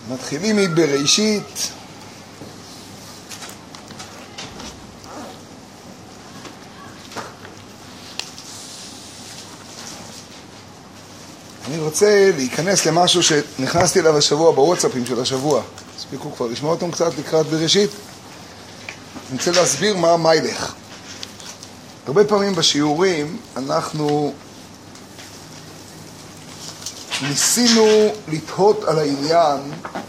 מתחילים מבראשית. אני רוצה להיכנס למשהו שנכנסתי אליו השבוע בוואטסאפים של השבוע. הספיקו כבר לשמוע אותם קצת לקראת בראשית. אני רוצה להסביר מה המילך. הרבה פעמים בשיעורים אנחנו ניסינו לתהות על העניין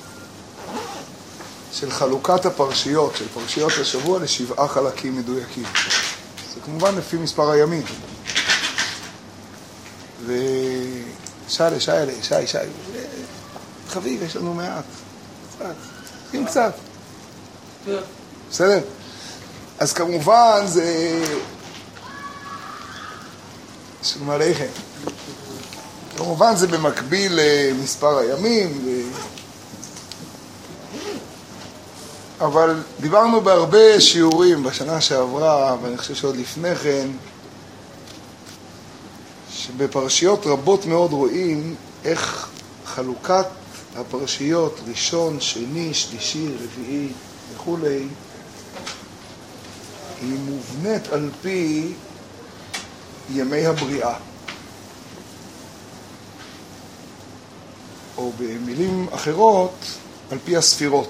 של חלוקת הפרשיות, של פרשיות השבוע ל7 חלקים מדויקים. זה כמובן לפי מספר הימים. שי, חביב, יש לנו מעט. קצת. בסדר? אז כמובן זה... שלום עליכם. כמובן זה במקביל למספר הימים, אבל דיברנו בהרבה שיעורים בשנה שעברה, ואני חושב שעוד לפני כן, שבפרשיות רבות מאוד רואים איך חלוקת הפרשיות, ראשון, שני, שלישי, רביעי וכו', היא מובנית על פי ימי הבריאה. או במילים אחרות, על פי הספירות.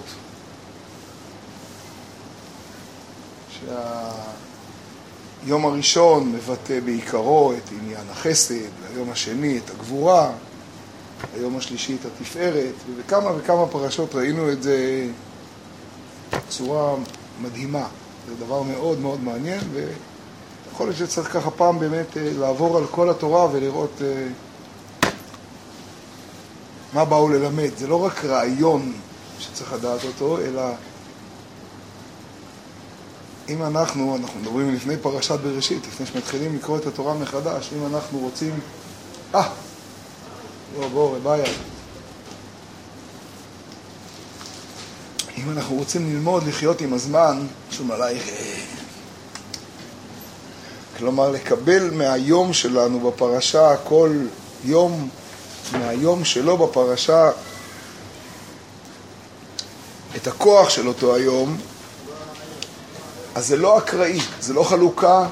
שהיום הראשון מבטא בעיקרו את עניין החסד, היום השני את הגבורה, היום השלישי את התפארת, ובכמה וכמה פרשות ראינו את זה בצורה מדהימה. זה דבר מאוד מאוד מעניין, ויכול להיות שצריך ככה פעם באמת לעבור על כל התורה ולראות מה באו ללמד. זה לא רק רעיון שצריך לדעת אותו, אלא אם אנחנו מדברים לפני פרשת בראשית, לפני שמתחילים לקרוא את התורה מחדש, אם אנחנו רוצים... בוא, רביה. אם אנחנו רוצים ללמוד לחיות עם הזמן, שום עלייך... כלומר, לקבל מהיום שלנו בפרשה כל יום, מהיום שלו בפרשה, את הכוח של אותו היום, אז זה לא אקראי, זה לא חלוקה.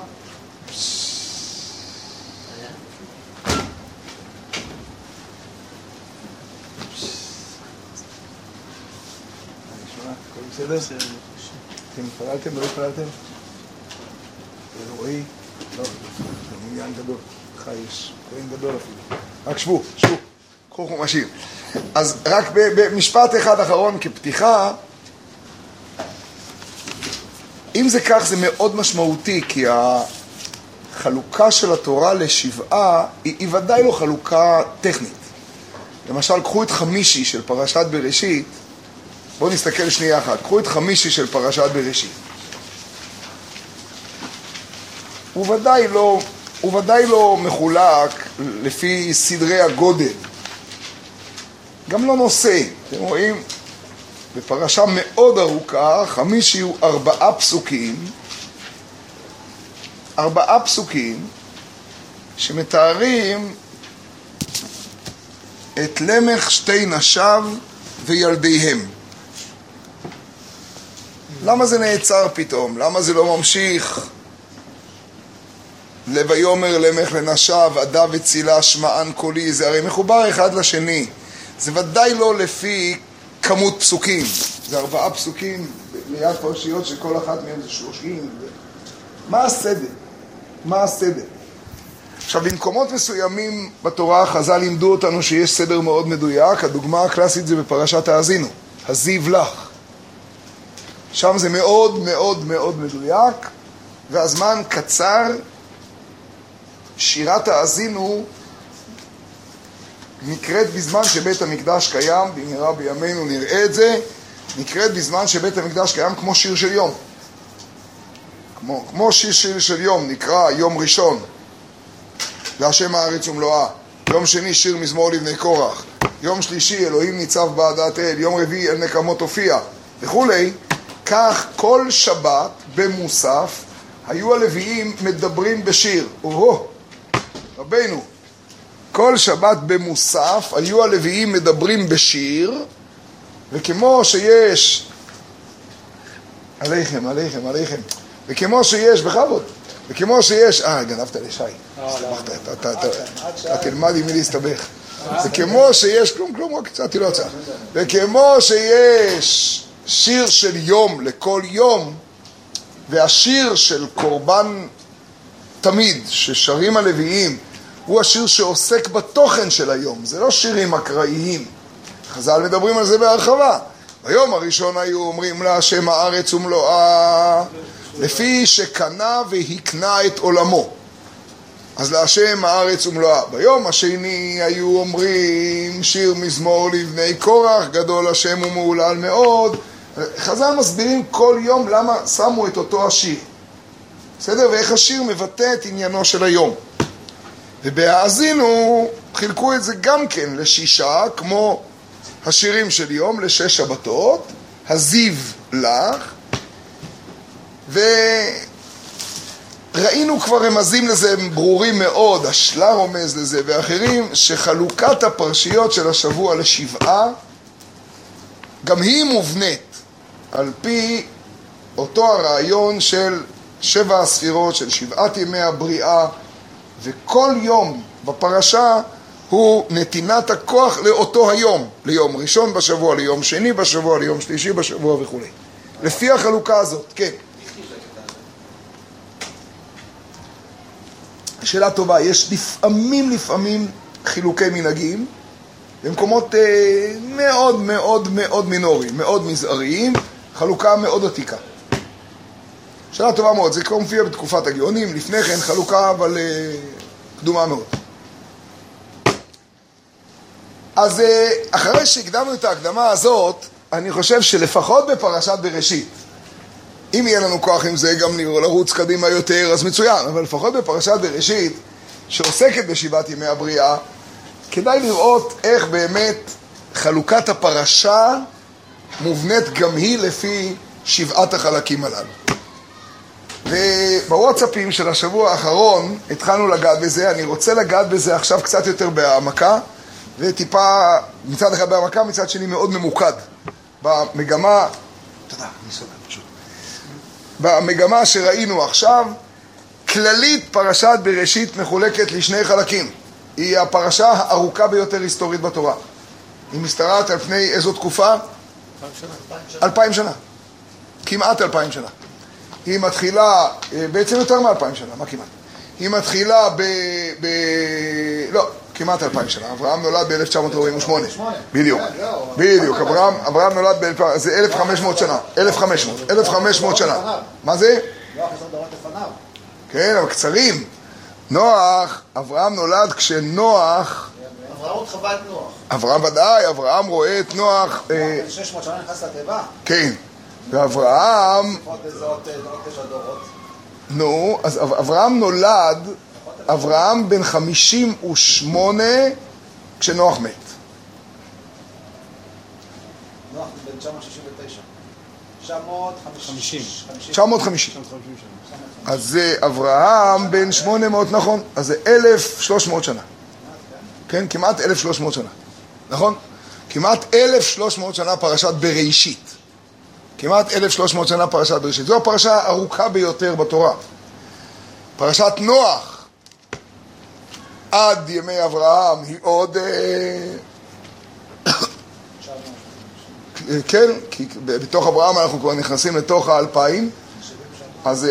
בסדר? אתם התפללתם? לא התפללתם? רואי? לא, זה עניין גדול. לך יש כהן גדול אפילו. רק שבו, קחו חומשים. אז רק במשפט אחד אחרון כפתיחה, אם זה כך זה מאוד משמעותי, כי החלוקה של התורה ל7 היא ודאי לא חלוקה טכנית. למשל, קחו את חמישי של פרשת בראשית, בואו נסתכל שנייה אחת, קחו את חמישי של פרשת בראשית. הוא ודאי לא מחולק לפי סדרי הגודל. גם לא נושא. אתם רואים? בפרשה מאוד ארוכה, חמישי הוא 4 פסוקים. 4 פסוקים שמתארים את למך 2 נשיו וילדיהם. למה זה נעצר פתאום? למה זה לא ממשיך? לויאמר למך לנשיו, עדה וצילה שמען קולי, זה הרי מחובר אחד לשני. זה ודאי לא לפי כמות פסוקים. זה 4 פסוקים ליד פרשיות שכל אחת מהם זה 30. מה הסדר? עכשיו, במקומות מסוימים בתורה חז"ל לימדו אותנו שיש סדר מאוד מדויק. הדוגמה הקלאסית זה בפרשת האזינו, הזיו לך. שם זה מאוד מאוד מאוד מדויק, והזמן קצר. שירת האזינו נקראת בזמן שבית המקדש קיים, במהרה בימינו נראה את זה, נקראת בזמן שבית המקדש קיים כמו שיר של יום. כמו שיר של יום, נקרא יום ראשון, להשם הארץ ומלואה. יום שני שיר מזמור לבני קורח. יום שלישי אלוהים ניצב בעדת אל. יום רביעי אל נקמות הופיע וכולי. כך כל שבת במוסף היו הלוויים מדברים בשיר. רבינו, כל שבת במוסף היו הלוויים מדברים בשיר, וכמו שיש, עליכם, וכמו שיש, בכבוד, וכמו שיש, גנבת לשי, הסתבכת, אתה תלמד עם מי להסתבך. וכמו שיש, כלום, רק קצת לא הצעה. וכמו שיש שיר של יום לכל יום, והשיר של קורבן תמיד, ששרים הלוויים, הוא השיר שעוסק בתוכן של היום, זה לא שירים אקראיים. חז"ל מדברים על זה בהרחבה. ביום הראשון היו אומרים לה שם הארץ ומלואה, לפי שקנה והקנה את עולמו. אז להשם הארץ ומלואה. ביום השני היו אומרים שיר מזמור לבני קורח, גדול השם ומהולל מאוד. חז"ל מסבירים כל יום למה שמו את אותו השיר. בסדר? ואיך השיר מבטא את עניינו של היום. ובהאזינו חילקו את זה גם כן לשישה, כמו השירים של יום, לשש שבתות, הזיו לך, וראינו כבר רמזים לזה, הם ברורים מאוד, השלה רומז לזה ואחרים, שחלוקת הפרשיות של השבוע לשבעה, גם היא מובנית על פי אותו הרעיון של 7 הספירות, של 7 ימי הבריאה, וכל יום בפרשה הוא נתינת הכוח לאותו היום, ליום ראשון בשבוע, ליום שני בשבוע, ליום שלישי בשבוע וכו'. לפי החלוקה הזאת, כן. שאלה טובה, יש לפעמים חילוקי מנהגים, במקומות מאוד מאוד מאוד מינוריים, מאוד מזעריים, חלוקה מאוד עתיקה. שאלה טובה מאוד, זה כבר מופיע בתקופת הגאונים, לפני כן חלוקה אבל קדומה מאוד. אז אחרי שהקדמנו את ההקדמה הזאת, אני חושב שלפחות בפרשת בראשית, אם יהיה לנו כוח עם זה גם לרוץ קדימה יותר, אז מצוין, אבל לפחות בפרשת בראשית, שעוסקת בשבעת ימי הבריאה, כדאי לראות איך באמת חלוקת הפרשה מובנית גם היא לפי 7 החלקים הללו. ובוואטסאפים של השבוע האחרון התחלנו לגעת בזה, אני רוצה לגעת בזה עכשיו קצת יותר בהעמקה, וטיפה מצד אחד בהעמקה, מצד שני מאוד ממוקד. במגמה, תודה, אני סובל פשוט. במגמה שראינו עכשיו, כללית פרשת בראשית מחולקת לשני חלקים. היא הפרשה הארוכה ביותר היסטורית בתורה. היא משתרעת על פני איזו תקופה? 2000 שנה. כמעט 2000 שנה. היא מתחילה, בעצם יותר מ-2000 שנה, מה כמעט? היא מתחילה לא, כמעט 2000 שנה. אברהם נולד ב-1948. בדיוק. בדיוק. אברהם נולד זה 1500 שנה. 1500 שנה. מה זה? נוח יש דורות לפניו. כן, אבל קצרים. נוח, אברהם נולד כשנוח... אברהם עוד חווה את נוח. אברהם ודאי, אברהם רואה את נוח... 600 שנה נכנס לתיבה. כן. ואברהם... עוד איזה עוד 9 דורות. נו, אז אברהם נולד, אברהם בן 58 כשנוח מת. נוח בן 969. 950. 950. אז זה אברהם בן 800, נכון? אז זה 1300 שנה. כן, כמעט 1300 שנה. נכון? כמעט 1300 שנה פרשת בראשית. כמעט 1300 שנה פרשת בראשית. זו הפרשה הארוכה ביותר בתורה. פרשת נוח עד ימי אברהם היא עוד... כן, כי בתוך אברהם אנחנו כבר נכנסים לתוך 2000. אז...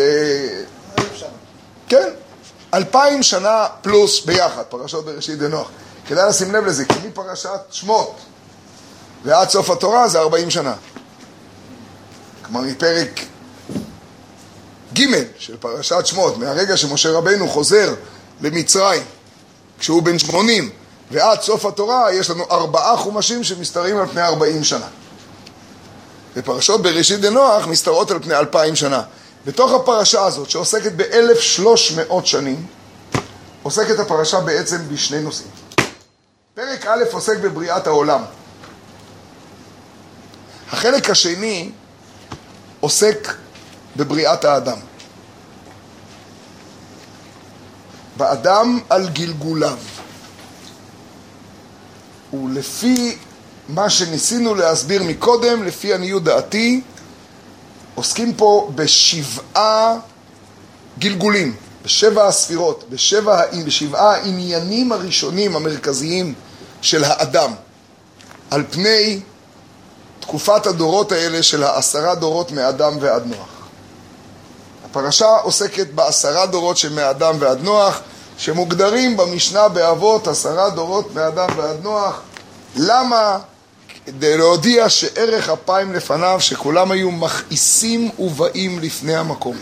כן, 2000 שנה פלוס ביחד, פרשות בראשית ונוח. כדאי לשים לב לזה, כי מפרשת שמות ועד סוף התורה זה 40 שנה. כלומר, מפרק ג' של פרשת שמות, מהרגע שמשה רבנו חוזר למצרים, כשהוא בן 80, ועד סוף התורה יש לנו 4 חומשים שמסתרים על פני 40 שנה. ופרשות בראשית ונוח מסתרות על פני 2000 שנה. בתוך הפרשה הזאת, שעוסקת ב-1300 שנים, עוסקת הפרשה בעצם בשני נושאים. פרק א' עוסק בבריאת העולם. החלק השני עוסק בבריאת האדם. באדם על גלגוליו. ולפי מה שניסינו להסביר מקודם, לפי עניות דעתי, עוסקים פה בשבעה גלגולים, בשבע הספירות, בשבעה העניינים הראשונים המרכזיים של האדם, על פני תקופת הדורות האלה של 10 דורות מאדם ועד נוח. הפרשה עוסקת ב10 דורות של מאדם ועד נוח, שמוגדרים במשנה באבות 10 דורות מאדם ועד נוח. למה? כדי להודיע שערך אפיים לפניו, שכולם היו מכעיסים ובאים לפני המקום.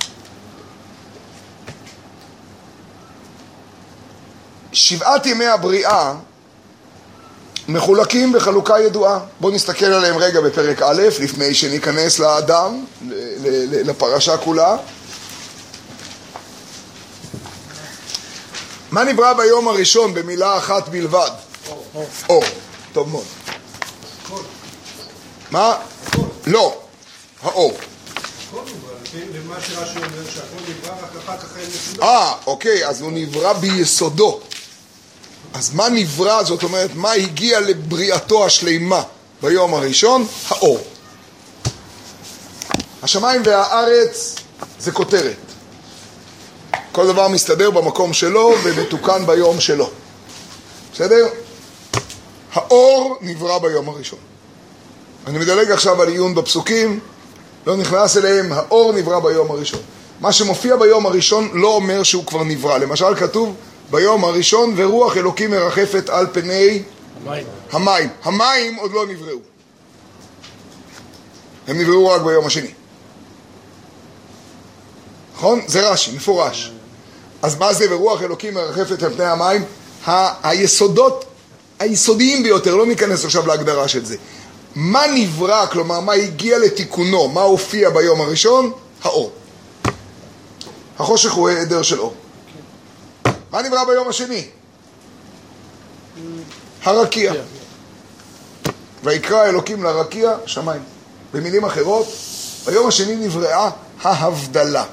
שבעת ימי הבריאה מחולקים בחלוקה ידועה. בואו נסתכל עליהם רגע בפרק א', לפני שניכנס לאדם, לפרשה כולה. מה נברא ביום הראשון במילה אחת בלבד? אור. טוב מאוד. מה? לא. האור. למה שרש"י אומר שהכל נברא רק אחר כך אין נקודה. אוקיי, אז הוא נברא ביסודו. אז מה נברא? זאת אומרת, מה הגיע לבריאתו השלימה ביום הראשון? האור. השמיים והארץ זה כותרת. כל דבר מסתדר במקום שלו ומתוקן ביום שלו. בסדר? האור נברא ביום הראשון. אני מדלג עכשיו על עיון בפסוקים, לא נכנס אליהם. האור נברא ביום הראשון. מה שמופיע ביום הראשון לא אומר שהוא כבר נברא. למשל כתוב ביום הראשון ורוח אלוקים מרחפת על פני המים. המים עוד לא נבראו. הם נבראו רק ביום השני. נכון? זה רש"י, מפורש. אז מה זה ורוח אלוקים מרחפת על פני המים? היסודיים ביותר, לא ניכנס עכשיו להגדרה של זה. מה נברא, כלומר מה הגיע לתיקונו, מה הופיע ביום הראשון? האור. החושך הוא היעדר של אור. מה נברא ביום השני? הרקיע. ויקרא אלוקים לרקיע שמיים. במילים אחרות, ביום השני נבראה ההבדלה.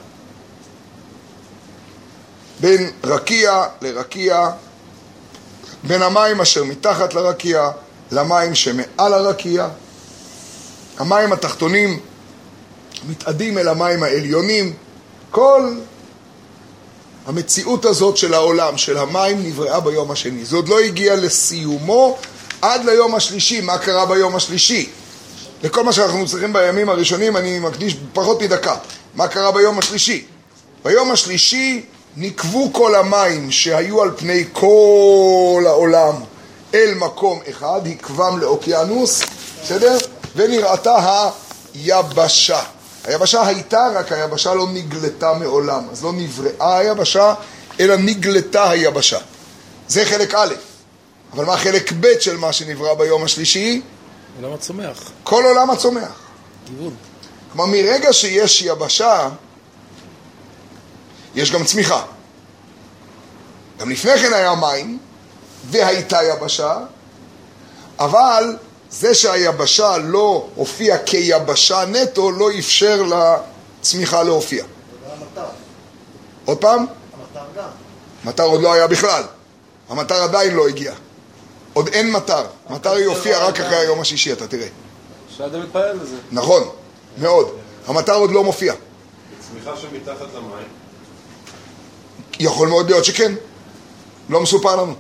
בין רקיע לרקיע, בין המים אשר מתחת לרקיע למים שמעל הרקיע. המים התחתונים מתאדים אל המים העליונים. כל המציאות הזאת של העולם, של המים, נבראה ביום השני. זה עוד לא הגיע לסיומו עד ליום השלישי. מה קרה ביום השלישי? לכל מה שאנחנו צריכים בימים הראשונים אני מקדיש פחות מדקה. מה קרה ביום השלישי? ביום השלישי נקבו כל המים שהיו על פני כל העולם אל מקום אחד, הקבם לאוקיינוס, בסדר? ונראתה היבשה. היבשה הייתה, רק היבשה לא נגלתה מעולם. אז לא נבראה היבשה, אלא נגלתה היבשה. זה חלק א'. אבל מה חלק ב' של מה שנברא ביום השלישי? עולם הצומח. כל עולם הצומח. גיוון. כלומר, מרגע שיש יבשה, יש גם צמיחה. גם לפני כן היה מים, והייתה יבשה, אבל זה שהיבשה לא הופיע כיבשה נטו, לא אפשר לצמיחה להופיע. עוד פעם? המטר גם. מטר עוד לא היה בכלל. המטר עדיין לא הגיע. עוד אין מטר. מטר יופיע רק אחרי היום השישי, אתה תראה. שאדם מתפעל לזה. נכון, מאוד. המטר עוד לא מופיע. צמיחה שמתחת למים. יכול מאוד להיות שכן. לא מסופר לנו.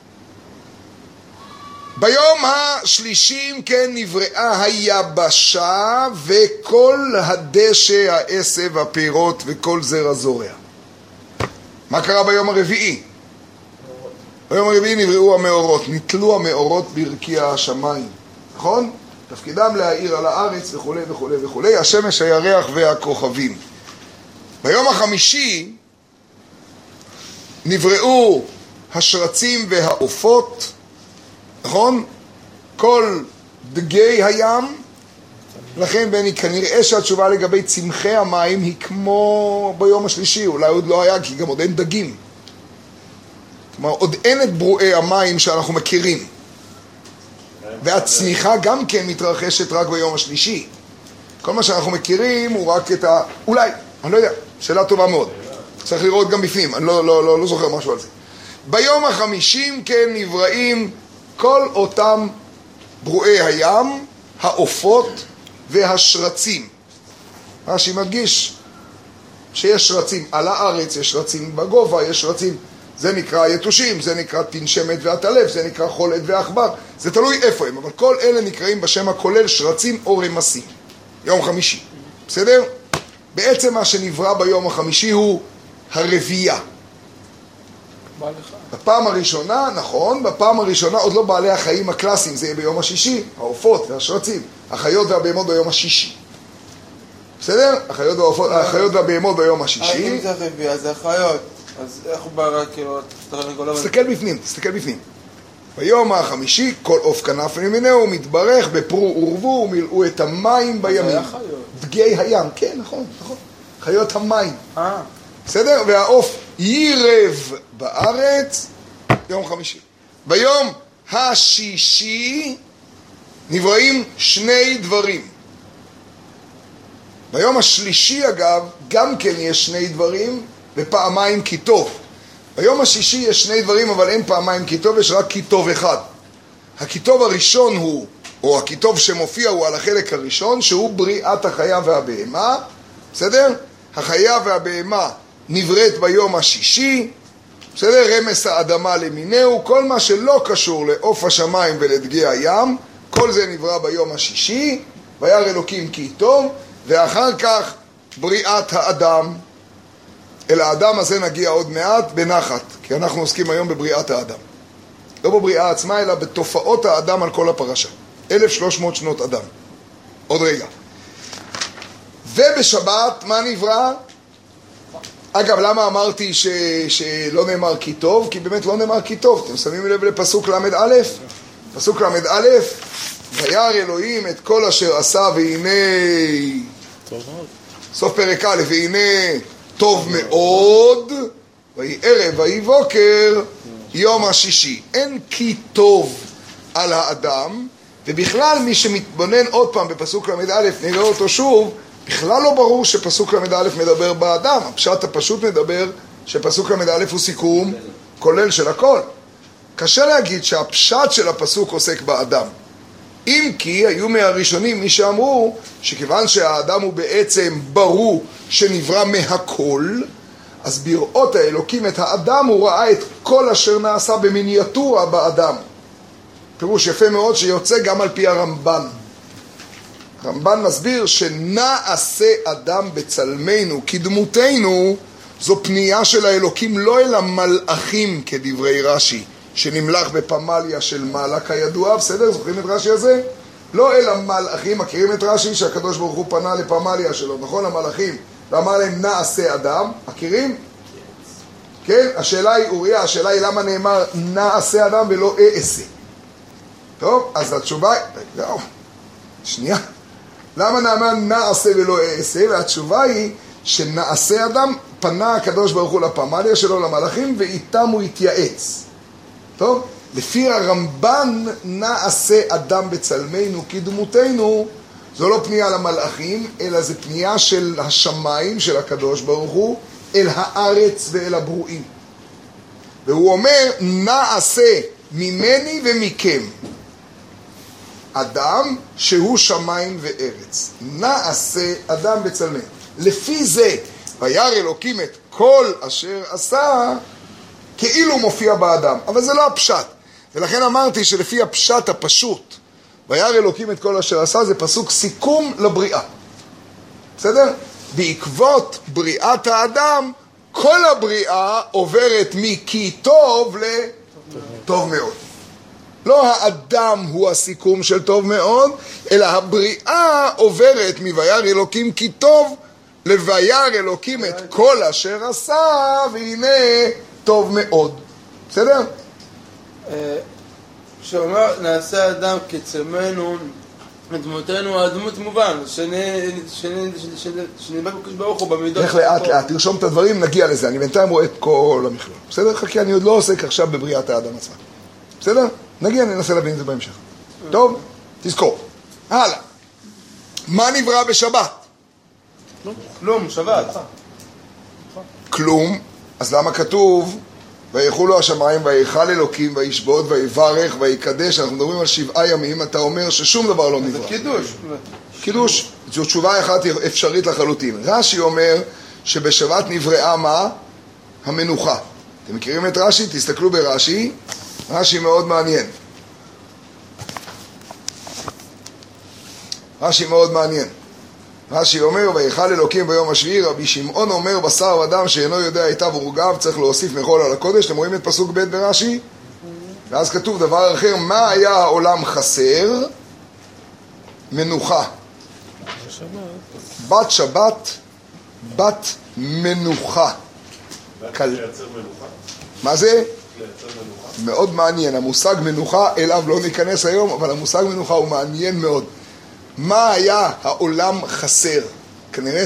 ביום השלישי כן נבראה היבשה וכל הדשא, העשב, הפירות וכל זרע זורע. מה קרה ביום הרביעי? ביום הרביעי נבראו המאורות, נתלו המאורות ברקיע השמיים. נכון? תפקידם להאיר על הארץ וכו' וכו' וכו', השמש, הירח והכוכבים. ביום החמישי נבראו השרצים והעופות, נכון? כל דגי הים. לכן בני, כנראה שהתשובה לגבי צמחי המים היא כמו ביום השלישי, אולי עוד לא היה, כי גם עוד אין דגים. כלומר, עוד אין את ברואי המים שאנחנו מכירים. והצניחה גם כן מתרחשת רק ביום השלישי. כל מה שאנחנו מכירים הוא רק את אולי, אני לא יודע, שאלה טובה מאוד. צריך לראות גם בפנים, אני לא זוכר משהו על זה. ביום החמישים כן נבראים כל אותם ברואי הים, העופות והשרצים. רש"י מדגיש שיש שרצים על הארץ, יש שרצים בגובה, יש שרצים, זה נקרא יתושים, זה נקרא תנשמת ועטלף, זה נקרא חולת ועכבר, זה תלוי איפה הם, אבל כל אלה נקראים בשם הכולל שרצים או רמסים. יום חמישי, בסדר? בעצם מה שנברא ביום החמישי הוא הרבייה. בפעם הראשונה, נכון, בפעם הראשונה עוד לא בעלי החיים הקלאסיים, זה יהיה ביום השישי, העופות והשרצים, החיות והבהמות ביום השישי. בסדר? החיות והבהמות ביום השישי. אם זה רבייה, זה החיות. אז איך הוא בא רק כאילו... תסתכל בפנים. ביום החמישי, כל עוף כנף ממינהו, מתברך בפרו ורבו, ומילאו את המים בימים. דגי הים, כן, נכון. חיות המים. בסדר? והעוף יירב בארץ, יום חמישי. ביום השישי נבראים שני דברים. ביום השלישי אגב, גם כן יש שני דברים ופעמיים כי טוב. ביום השישי יש שני דברים אבל אין פעמיים כי טוב, יש רק כי טוב אחד. הכי טוב הראשון הוא, או הכי טוב שמופיע הוא על החלק הראשון, שהוא בריאת החיה והבהמה. בסדר? החיה והבהמה נבראת ביום השישי, בסדר? רמס האדמה למינהו, כל מה שלא קשור לעוף השמיים ולדגי הים, כל זה נברא ביום השישי, וירא אלוקים כי טוב, ואחר כך בריאת האדם. אל האדם הזה נגיע עוד מעט בנחת, כי אנחנו עוסקים היום בבריאת האדם. לא בבריאה עצמה, אלא בתופעות האדם על כל הפרשה. 1300 שנות אדם. עוד רגע. ובשבת, מה נברא? אגב, למה אמרתי שלא נאמר כי טוב? כי באמת לא נאמר כי טוב. אתם שמים לב לפסוק למד א'? פסוק למד א', וירא אלוהים את כל אשר עשה והנה... טוב מאוד. סוף פרק א', והנה טוב מאוד, ויהי ערב ויהי בוקר, יום השישי. אין כי טוב על האדם, ובכלל מי שמתבונן עוד פעם בפסוק למד א', נראה אותו שוב, בכלל לא ברור שפסוק למד א' מדבר באדם. הפשט הפשוט מדבר שפסוק למד א' הוא סיכום כולל של הכל. קשה להגיד שהפשט של הפסוק עוסק באדם. אם כי היו מהראשונים מי שאמרו שכיוון שהאדם הוא בעצם ברור שנברא מהכל, אז בראות האלוקים את האדם הוא ראה את כל אשר נעשה במיניאטורה באדם. פירוש יפה מאוד שיוצא גם על פי הרמב"ן. הרמב"ן מסביר שנעשה אדם בצלמנו כדמותנו, זו פנייה של האלוקים לא אל המלאכים כדברי רש"י, שנמלך בפמליה של מעלה כידוע, בסדר? זוכרים את רש"י הזה? לא אל המלאכים, מכירים את רש"י שהקדוש ברוך הוא פנה לפמליה שלו, נכון? המלאכים, ואמר להם נעשה אדם, מכירים? כן? השאלה היא, אוריה, השאלה היא למה נאמר נעשה אדם ולא אעשה. טוב, אז התשובה, לא, שנייה. למה נאמר נעשה ולא אעשה? והתשובה היא שנעשה אדם, פנה הקדוש ברוך הוא לפמליה שלו, למלאכים, ואיתם הוא התייעץ. טוב? לפי הרמב"ן נעשה אדם בצלמנו כדמותנו, זו לא פנייה למלאכים, אלא זה פנייה של השמיים, של הקדוש ברוך הוא, אל הארץ ואל הברואים. והוא אומר, נעשה ממני ומכם אדם שהוא שמיים וארץ. נעשה אדם בצלמנו. לפי זה, וירא אלוקים את כל אשר עשה, כאילו מופיע באדם. אבל זה לא הפשט. ולכן אמרתי שלפי הפשט הפשוט, וירא אלוקים את כל אשר עשה, זה פסוק סיכום לבריאה. בסדר? בעקבות בריאת האדם, כל הבריאה עוברת מכי טוב לטוב מאוד. לא האדם הוא הסיכום של טוב מאוד, אלא הבריאה עוברת מוירא אלוקים כי טוב, לוירא אלוקים את כל אשר עשה, והנה טוב מאוד. בסדר? שאומר, נעשה אדם כצלמנו, דמותנו, הדמות מובן, שנדבק בקדוש ברוך הוא במידות. איך לאט, תרשום את הדברים, נגיע לזה. אני בינתיים רואה את כל המכלול. בסדר? חכי, אני עוד לא עוסק עכשיו בבריאת האדם עצמה. בסדר? נגיע, ננסה להבין את זה בהמשך. טוב? תזכור. הלאה. מה נברא בשבת? כלום, שבת. כלום. אז למה כתוב ויחולו השמיים, ויכל אלוקים, וישבות, ויברך, ויקדש. אנחנו מדברים על 7 ימים, אתה אומר ששום דבר לא נברא. זה קידוש. קידוש, זו תשובה אחת אפשרית לחלוטין. רש"י אומר שבשבת נבראה מה? המנוחה. אתם מכירים את רש"י? תסתכלו ברש"י. רש"י מאוד מעניין. רש"י מאוד מעניין. רש"י אומר, ויכל אלוקים ביום השביעי, רבי שמעון אומר, בשר ודם שאינו יודע היטב ורגב, צריך להוסיף מחול על הקודש. אתם רואים את פסוק ב' ברש"י? ואז כתוב דבר אחר, מה היה העולם חסר? מנוחה. בת שבת, בת מנוחה. לייצר מנוחה? מה זה? לייצר מנוחה? מאוד מעניין. המושג מנוחה, אליו לא ניכנס היום, אבל המושג מנוחה הוא מעניין מאוד. מה היה העולם חסר? כנראה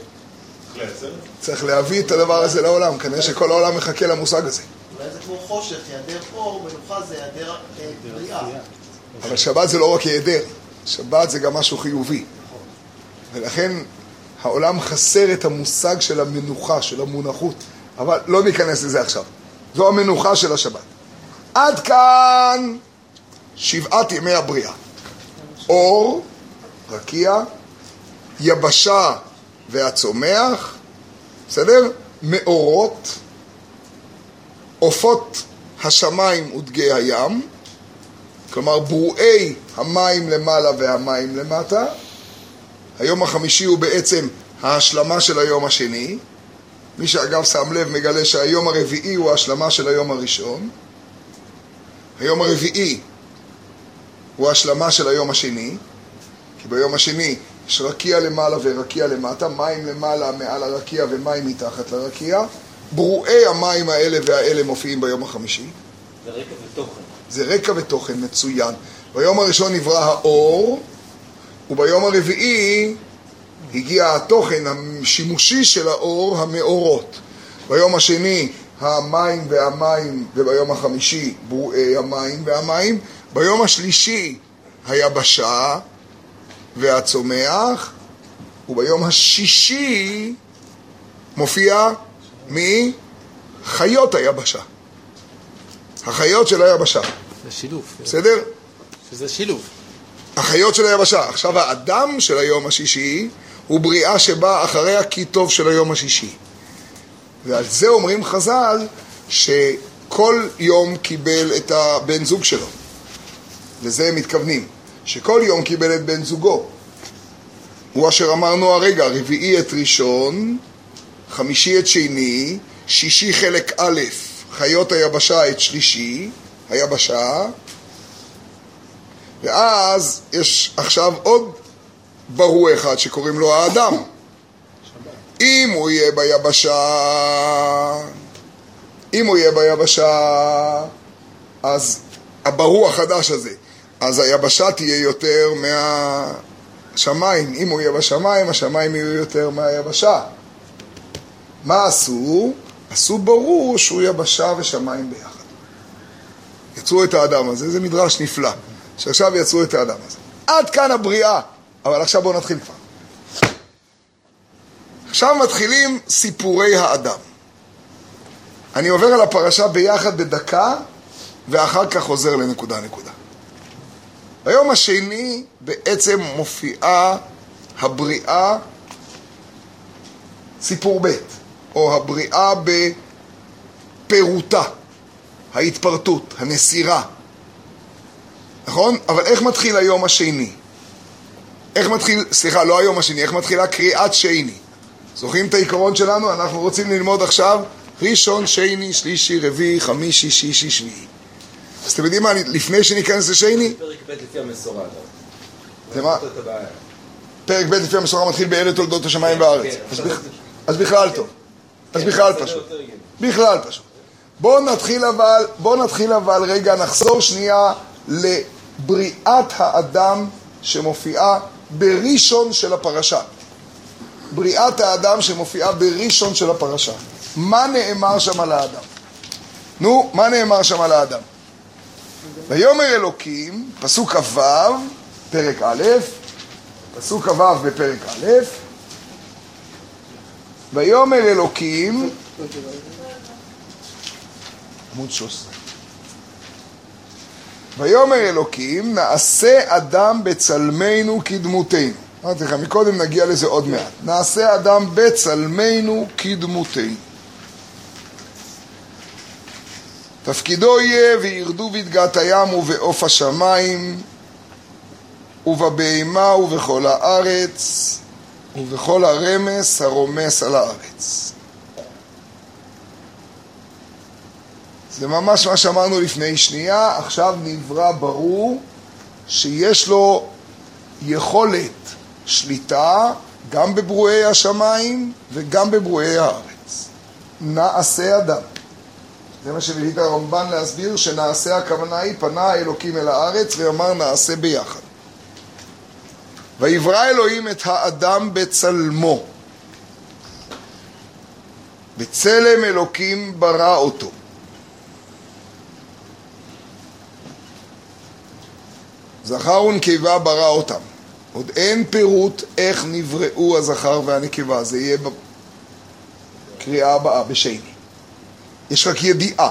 שצריך להביא את הדבר הזה לעולם. כנראה שכל העולם מחכה למושג הזה. אולי זה כמו חושך, היעדר אור, מנוחה זה היעדר בריאה. אבל שבת זה לא רק היעדר. שבת זה גם משהו חיובי. ולכן העולם חסר את המושג של המנוחה, של המונחות. אבל לא ניכנס לזה עכשיו. זו המנוחה של השבת. עד כאן 7 ימי הבריאה. אור, רקיע, יבשה והצומח, בסדר? מאורות, עופות השמיים ודגי הים, כלומר ברואי המים למעלה והמים למטה. היום החמישי הוא בעצם ההשלמה של היום השני. מי שאגב שם לב מגלה שהיום הרביעי הוא ההשלמה של היום הראשון. היום הרביעי הוא ההשלמה של היום השני, כי ביום השני יש רקיע למעלה ורקיע למטה, מים למעלה מעל הרקיע ומים מתחת לרקיע. ברואי המים האלה והאלה מופיעים ביום החמישי. זה רקע ותוכן. זה רקע ותוכן מצוין. ביום הראשון נברא האור, וביום הרביעי הגיע התוכן השימושי של האור, המאורות. ביום השני המים והמים, וביום החמישי ברואי המים והמים. ביום השלישי היבשה והצומח, וביום השישי מופיע מחיות היבשה. החיות של היבשה. זה שילוב. בסדר? שזה שילוב. החיות של היבשה. עכשיו האדם של היום השישי הוא בריאה שבאה אחרי הכיתוב של היום השישי. ועל זה אומרים חז"ל שכל יום קיבל את הבן זוג שלו. לזה הם מתכוונים. שכל יום קיבל את בן זוגו. הוא אשר אמרנו הרגע, רביעי את ראשון, חמישי את שני, שישי חלק א', חיות היבשה את שלישי, היבשה, ואז יש עכשיו עוד ברור אחד שקוראים לו האדם. אם הוא יהיה ביבשה, אז הברור החדש הזה, אז היבשה תהיה יותר מהשמיים. אם הוא יהיה בשמיים, השמיים יהיו יותר מהיבשה. מה עשו? עשו ברור שהוא יבשה ושמיים ביחד. יצרו את האדם הזה, זה מדרש נפלא, שעכשיו יצרו את האדם הזה. עד כאן הבריאה, אבל עכשיו בואו נתחיל כבר. עכשיו מתחילים סיפורי האדם. אני עובר על הפרשה ביחד בדקה, ואחר כך חוזר לנקודה. ביום השני בעצם מופיעה הבריאה, סיפור ב', או הבריאה בפירוטה, ההתפרטות, הנסירה. נכון? אבל איך מתחיל היום השני? לא היום השני, איך מתחילה קריאת שני? זוכרים את העיקרון שלנו? אנחנו רוצים ללמוד עכשיו ראשון, שני, שלישי, רביעי, חמישי, שישי, שביעי. אז אתם יודעים מה, לפני שניכנס לשני? פרק ב' לפי המסורה. זה מה? פרק ב' לפי המסורה מתחיל באלה תולדות השמיים והארץ. אז בכלל טוב. אז בכלל פשוט. בכלל פשוט. בואו נתחיל אבל רגע, נחזור שנייה לבריאת האדם שמופיעה בראשון של הפרשה. בריאת האדם שמופיעה בראשון של הפרשה. מה נאמר שם על האדם? מה נאמר שם על האדם? ויאמר אלוקים, פסוק ו', פרק א', פסוק ו' בפרק א', ויאמר אלוקים, עמוד 13. ויאמר אלוקים, נעשה אדם בצלמנו כדמותנו. אמרתי לך, מקודם נגיע לזה עוד מעט. נעשה אדם בצלמנו כדמותנו. תפקידו יהיה וירדו בדגת הים ובעוף השמיים ובבהמה ובכל הארץ ובכל הרמס הרומס על הארץ. זה ממש מה שאמרנו לפני שנייה. עכשיו נברא ברור שיש לו יכולת שליטה גם בברואי השמיים וגם בברואי הארץ. נעשה אדם. זה מה שהביא הרמב"ן להסביר, שנעשה הכוונה היא, פנה האלוקים אל הארץ ואמר נעשה ביחד. ויברא אלוהים את האדם בצלמו. בצלם אלוקים ברא אותו. זכר ונקבה ברא אותם. עוד אין פירוט איך נבראו הזכר והנקבה, זה יהיה בקריאה הבאה, בשני. יש רק ידיעה.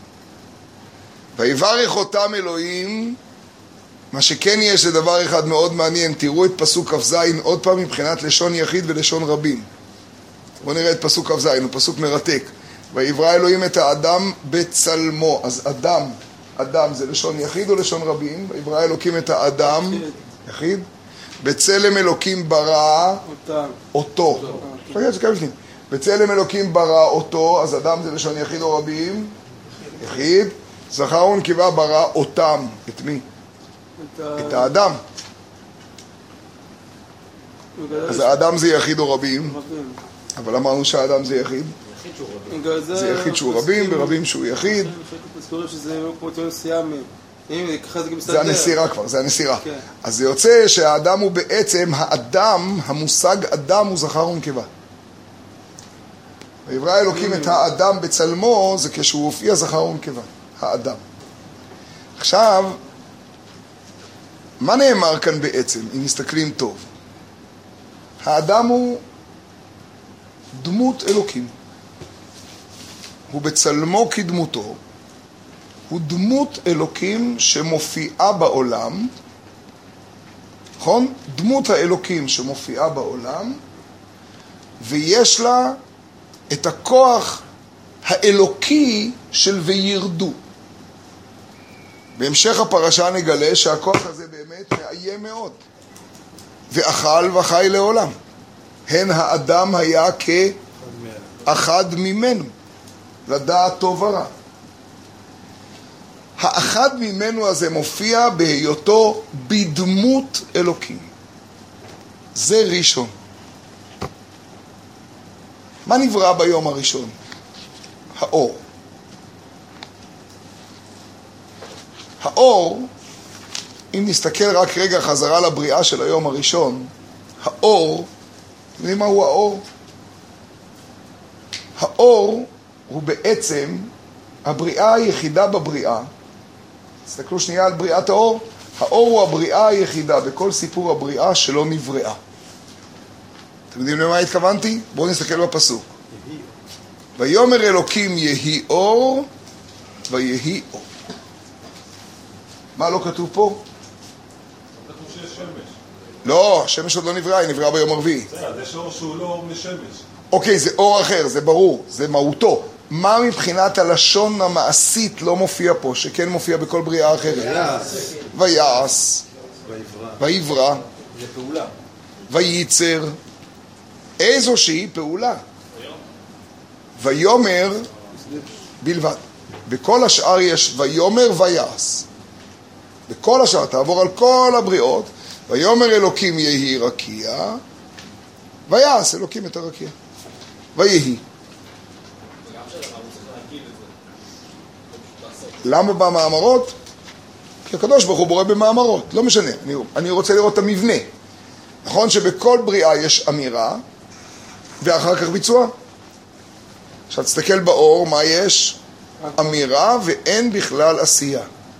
ויברך אותם אלוהים, מה שכן יש זה דבר אחד מאוד מעניין, תראו את פסוק כ"ז עוד פעם מבחינת לשון יחיד ולשון רבים. בואו נראה את פסוק כ"ז, הוא פסוק מרתק. ויברא אלוהים את האדם בצלמו, אז אדם זה לשון יחיד או לשון רבים? ויברא אלוקים את האדם, יחיד, בצלם אלוקים ברא אותו. בצלם אלוקים ברא אותו, אז אדם זה לשון יחיד או רבים? יחיד. זכר ונקבה ברא אותם. את מי? את האדם. אז האדם זה יחיד או רבים? אבל אמרנו שהאדם זה יחיד. זה יחיד שהוא רבים, ורבים שהוא יחיד. זה הנסירה כבר, זה הנסירה. אז זה יוצא שהאדם הוא בעצם, האדם, המושג אדם הוא זכר ונקבה. ויברא אלוקים את האדם בצלמו, זה כשהוא הופיע זכר ונקבה, האדם. עכשיו, מה נאמר כאן בעצם, אם מסתכלים טוב? האדם הוא דמות אלוקים. הוא בצלמו כדמותו, הוא דמות אלוקים שמופיעה בעולם, נכון? דמות האלוקים שמופיעה בעולם, ויש לה את הכוח האלוקי של וירדו. בהמשך הפרשה נגלה שהכוח הזה באמת מאיים מאוד. ואכל וחי לעולם. הן האדם היה כאחד ממנו, לדעת טוב ורע. האחד ממנו הזה מופיע בהיותו בדמות אלוקים. זה ראשון. מה נברא ביום הראשון? האור. האור, אם נסתכל רק רגע חזרה לבריאה של היום הראשון, האור, אתם יודעים מה הוא האור? האור הוא בעצם הבריאה היחידה בבריאה. תסתכלו שנייה על בריאת האור. האור הוא הבריאה היחידה בכל סיפור הבריאה שלא נבראה. אתם יודעים למה התכוונתי? בואו נסתכל בפסוק. ויאמר אלוקים יהי אור, ויהי אור. מה לא כתוב פה? כתוב שיש שמש. לא, השמש עוד לא נבראה, היא נבראה ביום הרביעי. זה אור שהוא לא אור משמש. אוקיי, זה אור אחר, זה ברור, זה מהותו. מה מבחינת הלשון המעשית לא מופיע פה, שכן מופיע בכל בריאה אחרת? ויעש, ויברא, זה פעולה. וייצר, איזושהי פעולה. ויאמר בלבד. בכל השאר יש ויאמר ויעש. בכל השאר, תעבור על כל הבריאות, ויאמר אלוקים יהי רקיע, ויעש אלוקים את הרקיע. ויהי. למה במאמרות? כי הקדוש ברוך הוא בורא במאמרות, לא משנה, אני רוצה לראות את המבנה. נכון שבכל בריאה יש אמירה, ואחר כך ביצוע. עכשיו תסתכל באור, מה יש? אמירה ואין בכלל עשייה.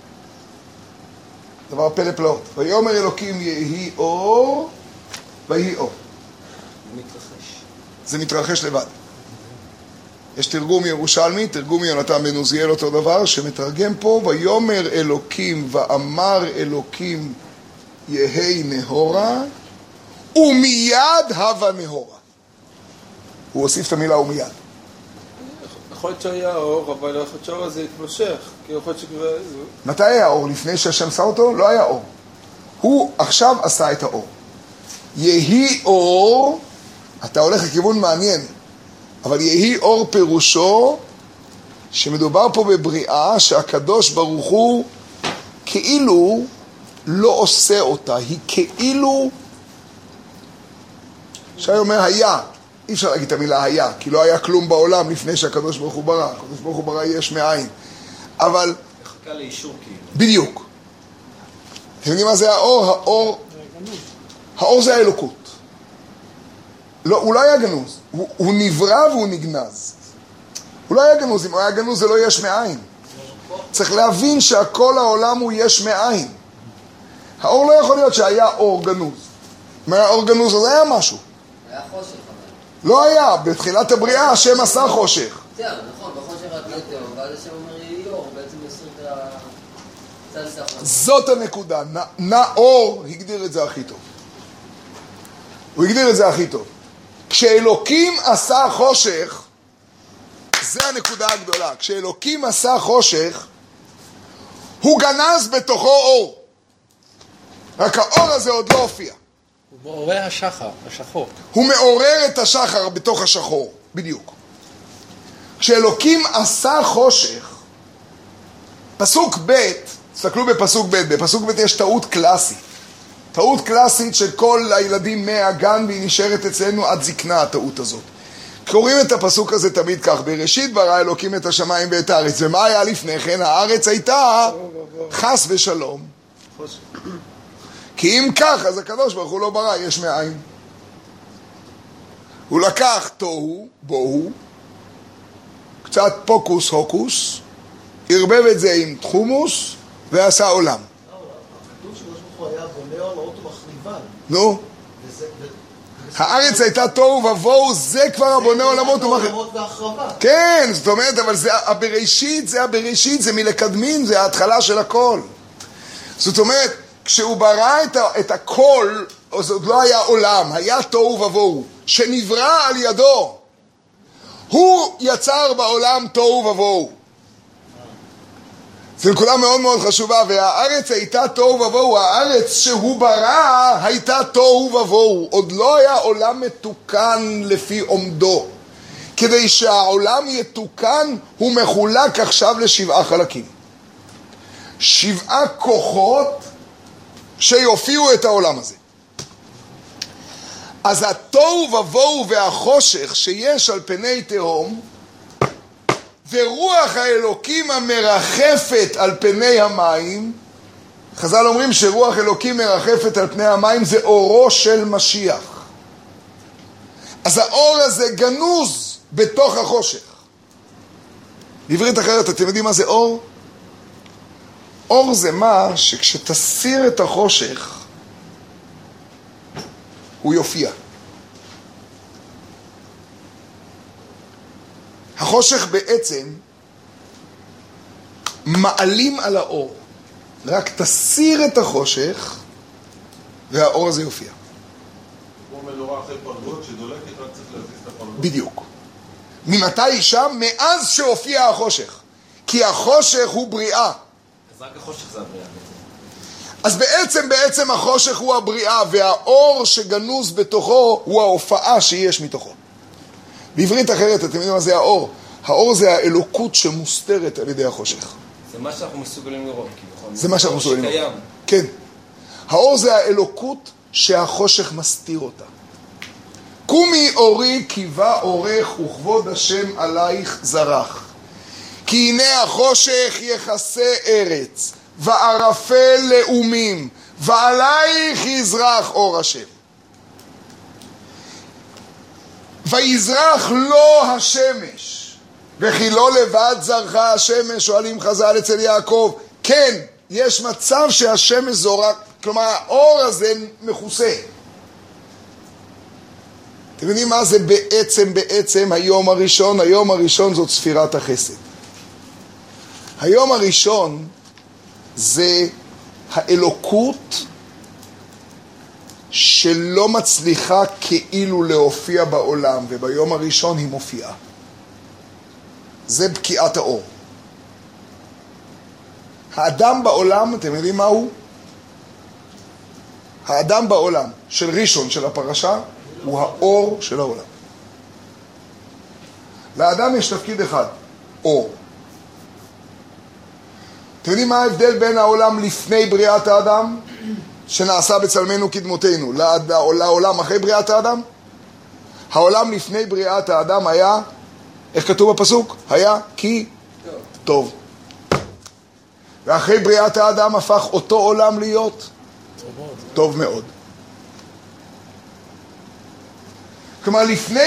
דבר פלא פלאות. ויאמר אלוקים יהי אור, ויהי אור. מתרחש. זה מתרחש לבד. יש תרגום ירושלמי, תרגום יונתן בן עוזיאל אותו דבר, שמתרגם פה, ויאמר אלוקים ואמר אלוקים יהי נהורה, ומיד הווה נהורה. הוא הוסיף את המילה ומיד. יכול להיות שהיה אור, אבל יכול להיות שהאור הזה התמשך, כי יכול להיות שכבר... מתי היה אור? לפני שהשם עשה אותו? לא היה אור. הוא עכשיו עשה את האור. יהי אור, אתה הולך לכיוון מעניין, אבל יהי אור פירושו שמדובר פה בבריאה שהקדוש ברוך הוא כאילו לא עושה אותה, היא כאילו, שי אומר היה, אי אפשר להגיד את המילה היה, כי לא היה כלום בעולם לפני שהקדוש ברוך הוא ברא, הקדוש ברוך הוא ברא יש מאין, אבל... מחכה לאישור כאילו. בדיוק. אתם יודעים מה זה האור? האור זה האלוקות. לא, הוא לא היה גנוז, הוא נברא והוא נגנז. הוא לא היה גנוז, אם הוא היה גנוז זה לא יש מאין. צריך להבין שהכל העולם הוא יש מאין. האור לא יכול להיות שהיה אור גנוז. אם היה אור גנוז אז היה משהו. היה חושך. לא היה, בתחילת הבריאה השם עשה חושך. זהו, נכון, בחושך רק יותר, ואז השם אומר יהי אור, בעצם יסיר את הצד. זאת הנקודה, נאור הגדיר את זה הכי טוב. הוא הגדיר את זה הכי טוב. כשאלוקים עשה חושך, זה הנקודה הגדולה, כשאלוקים עשה חושך, הוא גנז בתוכו אור. רק האור הזה עוד לא הופיע. הוא מעורר השחר, השחור. הוא מעורר את השחר בתוך השחור, בדיוק. כשאלוקים עשה חושך, פסוק ב', תסתכלו בפסוק ב', בפסוק ב' יש טעות קלאסית. טעות קלאסית של כל הילדים מהגן והיא נשארת אצלנו עד זקנה הטעות הזאת. קוראים את הפסוק הזה תמיד כך, בראשית ברא אלוקים את השמיים ואת הארץ. ומה היה לפני כן? הארץ הייתה חס ושלום. כי אם כך, אז הקדוש ברוך הוא לא ברא, יש מאין. הוא לקח תוהו, בוהו, קצת פוקוס הוקוס, ערבב את זה עם תחומוס ועשה עולם. כתוב שקדוש ברוך הוא היה בונה עולמות ומחריבן. נו? הארץ הייתה תוהו ובוהו, זה כבר הבונה עולמות והחרבה. כן, זאת אומרת, אבל זה הבראשית, זה מלקדמים, זה ההתחלה של הכל. זאת אומרת, כשהוא ברא את הכל, אז עוד לא היה עולם, היה תוהו ובוהו, שנברא על ידו. הוא יצר בעולם תוהו ובוהו. זו נקודה מאוד מאוד חשובה, והארץ הייתה תוהו ובוהו, הארץ שהוא ברא הייתה תוהו ובוהו, עוד לא היה עולם מתוקן לפי עומדו. כדי שהעולם יתוקן, הוא מחולק עכשיו לשבעה חלקים. 7 כוחות שיופיעו את העולם הזה. אז התוהו ובוהו והחושך שיש על פני תהום, ורוח האלוקים המרחפת על פני המים, חז"ל אומרים שרוח אלוקים מרחפת על פני המים זה אורו של משיח. אז האור הזה גנוז בתוך החושך. בעברית אחרת, אתם יודעים מה זה אור? אור זה מה שכשתסיר את החושך, הוא יופיע. החושך בעצם מעלים על האור. רק תסיר את החושך והאור הזה יופיע. כמו מנורה אחרי פרגוד שדולקת, רק צריך להזיז את הפרגוד. בדיוק. ממתי שם? מאז שהופיע החושך. כי החושך הוא בריאה. אז רק החושך זה הבריאה. אז בעצם החושך הוא הבריאה, והאור שגנוז בתוכו הוא ההופעה שיש מתוכו. בעברית אחרת, אתם יודעים מה זה האור? האור זה האלוקות שמוסתרת על ידי החושך. זה מה שאנחנו מסוגלים לראות, נכון? זה מה שאנחנו מסוגלים לראות. שקיים. כן. האור זה האלוקות שהחושך מסתיר אותה. קומי אורי קיבה אורך וכבוד השם עלייך זרח. כי הנה החושך יחסה ארץ, וערפל לאומים, ועלייך יזרח אור השם. ויזרח לו השמש, וכי לא לבד זרחה השמש, שואלים חז"ל אצל יעקב. כן, יש מצב שהשמש זורק, כלומר האור הזה מכוסה. אתם יודעים מה זה בעצם היום הראשון? היום הראשון זאת ספירת החסד. היום הראשון זה האלוקות שלא מצליחה כאילו להופיע בעולם, וביום הראשון היא מופיעה. זה בקיעת האור. האדם בעולם, אתם יודעים מה הוא? האדם בעולם של ראשון של הפרשה הוא האור של העולם. לאדם יש תפקיד אחד, אור. אתם יודעים מה ההבדל בין העולם לפני בריאת האדם, שנעשה בצלמנו כדמותנו, לעולם אחרי בריאת האדם? העולם לפני בריאת האדם היה, איך כתוב בפסוק? היה כי טוב. ואחרי בריאת האדם הפך אותו עולם להיות טוב מאוד. כלומר,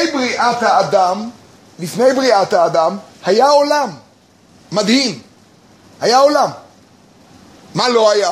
לפני בריאת האדם היה עולם מדהים. היה עולם. מה לא היה?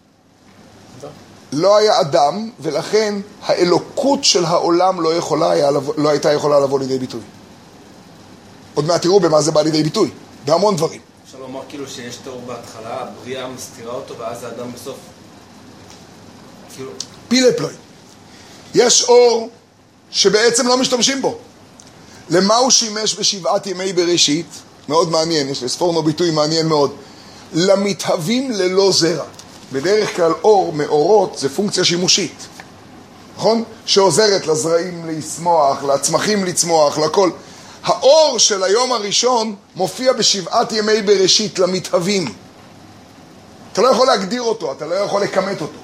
לא היה אדם, ולכן האלוקות של העולם לא הייתה יכולה לבוא לידי ביטוי. עוד מעט תראו במה זה בא לידי ביטוי, בהמון דברים. אפשר לומר כאילו שיש תאור בהתחלה, הבריאה מסתירה אותו, ואז האדם בסוף כאילו... פילה פלוי. יש אור שבעצם לא משתמשים בו. למה הוא שימש בשבעת ימי בראשית? מאוד מעניין, יש לספורנו ביטוי מעניין מאוד. למתהווים ללא זרע. בדרך כלל אור, מאורות, זה פונקציה שימושית. נכון? שעוזרת לזרעים לצמוח, לצמחים לצמוח, לכל. האור של היום הראשון מופיע בשבעת ימי בראשית למתהווים. אתה לא יכול להגדיר אותו, אתה לא יכול לקמת אותו.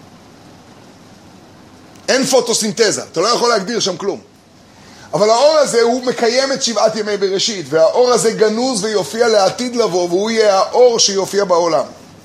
אין פוטוסינתזה, אתה לא יכול להגדיר שם כלום. אבל האור הזה הוא מקיים את שבעת ימי בראשית, והאור הזה גנוז ויופיע לעתיד לבוא, והוא יהיה האור שיופיע בעולם.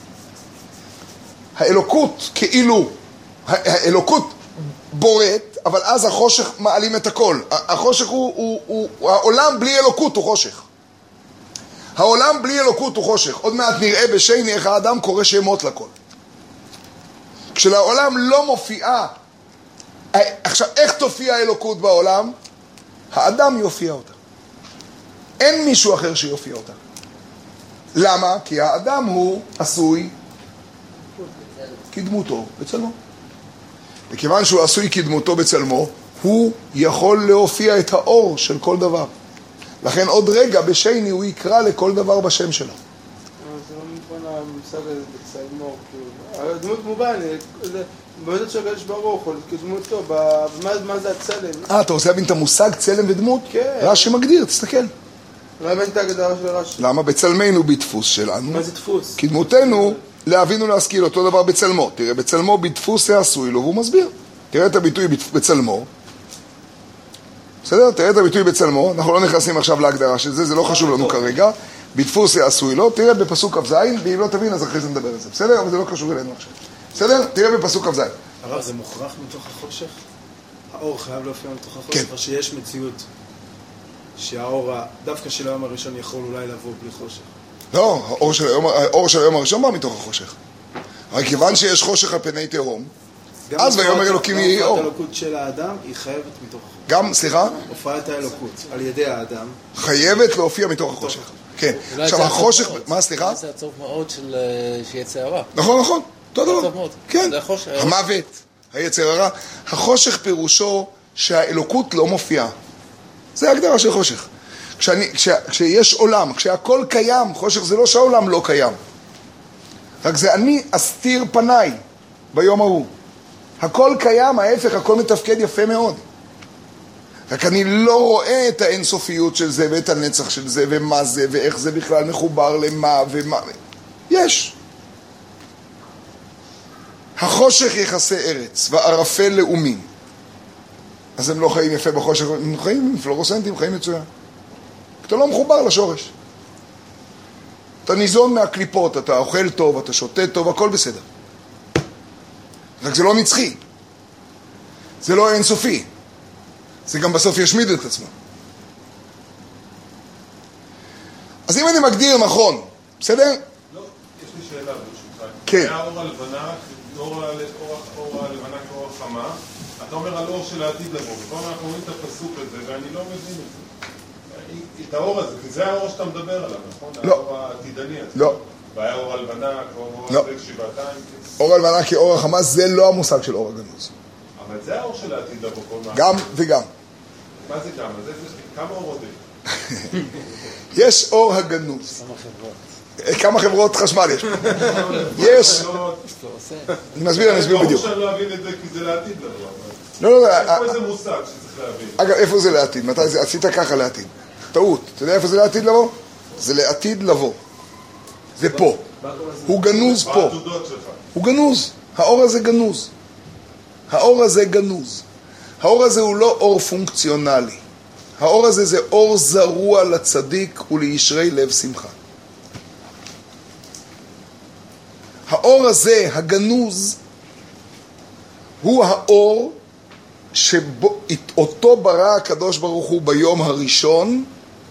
האלוקות כאילו, האלוקות בוראת, אבל אז החושך מעלים את הכל. החושך הוא העולם בלי אלוקות הוא חושך. העולם בלי אלוקות הוא חושך. עוד מעט נראה בשני איך האדם קורא שמות לכל. כשלעולם לא מופיעה, עכשיו איך תופיע האלוקות בעולם? האדם יופיע אותה. אין מישהו אחר שיופיע אותה. למה? כי האדם הוא עשוי כדמותו בצלמו. וכיוון שהוא עשוי כדמותו בצלמו, הוא יכול להופיע את האור של כל דבר. לכן עוד רגע בשני הוא יקרא לכל דבר בשם שלו. זה לא מובן המושג הזה בצלמו, כאילו. הדמות מובן, בעצם של הקדוש ברוך הוא, כדמותו, מה זה הצלם? אתה רוצה להבין את המושג צלם ודמות? כן. רש"י מגדיר, תסתכל. לא הבן את ההגדרה של רש"י. למה? בצלמנו בדפוס שלנו. מה זה דפוס? כדמותנו להבין ולהשכיל, אותו דבר בצלמו. תראה, בצלמו בדפוס העשוי לו, והוא מסביר. תראה את הביטוי בצלמו. בסדר? תראה את הביטוי בצלמו. אנחנו לא נכנסים עכשיו להגדרה של זה, זה לא חשוב לנו כרגע. בדפוס העשוי לו, תראה בפסוק כ"ז, ואם לא תבין אז אחרי זה נדבר על זה. בסדר? אבל זה לא קשור אלינו עכשיו. בסדר? תראה בפסוק כ"ז. הרב, זה מוכרח מתוך החושך? האור חייב להופיע מתוך החושך? כן. או שיש מציאות שהאור דווקא של היום הראשון יכול אולי לבוא בלי חושך? לא, האור של היום הראשון בא מתוך החושך. אבל כיוון שיש חושך על פני תהום, אז ויאמר אלוקים יהי אור. הופעת האלוקות של האדם היא חייבת מתוך החושך. גם, סליחה? הופעת האלוקות על ידי האדם. חייבת להופיע מתוך החושך. כן. עכשיו החושך, מה סליחה? זה עצוב מאוד שיהיה צערה. נכון, נכון. אותו טוב דבר. מאוד. כן. זה החושך. המוות, היצר הרע. החושך פירושו שהאלוקות לא מופיעה. זה ההגדרה של חושך. כשיש עולם, כשהכל קיים, חושך זה לא שהעולם לא קיים. רק זה אני אסתיר פניי ביום ההוא. הכל קיים, ההפך, הכל מתפקד יפה מאוד. רק אני לא רואה את האינסופיות של זה ואת הנצח של זה ומה זה ואיך זה בכלל מחובר למה ומה. יש. החושך יחסי ארץ וערפל לאומים. אז הם לא חיים יפה בחושך, הם חיים עם פלורוסנטים, חיים מצוין. אתה לא מחובר לשורש. אתה ניזון מהקליפות, אתה אוכל טוב, אתה שותה טוב, הכל בסדר. רק זה לא נצחי. זה לא אינסופי. זה גם בסוף ישמיד את עצמו. אז אם אני מגדיר נכון, בסדר? לא, יש לי שאלה ברשותך. כן. היה אור הלבנה כאור החמה, אתה אתה אומר על אור של העתיד לבוא, וכבר אנחנו רואים את הפסוק הזה, ואני לא מבין את זה. את האור הזה, כי זה האור שאתה מדבר עליו, נכון? לא. האור העתידני הזה. לא. והיה אור הלבנה, אור לא. הזבק שבעתיים. אור הלבנה כאור החמה זה לא המושג של אור הגנוז. אבל זה האור של העתיד לבוא כל מה. גם וגם. מה זה גם? אז כמה אורות יש? יש אור הגנוז. כמה חברות חשמל יש? יש. אני מסביר בדיוק. ברור שאני לא אבין את זה כי זה לעתיד לבוא. לא. איפה איזה מושג שצריך להבין? אגב, איפה זה לעתיד? מתי זה? עשית ככה לעתיד. טעות. אתה יודע איפה זה לעתיד לבוא? זה לעתיד לבוא. זה פה. הוא גנוז פה. בעתודות שלך. הוא גנוז. האור הזה גנוז. האור הזה גנוז. האור הזה הוא לא אור פונקציונלי. האור הזה זה אור זרוע לצדיק ולישרי לב שמחה. האור הזה, הגנוז, הוא האור שאותו ברא הקדוש ברוך הוא ביום הראשון,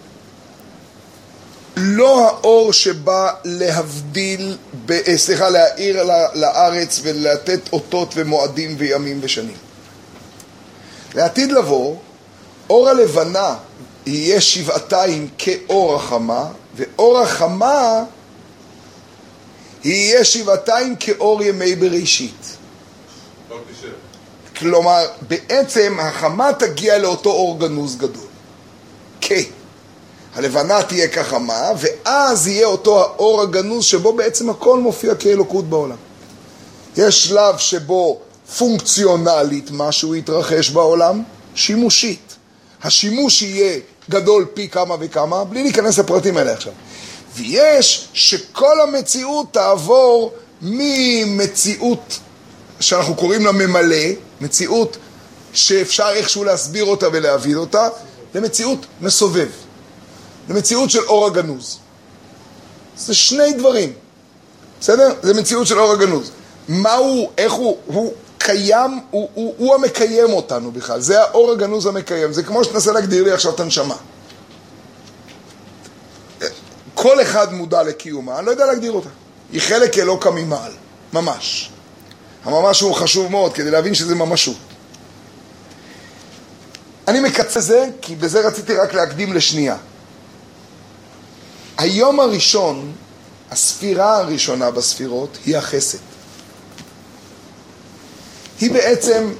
לא האור שבא להבדיל, להאיר לארץ ולתת אותות ומועדים וימים ושנים. לעתיד לבוא, אור הלבנה יהיה שבעתיים כאור החמה, ואור החמה יהיה שבעתיים כאור ימי בראשית. לא תשאר. כלומר, בעצם החמה תגיע לאותו אור גנוז גדול. הלבנה תהיה כחמה, ואז יהיה אותו האור הגנוז שבו בעצם הכל מופיע כאלוקות בעולם. יש שלב שבו פונקציונלית משהו יתרחש בעולם, שימושית. השימוש יהיה גדול פי כמה וכמה, בלי להיכנס לפרטים האלה עכשיו. ויש שכל המציאות תעבור ממציאות שאנחנו קוראים לה ממלא, מציאות שאפשר איכשהו להסביר אותה ולהבין אותה, למציאות מסובב. למציאות של אור הגנוז. זה שני דברים. בסדר? זה מציאות של אור הגנוז. מה הוא, איך הוא קיים, הוא המקיים אותנו בכלל. זה האור הגנוז המקיים. זה כמו שתנסה להגדיר לי עכשיו את הנשמה. כל אחד מודע לקיומה, אני לא יודע להגדיר אותה. היא חלק אלוקה ממעל. ממש. הממש הוא חשוב מאוד כדי להבין שזה ממשות. אני מקצה זה, כי בזה רציתי רק להקדים לשנייה. היום הראשון, הספירה הראשונה בספירות, היא החסד. היא בעצם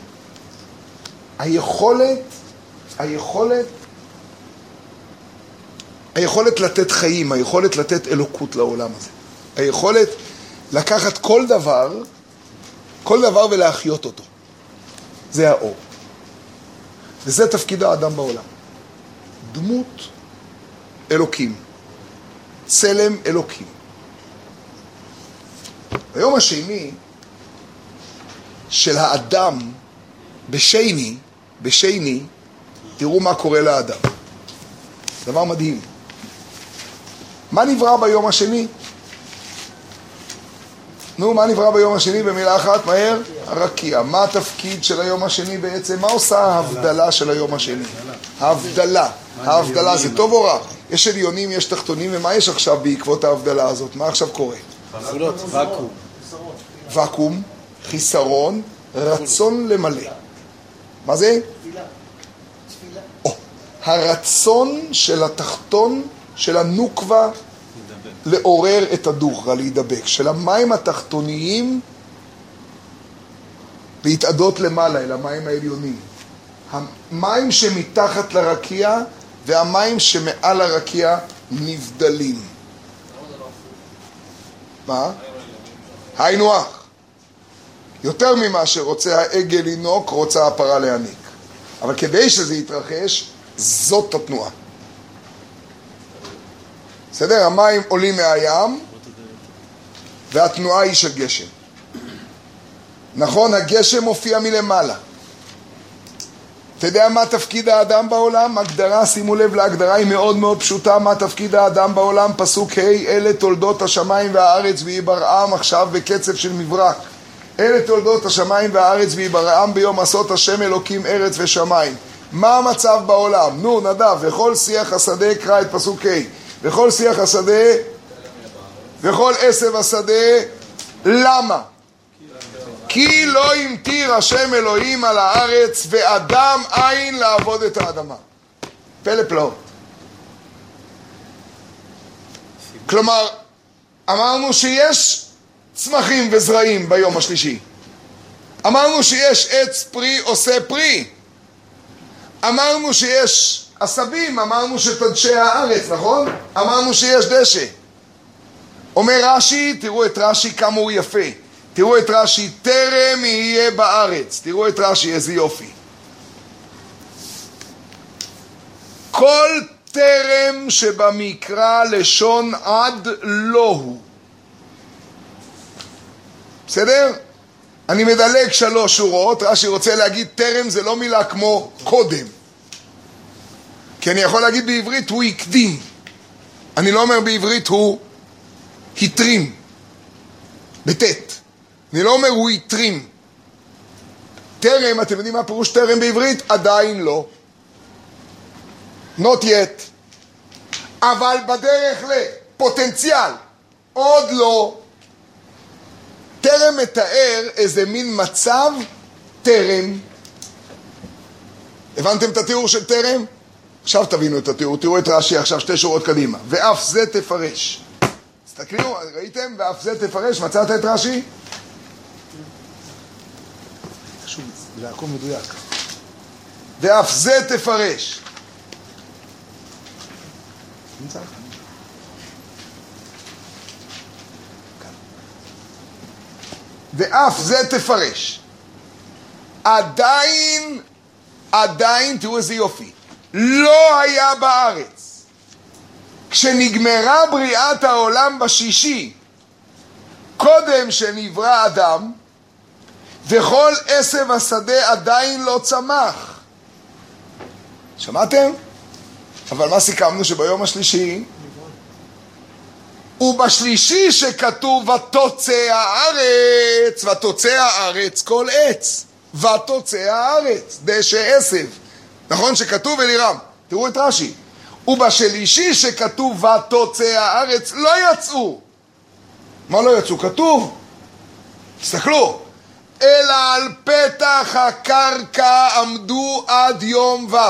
היכולת לתת חיים, היכולת לתת אלוקות לעולם הזה. היכולת לקחת כל דבר ולהחיות אותו. זה האור. וזה תפקיד האדם בעולם. דמות אלוקים. צלם אלוקים. היום השני של האדם בשני, תראו מה קורה לאדם. דבר מדהים. מה נברא ביום השני? מה נברא ביום השני במילה אחת? מהר? הרקיע. מה התפקיד של היום השני בעצם? מה עושה ההבדלה של היום השני? ההבדלה זה טוב או רע? יש עליונים, יש תחתונים, ומה יש עכשיו בעקבות ההבדלה הזאת? מה עכשיו קורה? וקום, חיסרון, רצון למלא. מה זה? הרצון של התחתון, של הנוקבה, לעורר את הדוחרא, להידבק. של המים התחתוניים להתעדות למעלה, אל המים העליונים. המים שמתחת לרקיע והמים שמעל הרקיע נבדלים. מה? היינו אח. יותר ממה שרוצה העגל לינוק, רוצה הפרה להניק. אבל כדי שזה יתרחש, זאת התנועה. בסדר? המים עולים מהים, והתנועה היא של גשם. נכון, הגשם מופיע מלמעלה. אתה יודע מה תפקיד האדם בעולם? הגדרה, שימו לב להגדרה, היא מאוד מאוד פשוטה. מה תפקיד האדם בעולם? פסוק ה' אלה תולדות השמיים והארץ ויברעם עכשיו בקצב של מברק. אלה תולדות השמיים והארץ ויברעם ביום עשות השם אלוקים ארץ ושמיים. מה המצב בעולם? נו נדב, וכל שיח השדה, קרא את פסוק ה'. וכל שיח השדה, וכל עשב השדה, למה? כי לא המטיר השם אלוהים על הארץ ואדם אין לעבוד את האדמה. פלא פלאות. כלומר, אמרנו שיש צמחים וזרעים ביום השלישי. אמרנו שיש עץ פרי עושה פרי. אמרנו שיש עשבים, אמרנו שתדשי הארץ, נכון? אמרנו שיש דשא. אומר רש"י, תראו את רש"י כמה הוא יפה. תראו את רש"י, טרם יהיה בארץ. תראו את רש"י, איזה יופי. כל טרם שבמקרא לשון עד לא הוא. בסדר? אני מדלג 3 שורות. רש"י רוצה להגיד טרם זה לא מילה כמו קודם. כי אני יכול להגיד בעברית הוא הקדים. אני לא אומר בעברית הוא התרים. בטט. אני לא אומר הוא התרים. טרם, אתם יודעים מה פירוש טרם בעברית? עדיין לא. not yet. אבל בדרך לפוטנציאל. עוד לא. טרם מתאר איזה מין מצב טרם. הבנתם את התיאור של טרם? עכשיו תבינו את התיאור. תראו את רש"י עכשיו 2 שורות קדימה. ואף זה תפרש. תסתכלו, ראיתם? ואף זה תפרש. מצאת את רש"י? חשוב, זה הכל מדויק. ואף זה תפרש. נמצא לך. ואף זה תפרש. עדיין, תראו איזה יופי, לא היה בארץ. כשנגמרה בריאת העולם בשישי, קודם שנברא אדם, וכל עשב השדה עדיין לא צמח. שמעתם? אבל מה סיכמנו? שביום השלישי, ובשלישי שכתוב ותוצא הארץ, ותוצא הארץ כל עץ, ותוצא הארץ, דשא עשב. נכון שכתוב אלירם? תראו את רש"י. ובשלישי שכתוב ותוצא הארץ לא יצאו. מה לא יצאו? כתוב. תסתכלו. אלא על פתח הקרקע עמדו עד יום ו'.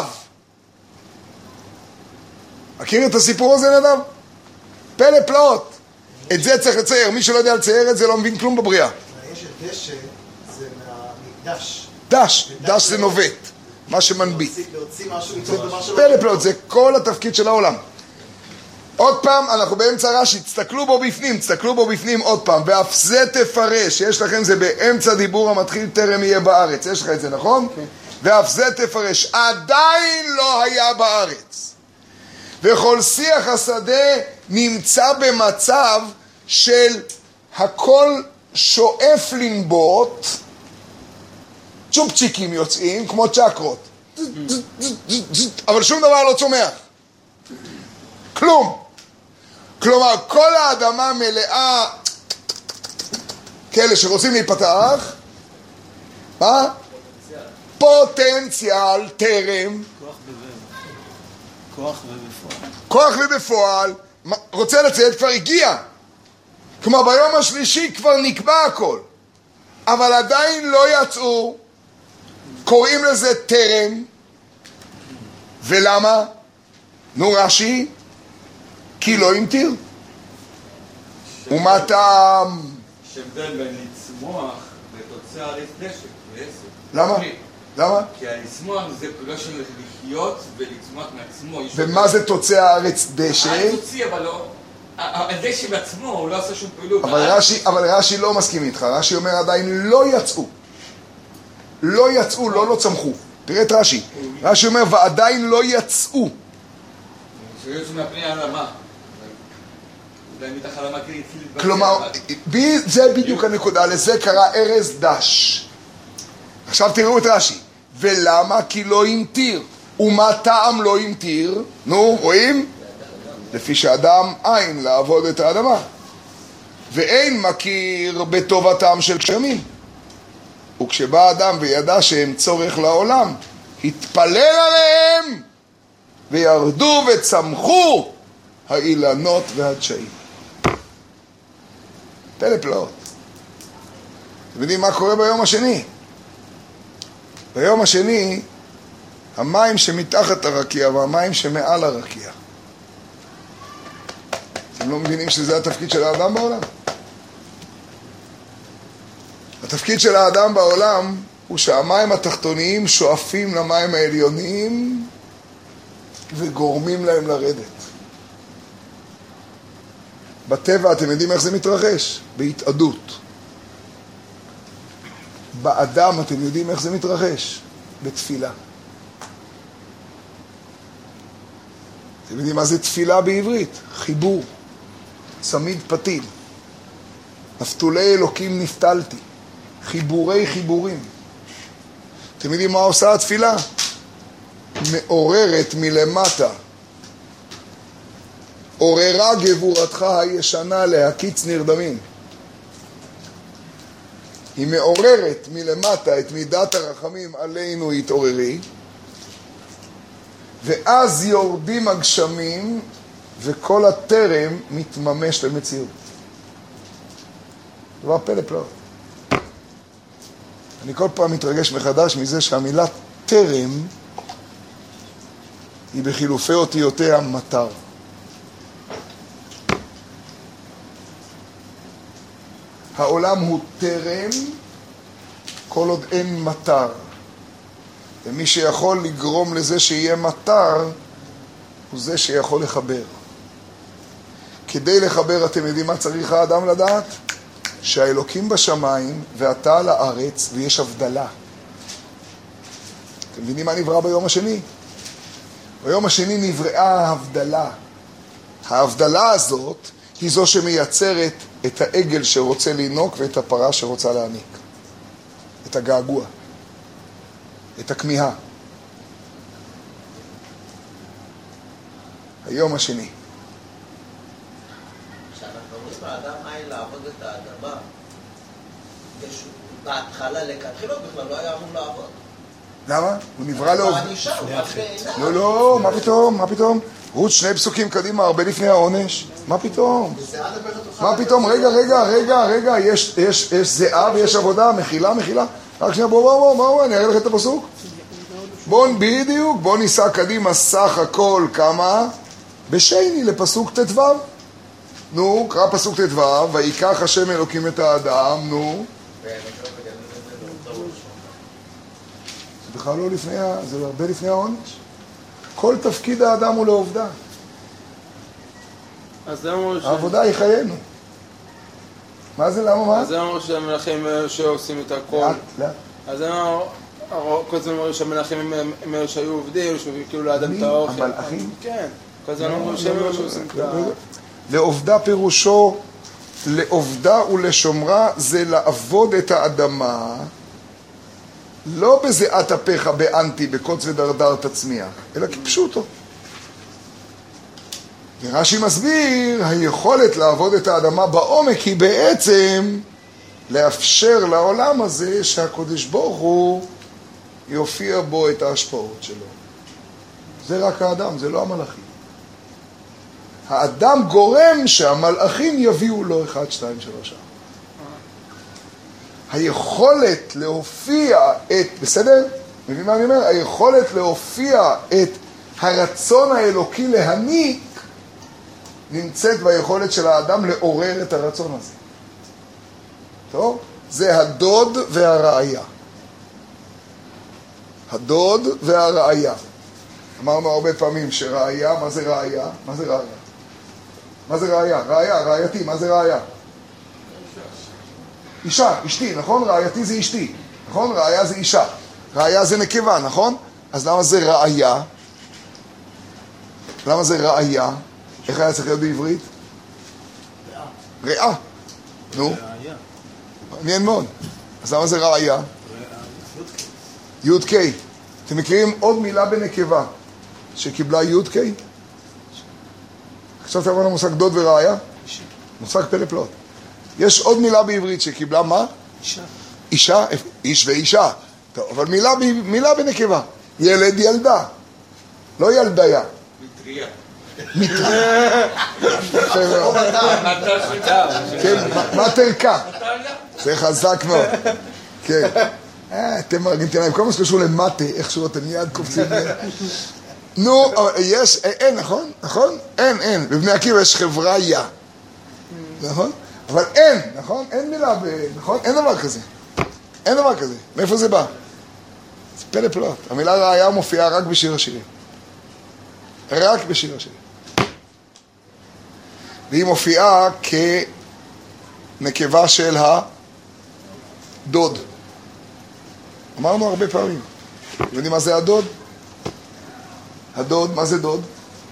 מכיר את הסיפור הזה נדב? פלא פלאות. את זה צריך לצייר. מי שלא יודע לצייר את זה לא מבין כלום בבריאה. יש את דשא, זה מהמקדש. דש זה נובט, מה שמנביט. להוציא משהו, משהו. פלא פלאות, זה כל התפקיד של העולם. עוד פעם, אנחנו באמצע רש"י, תסתכלו בו בפנים עוד פעם. ואף זה תפרש, יש לכם זה באמצע דיבור המתחיל טרם יהיה בארץ. יש לך את זה, נכון? כן. ואף זה תפרש, עדיין לא היה בארץ. וכל שיח השדה נמצא במצב של הכל שואף לנבוט, צ'ופצ'יקים יוצאים כמו צ'קרות, אבל שום דבר לא צומח, כלום. כלומר כל האדמה מלאה כאלה שרוצים להיפתח. מה? פוטנציאל טרם, כוח ובפועל. רוצה לציית, כבר הגיע. כלומר ביום השלישי כבר נקבע הכל, אבל עדיין לא יצאו. קוראים לזה טרם. ולמה? נו רש"י, כי לא המטיר. ומה טעם? שהבדל בין לצמוח ותוצא הארץ דשא. למה? למה? כי לצמוח זה פעולה של לחיות ולצמוח מעצמו. ומה זה תוצא הארץ דשא? הארץ הוציא, אבל לא. הדשא בעצמו, הוא לא עושה שום פעילות. אבל רש"י לא מסכים איתך. רש"י אומר עדיין לא יצאו. לא יצאו, לא צמחו. תראה את רש"י. רש"י אומר ועדיין לא יצאו. שיוצאו מהפני האדמה. כלומר, זה בדיוק הנקודה. לזה קרא ארז דש. עכשיו תראו את רש"י. ולמה? כי לא המטיר. ומה טעם לא המטיר? נו, רואים? לפי שאדם אין לעבוד את האדמה. ואין מכיר בטובתם של גשמים. וכשבא אדם וידע שהם צורך לעולם, התפלל עליהם וירדו וצמחו האילנות והדשאים. פלא פלאות. אתם יודעים מה קורה ביום השני? ביום השני, המים שמתחת הרקיע והמים שמעל הרקיע. אתם לא מבינים שזה התפקיד של האדם בעולם? התפקיד של האדם בעולם הוא שהמים התחתוניים שואפים למים העליוניים וגורמים להם לרדת. בטבע אתם יודעים איך זה מתרחש? בהתאדות. באדם אתם יודעים איך זה מתרחש? בתפילה. אתם יודעים מה זה תפילה בעברית? חיבור. צמיד פתיל. נפתולי אלוקים נפתלתי. חיבורי חיבורים. אתם יודעים מה עושה התפילה? מעוררת מלמטה. עוררה גבורתך הישנה להקיץ נרדמים. היא מעוררת מלמטה את מידת הרחמים עלינו התעוררי, ואז יורדים הגשמים וכל הטרם מתממש למציאות. דבר פלא פלא. אני כל פעם מתרגש מחדש מזה שהמילה טרם היא בחילופי אותיותיה מטר. העולם הוא טרם כל עוד אין מטר. ומי שיכול לגרום לזה שיהיה מטר הוא זה שיכול לחבר. כדי לחבר אתם יודעים מה צריך האדם לדעת? שהאלוקים בשמיים ואתה על הארץ ויש הבדלה. אתם מבינים מה נברא ביום השני? ביום השני נבראה ההבדלה. ההבדלה הזאת היא זו שמייצרת את העגל שרוצה לינוק ואת הפרה שרוצה להעניק. את הגעגוע. את הכמיהה. היום השני. כשאנחנו אומרים לאדם אין לעבוד את האדמה, בהתחלה לכתחילות בכלל לא היה אמור לעבוד. למה? הוא נברא לעובד. לא, לא, מה פתאום? רות שני פסוקים קדימה, הרבה לפני העונש. מה פתאום? מה פתאום? רגע, יש זיעה ויש עבודה, מחילה. רק שנייה, בוא, אני אראה לך את הפסוק. בוא ניסע קדימה, סך הכל כמה? בשני לפסוק ט"ו. נו, קרא פסוק ט"ו, ויקח השם אלוקים את האדם, נו. זה בכלל לא לפני, זה הרבה לפני העונש. כל תפקיד האדם הוא לעובדה. העבודה היא חיינו. מה זה, למה מה? אז זה אמרו שהמלאכים שעושים את הכל. אז זה אמרו, כל זה אמרו שהמלאכים הם שהיו עובדים, שכאילו לאדם את האוכל. המלאכים? כן. כל זה אמרו שהם שעושים את ה... לעובדה פירושו, לעובדה ולשומרה זה לעבוד את האדמה, לא בזיעת אפיך באנטי, בקוץ ודרדר תצמיח, אלא כפשוטו. ורש"י מסביר, היכולת לעבוד את האדמה בעומק היא בעצם לאפשר לעולם הזה שהקדוש ברוך הוא יופיע בו את ההשפעות שלו. זה רק האדם, זה לא המלאכים. האדם גורם שהמלאכים יביאו לו 1, 2, 3. היכולת להופיע את, בסדר? מבין מה אני אומר? היכולת להופיע את הרצון האלוקי להניק נמצאת ביכולת של האדם לעורר את הרצון הזה. טוב? זה הדוד והראיה. הדוד והראיה. אמרנו הרבה פעמים שראיה, מה זה ראיה? מה זה ראיה? מה זה ראיה? ראיה, ראייתי, מה זה ראיה? אישה, אשתי, נכון? ראייתי זה אשתי, נכון? ראיה זה אישה. ראיה זה נקבה, נכון? אז למה זה ראיה? למה זה ראיה? איך היה צריך להיות בעברית? ראה. נו? מעניין מאוד. אז למה זה ראיה? י' ק'. אתם מכירים עוד מילה בנקבה שקיבלה י' ק'? עכשיו תאמרנו מושג דוד וראיה? מושג פלא פלאות. יש עוד מילה בעברית שקיבלה מה? אישה. אישה? איש ואישה. טוב, אבל מילה בנקבה. ילד ילדה. לא ילדיה. מטריה. כן, מטרקה. זה חזק מאוד. כן. אתם ארגנטינאים, כל מה שקשור למטה, איכשהו אתם מיד קופצים. נו, יש, אין, נכון? נכון? אין. בבני עקיבא יש חבריה. נכון? אבל אין, נכון? אין מילה, נכון? אין דבר כזה. אין דבר כזה. מאיפה זה בא? זה פלא פלאות. המילה ראיה מופיעה רק בשיר השירים. רק בשיר השירים. והיא מופיעה כנקבה של הדוד. אמרנו הרבה פעמים. אתם יודעים מה זה הדוד? הדוד, מה זה דוד?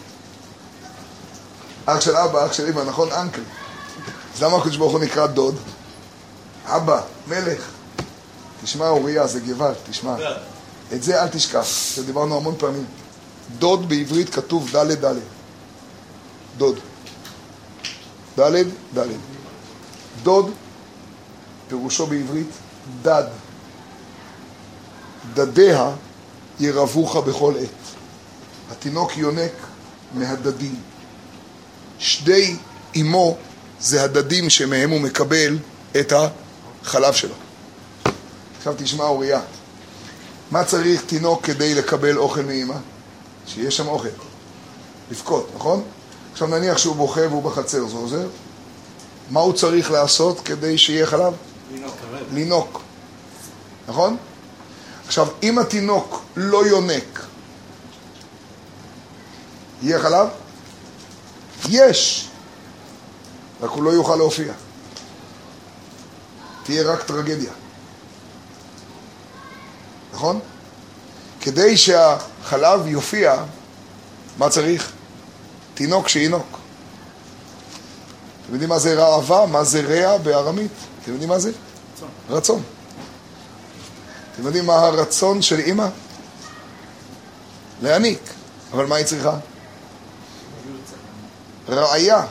אח של אבא, אח של אמא, נכון? אנקל. אז למה הקדוש ברוך הוא נקרא דוד? אבא, מלך. תשמע אוריה, זה גבל, תשמע. את זה אל תשכח, שדיברנו המון פעמים. דוד בעברית כתוב ד' ד'. דוד. ד' ד'. דוד פירושו בעברית דד. דדיה ירבוך בכל עת. התינוק יונק מהדדים. שדי אמו זה הדדים שמהם הוא מקבל את החלב שלו. עכשיו תשמע אוריה. מה צריך תינוק כדי לקבל אוכל מאמא? שיש שם אוכל. לבכות, נכון? עכשיו נניח שהוא בוכה והוא בחצר, זה עוזר? מה הוא צריך לעשות כדי שיהיה חלב? לינוק. נכון? עכשיו, אם התינוק לא יונק, יהיה חלב? יש. רק הוא לא יוכל להופיע. תהיה רק טרגדיה. נכון? כדי שהחלב יופיע, מה צריך? תינוק שינוק. אתם יודעים מה זה רעבה? מה זה רע בארמית? אתם יודעים מה זה? רצון. אתם יודעים מה הרצון של אמא? להעניק. אבל מה היא צריכה? ראיה.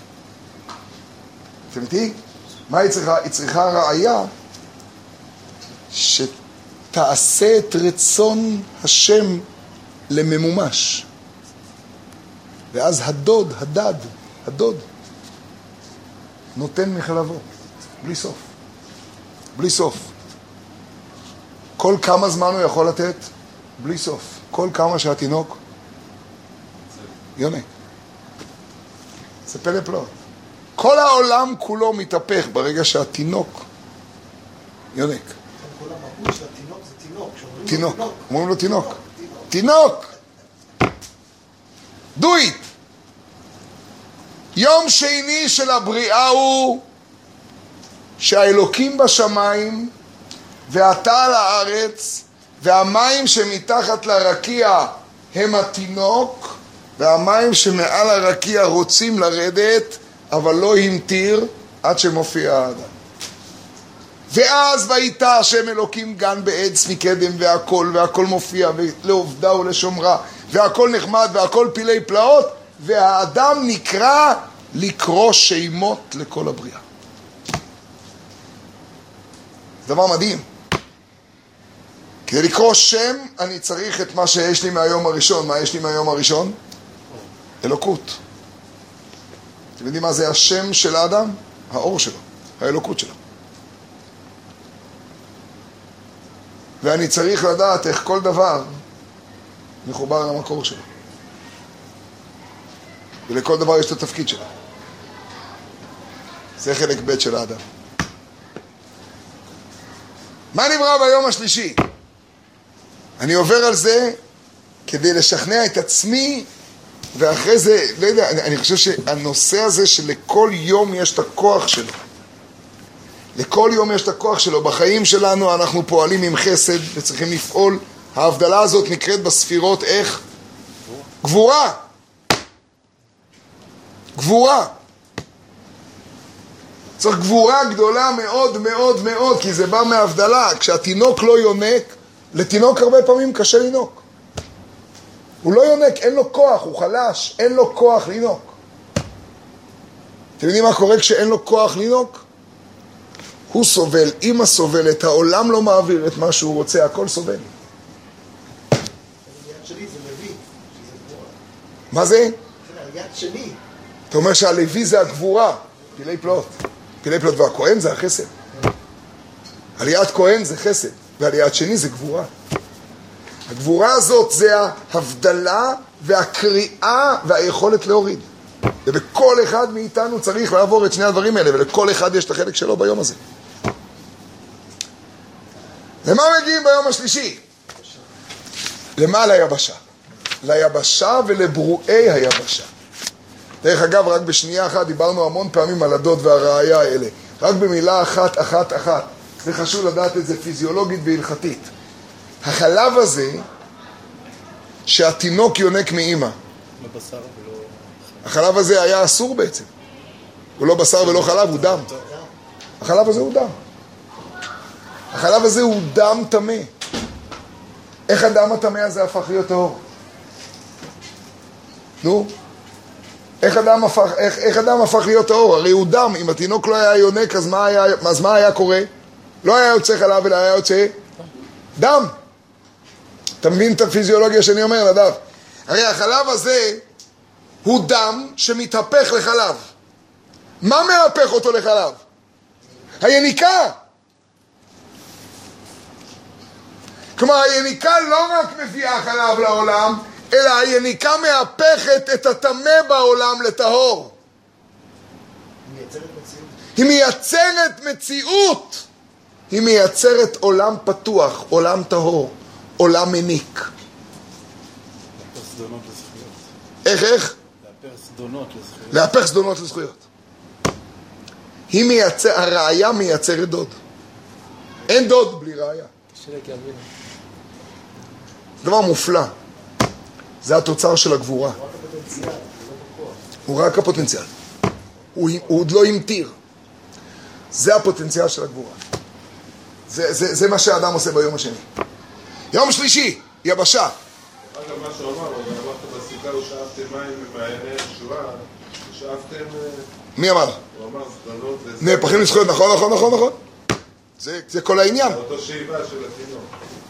אתם יודעים? מה היא צריכה? היא צריכה ראיה שתעשה את רצון השם לממומש. ואז הדוד, נותן מחלבו. בלי סוף. בלי סוף. כל כמה זמן הוא יכול לתת? בלי סוף. כל כמה שהתינוק יונק. זה פלא פלאות. כל העולם כולו מתהפך ברגע שהתינוק יונק. כל המהות של התינוק זה תינוק. תינוק. אומרים לו תינוק. תינוק! do it! יום שני של הבריאה הוא שהאלוקים בשמיים ואתה על הארץ והמים שמתחת לרקיע הם התינוק והמים שמעל הרקיע רוצים לרדת אבל לא המטיר עד שמופיע האדם. ואז ויטע השם אלוקים גן בעץ מקדם והכל מופיע לעובדה ולשומרה והכל נחמד והכל פילי פלאות והאדם נקרא לקרוא שמות לכל הבריאה. זה דבר מדהים. כדי לקרוא שם אני צריך את מה שיש לי מהיום הראשון. מה יש לי מהיום הראשון? אלוקות. אתם יודעים מה זה השם של האדם? האור שלו, האלוקות שלו. ואני צריך לדעת איך כל דבר מחובר למקור שלו. ולכל דבר יש את התפקיד שלו. זה חלק ב' של האדם. מה נברא ביום השלישי? אני עובר על זה כדי לשכנע את עצמי, ואחרי זה, לא יודע, אני חושב שהנושא הזה שלכל יום יש את הכוח שלו. לכל יום יש את הכוח שלו. בחיים שלנו אנחנו פועלים עם חסד וצריכים לפעול. ההבדלה הזאת נקראת בספירות איך? גבורה. גבורה. צריך גבורה גדולה מאוד מאוד מאוד, כי זה בא מההבדלה. כשהתינוק לא יונק, לתינוק הרבה פעמים קשה לינוק. הוא לא יונק, אין לו כוח, הוא חלש, אין לו כוח לינוק. אתם יודעים מה קורה כשאין לו כוח לינוק? הוא סובל, אמא סובלת, העולם לא מעביר את מה שהוא רוצה, הכל סובל. שלי זה מביא. מה זה? יד שני. אתה אומר שהלוי זה הגבורה, פילי פלוט. פילי פלוט והכהן זה החסד. עליית כהן זה חסד, ועליית שני זה גבורה. הגבורה הזאת זה ההבדלה והקריאה והיכולת להוריד. ובכל אחד מאיתנו צריך לעבור את שני הדברים האלה, ולכל אחד יש את החלק שלו ביום הזה. למה מגיעים ביום השלישי? למה? ליבשה. ליבשה ולברואי היבשה. דרך אגב, רק בשנייה אחת דיברנו המון פעמים על הדוד והראיה האלה. רק במילה אחת. זה חשוב לדעת את זה פיזיולוגית והלכתית. החלב הזה שהתינוק יונק מאמא. החלב הזה היה אסור בעצם. הוא לא בשר ולא חלב, הוא דם. החלב הזה הוא דם. החלב הזה הוא דם טמא. איך הדם הטמא הזה הפך להיות טהור? נו? איך אדם הפך להיות טהור? הרי הוא דם. אם התינוק לא היה יונק, אז מה היה קורה? לא היה יוצא חלב, אלא היה יוצא דם. אתה מבין את הפיזיולוגיה שאני אומר, נדב? הרי החלב הזה הוא דם שמתהפך לחלב. מה מהפך אותו לחלב? היניקה. כלומר, היניקה לא רק מביאה חלב לעולם, אלא היניקה מהפכת את הטמא בעולם לטהור. היא מייצרת מציאות. היא מייצרת עולם פתוח, עולם טהור, עולם מניק. להפך סדונות לזכויות. איך? להפך סדונות לזכויות. להפך סדונות לזכויות. הראיה מייצרת דוד. אין דוד בלי ראיה. דבר מופלא. זה התוצר של הגבורה. הוא רק הפוטנציאל. הוא עוד לא ימתיר. זה הפוטנציאל של הגבורה. זה מה שהאדם עושה ביום השני. יום שלישי, יבשה. אגב, מה שהוא אמר, אמרת בסוכה, הוא שאפתם מים ממעייני ישועה, שאפתם... מי אמר? הוא אמר סדונות... נהפכים לזכויות, נכון. זה כל העניין. זה אותו שאיבה של התינוק.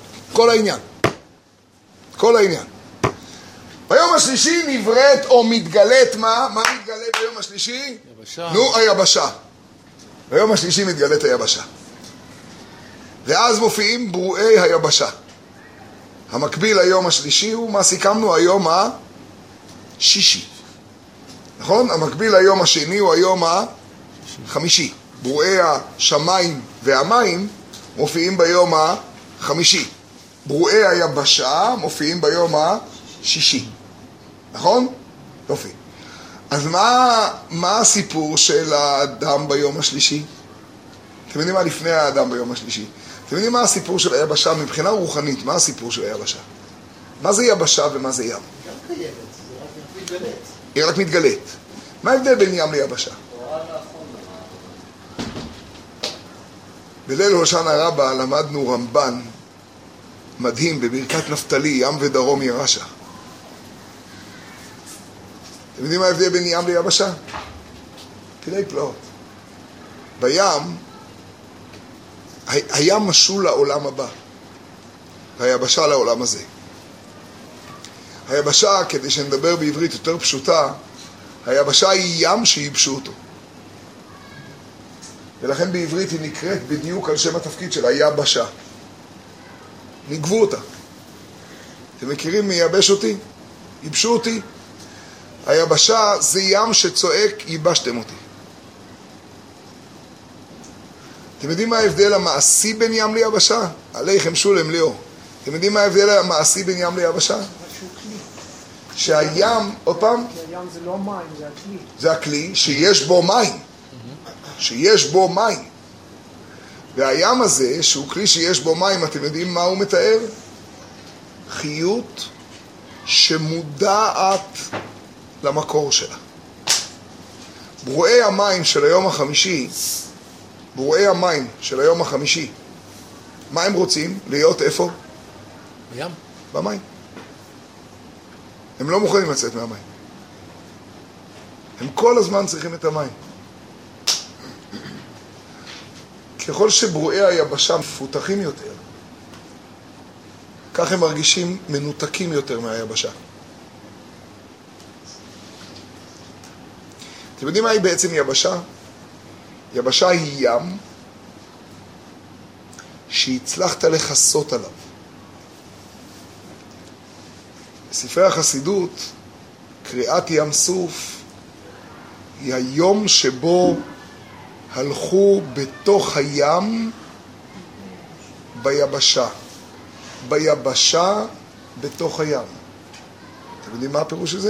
כל העניין. ביום השלישי נבראת או מתגלית מה? מה מתגלה ביום השלישי? יבשה. נו, היבשה. ביום השלישי מתגלית היבשה. ואז מופיעים ברואי היבשה. המקביל היום השלישי הוא מה סיכמנו היום השישי. נכון? המקביל היום השני הוא היום החמישי. ברואי השמיים והמים מופיעים ביום החמישי. ברואי היבשה מופיעים ביום השישי. נכון? יופי. אז מה הסיפור של האדם ביום השלישי? אתם יודעים מה לפני האדם ביום השלישי? אתם יודעים מה הסיפור של היבשה? מבחינה רוחנית, מה הסיפור של היבשה? מה זה יבשה ומה זה ים? גם קיימת, זה רק מתגלית. היא רק מתגלית. מה ההבדל בין ים ליבשה? בליל הושענא רבה למדנו רמב"ן מדהים בברכת נפתלי, ים ודרום ירשה. אתם יודעים מה ההבדל בין ים ליבשה? פילי פלאות. בים, הים משול לעולם הבא, והיבשה לעולם הזה. היבשה, כדי שנדבר בעברית יותר פשוטה, היבשה היא ים שיבשו אותו. ולכן בעברית היא נקראת בדיוק על שם התפקיד שלה, יבשה. נגבו אותה. אתם מכירים מי יבש אותי? יבשו אותי. היבשה זה ים שצועק, ייבשתם אותי. אתם יודעים מה ההבדל המעשי בין ים ליבשה? עליכם שולם ליאור. אתם יודעים מה ההבדל המעשי בין ים ליבשה? שהים, עוד פעם? כי הים זה לא מים, זה הכלי. זה הכלי שיש בו מים. שיש בו מים. והים הזה, שהוא כלי שיש בו מים, אתם יודעים מה הוא מתאר? חיות שמודעת למקור שלה. ברואי המים של היום החמישי, ברואי המים של היום החמישי, מה הם רוצים? להיות איפה? בים. במים. הם לא מוכנים לצאת מהמים. הם כל הזמן צריכים את המים. ככל שברואי היבשה מפותחים יותר, כך הם מרגישים מנותקים יותר מהיבשה. אתם יודעים מה היא בעצם יבשה? יבשה היא ים שהצלחת לחסות עליו. בספרי החסידות, קריאת ים סוף היא היום שבו הלכו בתוך הים ביבשה. ביבשה בתוך הים. אתם יודעים מה הפירוש של זה?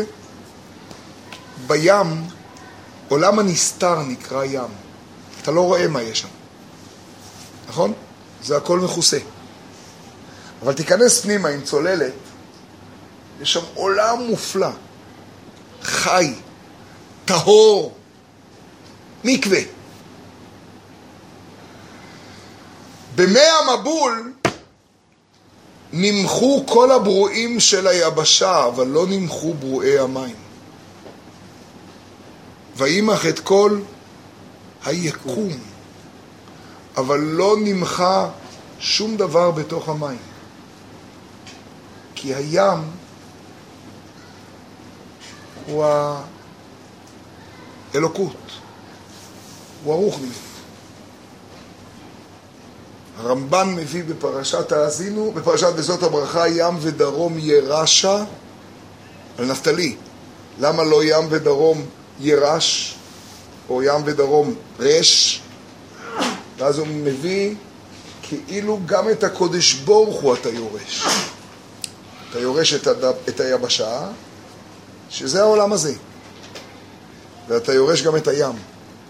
בים, עולם הנסתר נקרא ים. אתה לא רואה מה יש שם. נכון? זה הכל מכוסה. אבל תיכנס פנימה עם צוללת, יש שם עולם מופלא, חי, טהור, מקווה. במי המבול נמחו כל הברואים של היבשה, אבל לא נמחו ברואי המים. וימח את כל היקום, אבל לא נמחה שום דבר בתוך המים. כי הים הוא האלוקות, הוא הרוחניות. הרמב"ן מביא בפרשת האזינו, בפרשת וזאת הברכה, ים ודרום ירשה על נפתלי. למה לא ים ודרום ירש, או ים ודרום רש? ואז הוא מביא כאילו גם את הקודש ברוך הוא אתה יורש. אתה יורש את היבשה, שזה העולם הזה. ואתה יורש גם את הים.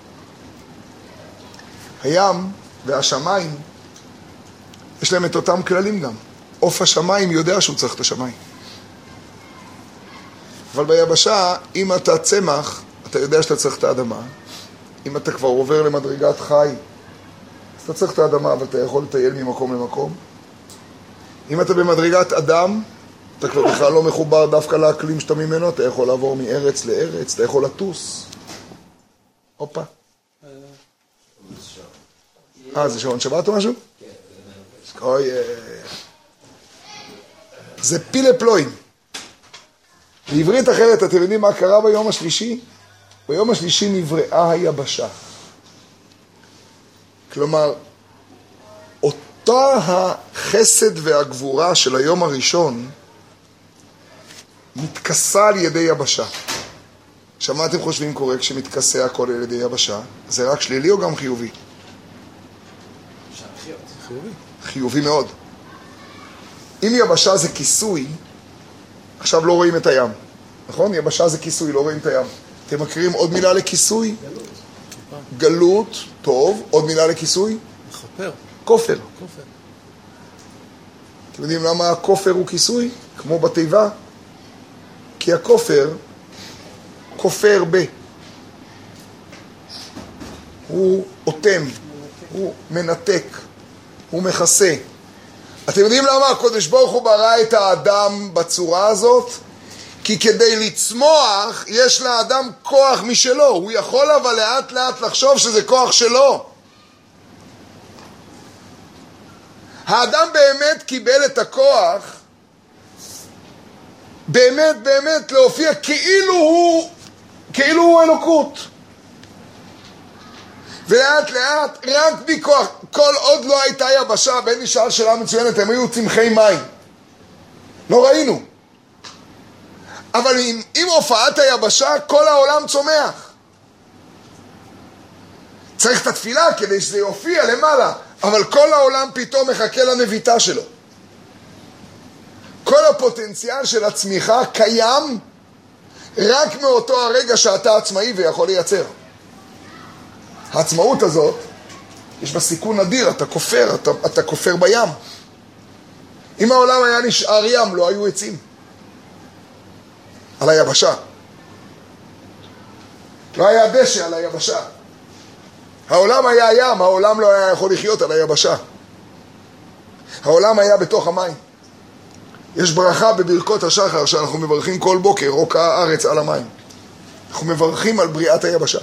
הים והשמיים, יש להם את אותם כללים גם. עוף השמיים יודע שהוא צריך את השמיים. אבל ביבשה, אם אתה צמח, אתה יודע שאתה צריך את האדמה. אם אתה כבר עובר למדרגת חי, אז אתה צריך את האדמה, אבל אתה יכול לטייל ממקום למקום. אם אתה במדרגת אדם, אתה כבר בכלל לא מחובר דווקא לאקלים שאתה ממנו, אתה יכול לעבור מארץ לארץ, אתה יכול לטוס. הופה. זה שעון שבת או משהו? כן. זה פילה פלואים. בעברית אחרת, אתם יודעים מה קרה ביום השלישי? ביום השלישי נבראה היבשה. כלומר, אותה החסד והגבורה של היום הראשון מתכסה על ידי יבשה. עכשיו, מה אתם חושבים קורה כשמתכסה הכל על ידי יבשה? זה רק שלילי או גם חיובי? חיובי. חיובי מאוד. אם יבשה זה כיסוי, עכשיו לא רואים את הים. נכון? יבשה זה כיסוי, לא רואים את הים. אתם מכירים עוד מילה לכיסוי? גלות, טוב. עוד מילה לכיסוי? חופר. כופר. אתם יודעים למה הכופר הוא כיסוי? כמו בתיבה? כי הכופר כופר ב. הוא אוטם, הוא מנתק, הוא מכסה. אתם יודעים למה הקדוש ברוך הוא ברא את האדם בצורה הזאת? כי כדי לצמוח יש לאדם כוח משלו. הוא יכול אבל לאט לאט לחשוב שזה כוח שלו. האדם באמת קיבל את הכוח באמת להופיע כאילו הוא אלוקות. ולאט לאט רק בכוח, כל עוד לא הייתה יבשה, בן נשאל שאלה מצוינת, הם היו צמחי מים. לא ראינו. אבל עם הופעת היבשה כל העולם צומח. צריך את התפילה כדי שזה יופיע למעלה, אבל כל העולם פתאום מחכה לנביטה שלו. כל הפוטנציאל של הצמיחה קיים רק מאותו הרגע שאתה עצמאי ויכול לייצר. העצמאות הזאת, יש בה סיכון אדיר, אתה כופר בים. אם העולם היה נשאר ים, לא היו עצים. על היבשה. לא היה דשא על היבשה. העולם היה ים, העולם לא היה יכול לחיות על היבשה. העולם היה בתוך המים. יש ברכה בברכות השחר שאנחנו מברכים כל בוקר, רוקה הארץ על המים. אנחנו מברכים על בריאת היבשה.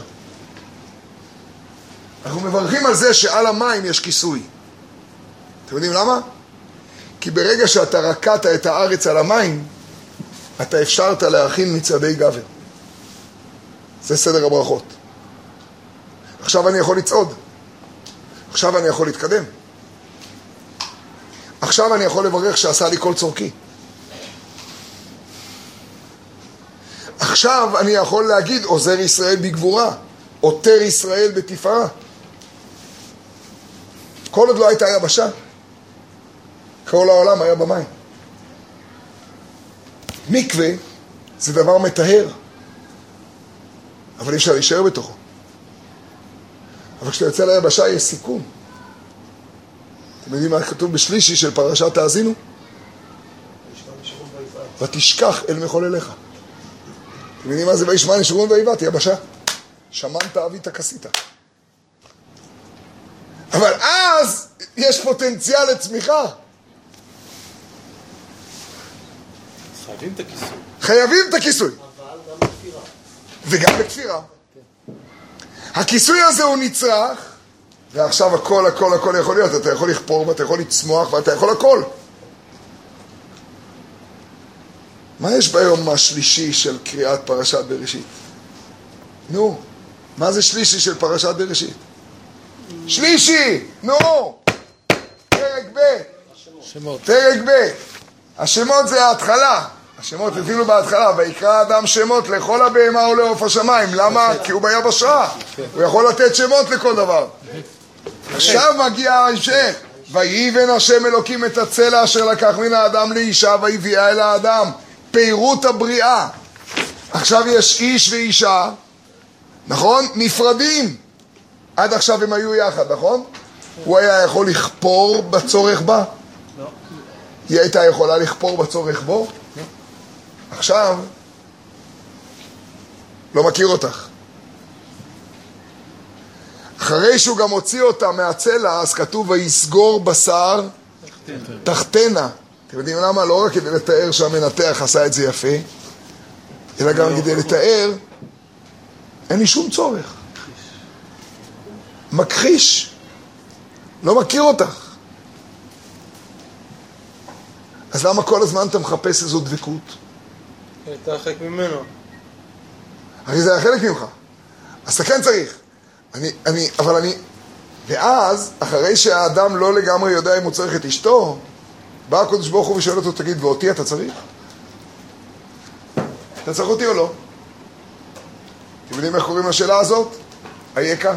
אנחנו מברכים על זה שעל המים יש כיסוי. אתם יודעים למה? כי ברגע שאתה רקעת את הארץ על המים, אתה אפשרת להכין מצעדי גבר. זה סדר הברכות. עכשיו אני יכול לצעוד. עכשיו אני יכול להתקדם. עכשיו אני יכול לברך שעשה לי כל צורכי. עכשיו אני יכול להגיד עוזר ישראל בגבורה, עוטר ישראל בתפארה. כל עוד לא הייתה יבשה, כל העולם היה במים. מקווה זה דבר מטהר, אבל אי אפשר להישאר בתוכו. אבל כשאתה יוצא ליבשה יש סיכון. אתם יודעים מה כתוב בשלישי של פרשת האזינו? ותשכח אל מחולליך. אתם יודעים מה זה וישמע נשרון ויבעט? יבשה. שמנת אבית כסית. אבל אז יש פוטנציאל לצמיחה. חייבים את הכיסוי. חייבים את הכיסוי. אבל גם בכפירה. וגם בכפירה. הכיסוי הזה הוא נצרך, ועכשיו הכל יכול להיות. אתה יכול לכפור ואתה יכול לצמוח ואתה יכול הכל. מה יש ביום השלישי של קריאת פרשת בראשית? נו, מה זה שלישי של פרשת בראשית? שלישי! נו! פרק ב'. שמות. פרק ב'. השמות זה ההתחלה. השמות התחילו בהתחלה, ויקרא אדם שמות לכל הבהמה ולעוף השמיים. למה? כי הוא ביבשה. הוא יכול לתת שמות לכל דבר. עכשיו מגיע ההמשך. ויבן השם אלוקים את הצלע אשר לקח מן האדם לאישה ויביאה אל האדם. פירוט הבריאה. עכשיו יש איש ואישה, נכון? נפרדים. עד עכשיו הם היו יחד, נכון? הוא היה יכול לכפור בצורך בה? לא. היא הייתה יכולה לכפור בצורך בו? לא. עכשיו, לא מכיר אותך. אחרי שהוא גם הוציא אותה מהצלע, אז כתוב ויסגור בשר תחתנה. אתם יודעים למה? לא רק כדי לתאר שהמנתח עשה את זה יפה, אלא גם כדי לתאר, אין לי שום צורך. מכחיש. לא מכיר אותך. אז למה כל הזמן אתה מחפש איזו דבקות? אתה חלק ממנו. הרי זה היה חלק ממך. אז אתה כן צריך. אבל אני... ואז, אחרי שהאדם לא לגמרי יודע אם הוא צריך את אשתו, בא הקדוש ברוך הוא ושואל אותו, תגיד, ואותי אתה צריך? אתה צריך אותי או לא? אתם יודעים איך קוראים לשאלה הזאת? היקה.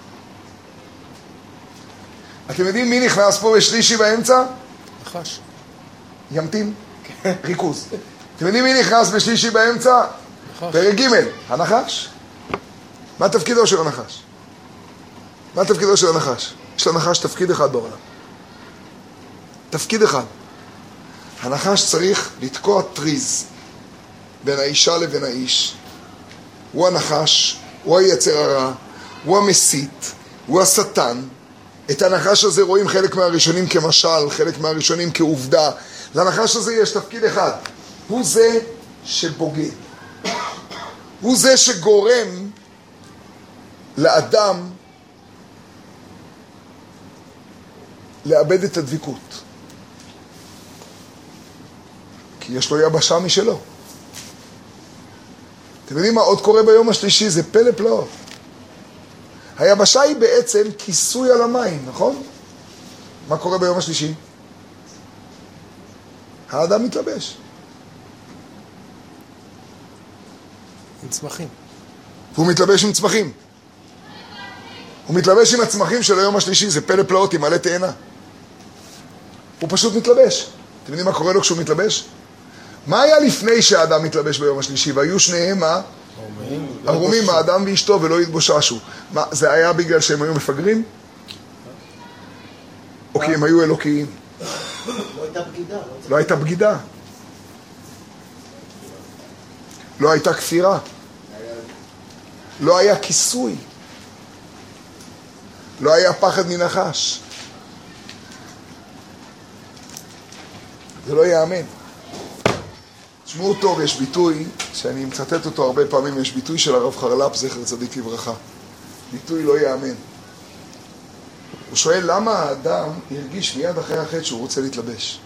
אתם יודעים מי נכנס פה בשלישי באמצע? נחש. ימתין. ריכוז. אתם יודעים מי נכנס בשלישי באמצע? פרק ג' הנחש. מה תפקידו של הנחש? מה תפקידו של הנחש? יש לנחש תפקיד אחד בעולם. תפקיד אחד. הנחש צריך לתקוע טריז בין האישה לבין האיש. הוא הנחש, הוא היצר הרע, הוא המסית, הוא השטן. את הנחש הזה רואים חלק מהראשונים כמשל, חלק מהראשונים כעובדה. לנחש הזה יש תפקיד אחד. הוא זה שבוגד. הוא זה שגורם לאדם לאבד את הדבקות. כי יש לו יבשה משלו. אתם יודעים מה עוד קורה ביום השלישי? זה פלא פלאות. היבשה היא בעצם כיסוי על המים, נכון? מה קורה ביום השלישי? האדם מתלבש. עם צמחים. והוא מתלבש עם צמחים. הוא מתלבש עם הצמחים של היום השלישי, זה פלא פלאות עם מלא תאנה. הוא פשוט מתלבש. אתם יודעים מה קורה לו כשהוא מתלבש? מה היה לפני שהאדם מתלבש ביום השלישי? והיו שניהם מה? ערומים, האדם ואשתו, ולא התבוששו. מה, זה היה בגלל שהם היו מפגרים? או כי הם היו אלוקיים? לא הייתה בגידה. לא הייתה בגידה. לא הייתה כפירה. לא היה כיסוי. לא היה פחד מנחש. זה לא יאמן. תשמעו טוב, יש ביטוי, שאני מצטט אותו הרבה פעמים, יש ביטוי של הרב חרל"פ, זכר צדיק לברכה. ביטוי לא יאמן. הוא שואל למה האדם הרגיש מיד אחרי החטא שהוא רוצה להתלבש.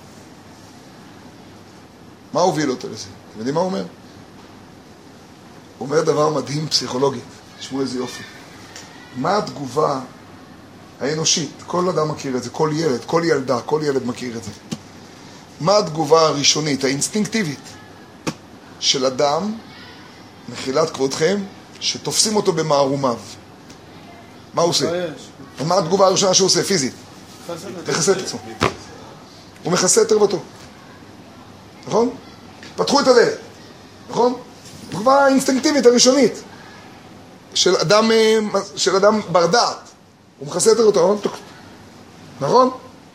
מה הוביל אותו לזה? אתם יודעים מה הוא אומר? אומר דבר מדהים פסיכולוגית, תשמעו איזה יופי. מה התגובה האנושית? כל אדם מכיר את זה, כל ילד, כל ילדה, כל ילד מכיר את זה. מה התגובה הראשונית, האינסטינקטיבית, של אדם, מחילת כבודכם, שתופסים אותו במערומיו? מה הוא עושה? ומה התגובה הראשונה שהוא עושה, פיזית? מכסה את עצמו. הוא מכסה את רבתו. נכון? פתחו את הדלת. נכון? תגובה האינסטינקטיבית הראשונית של אדם בר דעת. הוא מכסה את רבתו. נכון?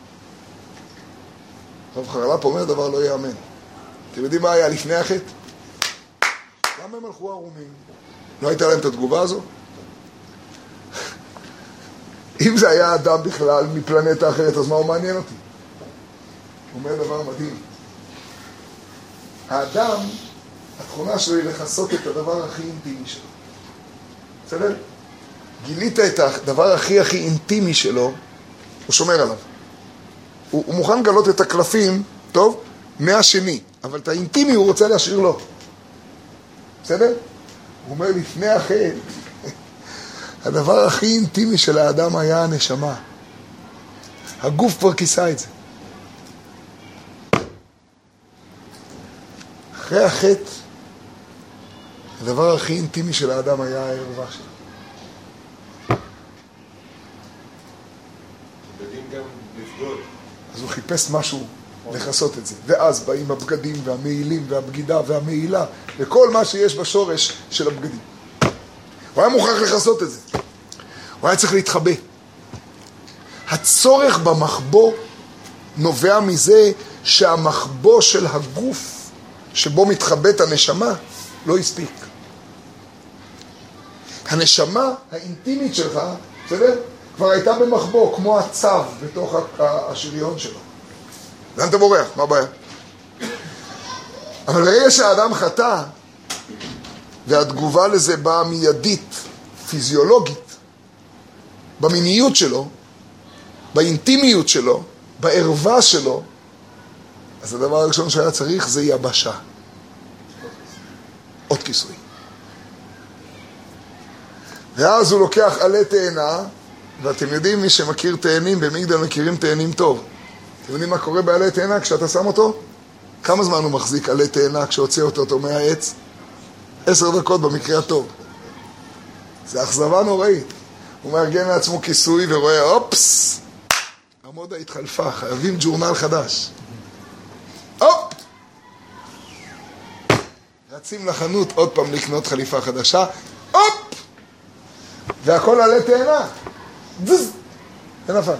רב חרל"פ אומר דבר לא יאמן. אתם יודעים מה היה לפני החטא? למה הם הלכו ערומים? לא הייתה להם את התגובה הזו? אם זה היה אדם בכלל מפלנטה אחרת, אז מה הוא מעניין אותי? הוא אומר דבר מדהים. האדם, התכונה שלו היא לחסות את הדבר הכי אינטימי שלו. בסדר? גילית את הדבר הכי אינטימי שלו, הוא שומר עליו. הוא מוכן לגלות את הקלפים, טוב, מהשני, אבל את האינטימי הוא רוצה להשאיר לו. בסדר? הוא אומר לפני החטא, הדבר הכי אינטימי של האדם היה הנשמה. הגוף כבר כיסה את זה. אחרי החטא, הדבר הכי אינטימי של האדם היה הערווה שלו. בגדים גם לבגוד. אז הוא חיפש משהו לחסות את זה. ואז באים הבגדים והמעילים והבגידה והמעילה וכל מה שיש בשורש של הבגדים. הוא היה מוכרח לחסות את זה. הוא היה צריך להתחבא. הצורך במחבוא נובע מזה שהמחבוא של הגוף שבו מתחבאת הנשמה לא הספיק. הנשמה האינטימית שלך, בסדר? כבר הייתה במחבוא, כמו הצו בתוך השריון שלו. לאן אתה בורח? מה הבעיה? אבל ברגע שהאדם חטא, והתגובה לזה באה מיידית, פיזיולוגית, במיניות שלו, באינטימיות שלו, בערווה שלו, אז הדבר הראשון שהיה צריך זה יבשה. עוד כיסוי. ואז הוא לוקח עלי תאנה, ואתם יודעים, מי שמכיר תאנים, במגדל מכירים תאנים טוב. אתם יודעים מה קורה בעלי תאנה כשאתה שם אותו? כמה זמן הוא מחזיק עלי תאנה כשהוציא אותו מהעץ? 10 דקות במקרה הטוב. זה אכזבה נוראית. הוא מארגן לעצמו כיסוי ורואה, אופס, המודה התחלפה, חייבים ג'ורנל חדש. הופ! רצים לחנות עוד פעם לקנות חליפה חדשה, הופ! והכל עלי תאנה. דז! זה נפל.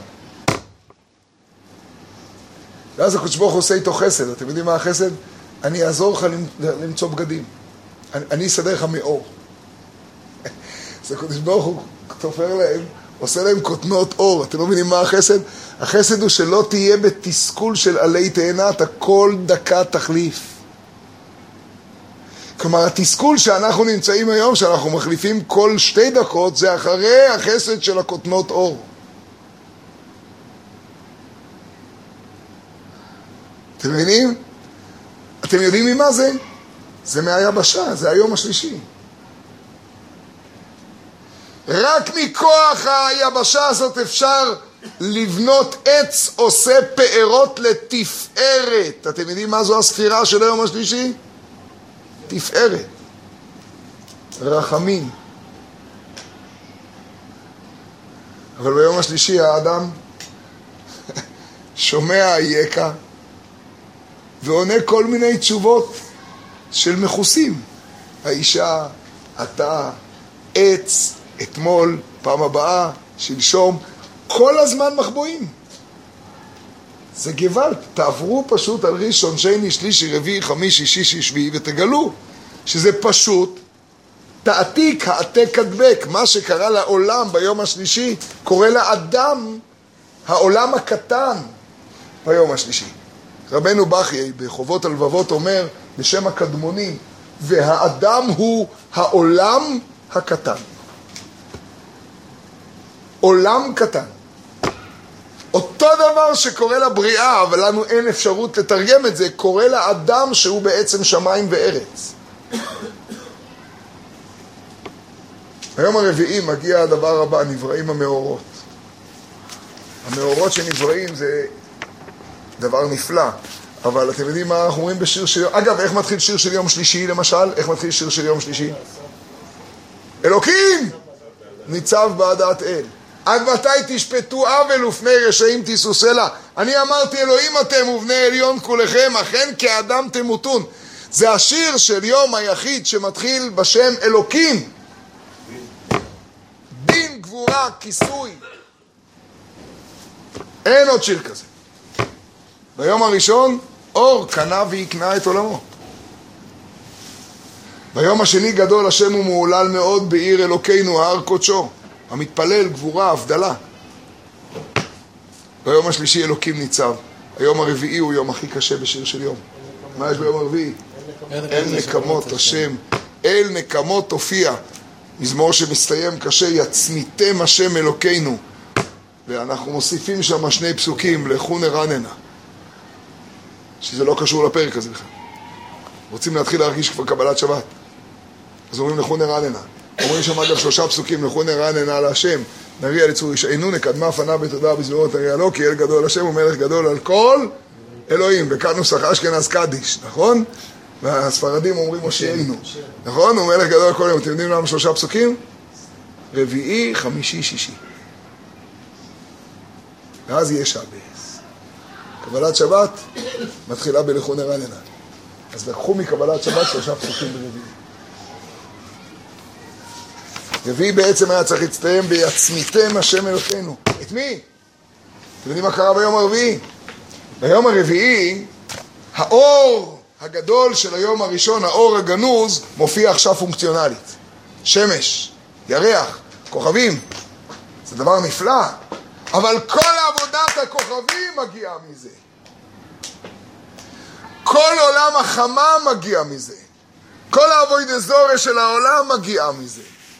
ואז הקדוש ברוך הוא עושה איתו חסד. אתם יודעים מה החסד? אני אעזור לך למצוא בגדים. אני אסדר לך מאור. אז הקדוש ברוך הוא תופר להם, עושה להם כותנות אור. אתם לא מבינים מה החסד? החסד הוא שלא תהיה בתסכול של עלי תאנה, אתה כל דקה תחליף. כלומר, התסכול שאנחנו נמצאים היום, שאנחנו מחליפים כל 2 דקות, זה אחרי החסד של הכותנות אור. אתם מבינים? אתם יודעים ממה זה? זה מהיבשה, זה היום השלישי. רק מכוח היבשה הזאת אפשר לבנות עץ עושה פארות לתפארת. אתם יודעים מה זו הספירה של היום השלישי? תפארת. רחמים. אבל ביום השלישי האדם שומע יקה ועונה כל מיני תשובות של מחוסים. האישה, אתה, עץ, אתמול, פעם הבאה, שלשום, כל הזמן מחבואים. זה גוואלד. תעברו פשוט על ראשון, שני, שלישי, רביעי, חמישי, שישי, שביעי, ותגלו שזה פשוט תעתיק, העתק הדבק. מה שקרה לעולם ביום השלישי, קורה לאדם, העולם הקטן, ביום השלישי. רבנו בחיי בחובות הלבבות אומר בשם הקדמונים, והאדם הוא העולם הקטן. עולם קטן. אותו דבר שקורה לבריאה, אבל לנו אין אפשרות לתרגם את זה, קורה לאדם שהוא בעצם שמיים וארץ. ביום הרביעי מגיע הדבר הבא, נבראים המאורות. המאורות שנבראים זה דבר נפלא, אבל אתם יודעים מה אנחנו אומרים בשיר של יום? אגב, איך מתחיל שיר של יום שלישי למשל? איך מתחיל שיר של יום שלישי? אלוקים ניצב בעדת אל. עד מתי תשפטו עוול ופני רשעים תישאו סלע? אני אמרתי אלוהים אתם ובני עליון כולכם, אכן כאדם תמותון. זה השיר של יום היחיד שמתחיל בשם אלוקים. דין, גבורה, כיסוי. אין עוד שיר כזה. ביום הראשון אור קנה ויקנה את עולמו. ביום השני גדול השם ומעולל מאוד בעיר אלוקינו הר קודשו. המתפלל, גבורה, הבדלה. ביום השלישי אלוקים ניצב. היום הרביעי הוא יום הכי קשה בשיר של יום. מה יש ביום הרביעי? אל נקמות השם, אל נקמות תופיע. מזמור שמסתיים קשה, יצמיתם השם אלוקינו. ואנחנו מוסיפים שם שני פסוקים, לכו נרננה. שזה לא קשור לפרק הזה בכלל. רוצים להתחיל להרגיש כבר קבלת שבת. אז אומרים לכו נרננה. אומרים שם אגב 3 פסוקים, לכו נרננה על השם, נריע לצור ישענו, נקדמה פנה בתודה בזמירות נריע לו, כי אל גדול השם ומלך גדול על כל אלוהים. וכאן נוסח אשכנז קדיש, נכון? והספרדים אומרים הושיענו, נכון? הוא מלך גדול על כל אלוהים. אתם יודעים למה 3 פסוקים? רביעי, חמישי, שישי. ואז יהיה שבס. קבלת שבת מתחילה בלכו נרננה. אז לקחו מקבלת שבת 3 פסוקים ברביעי. רביעי בעצם היה צריך להצטיים ביצמיתם השם אלוקינו. את מי? אתם יודעים מה קרה ביום הרביעי? ביום הרביעי האור הגדול של היום הראשון, האור הגנוז, מופיע עכשיו פונקציונלית. שמש, ירח, כוכבים. זה דבר נפלא. אבל כל עבודת הכוכבים מגיעה מזה. כל עולם החמה מגיע מזה. כל העבודת זורש של העולם מגיעה מזה.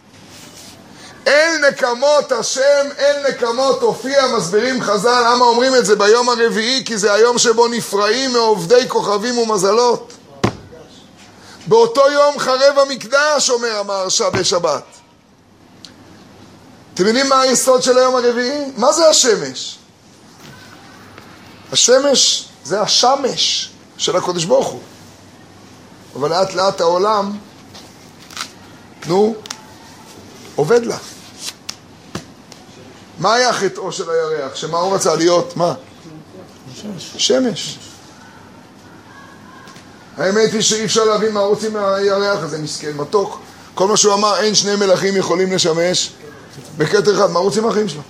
אל נקמות השם, אל נקמות הופיע. מסבירים חז"ל למה אומרים את זה ביום הרביעי, כי זה היום שבו נפרעים מעובדי כוכבים ומזלות. באותו יום חרב המקדש, אומר המהרש"א בשבת. אתם יודעים מה היסוד של היום הרביעי? מה זה השמש? השמש זה השמש של הקדוש ברוך הוא. אבל לאט לאט העולם, עובד לה. מה היה חטאו של הירח? שמה הוא רצה להיות? מה? שמש. האמת היא שאי אפשר להבין מה רוצים מהירח הזה, מסכן, מתוק. כל מה שהוא אמר, אין 2 מלכים יכולים לשמש בכתר אחד. מה רוצים האחים שלו?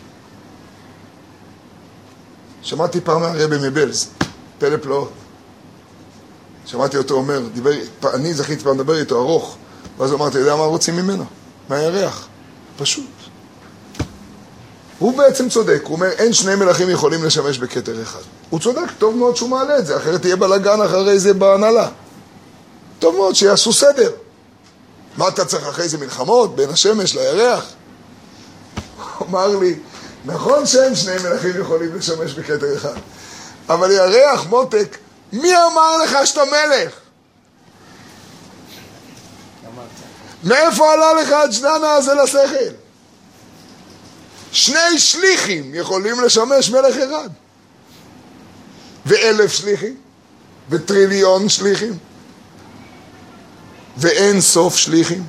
שמעתי פעם מהרבי מבלז, פלא פלאות. שמעתי אותו אומר, אני זכיתי פעם לדבר איתו ארוך, ואז אמרתי, אתה יודע מה רוצים ממנו? מהירח. פשוט. הוא בעצם צודק, הוא אומר, אין 2 מלכים יכולים לשמש בכתר אחד. הוא צודק, טוב מאוד שהוא מעלה את זה, אחרת תהיה בלגן אחרי זה בהנהלה. טוב מאוד, שיעשו סדר. מה אתה צריך אחרי זה מלחמות בין השמש לירח? הוא אמר לי, נכון שאין 2 מלכים יכולים לשמש בכתר אחד, אבל ירח, מותק, מי אמר לך שאתה מלך? מאיפה עלה לך הג'ננה הזה לשכל? 2 שליחים יכולים לשמש מלך אחד. ו1,000 שליחים, וטריליון שליחים, ואין סוף שליחים.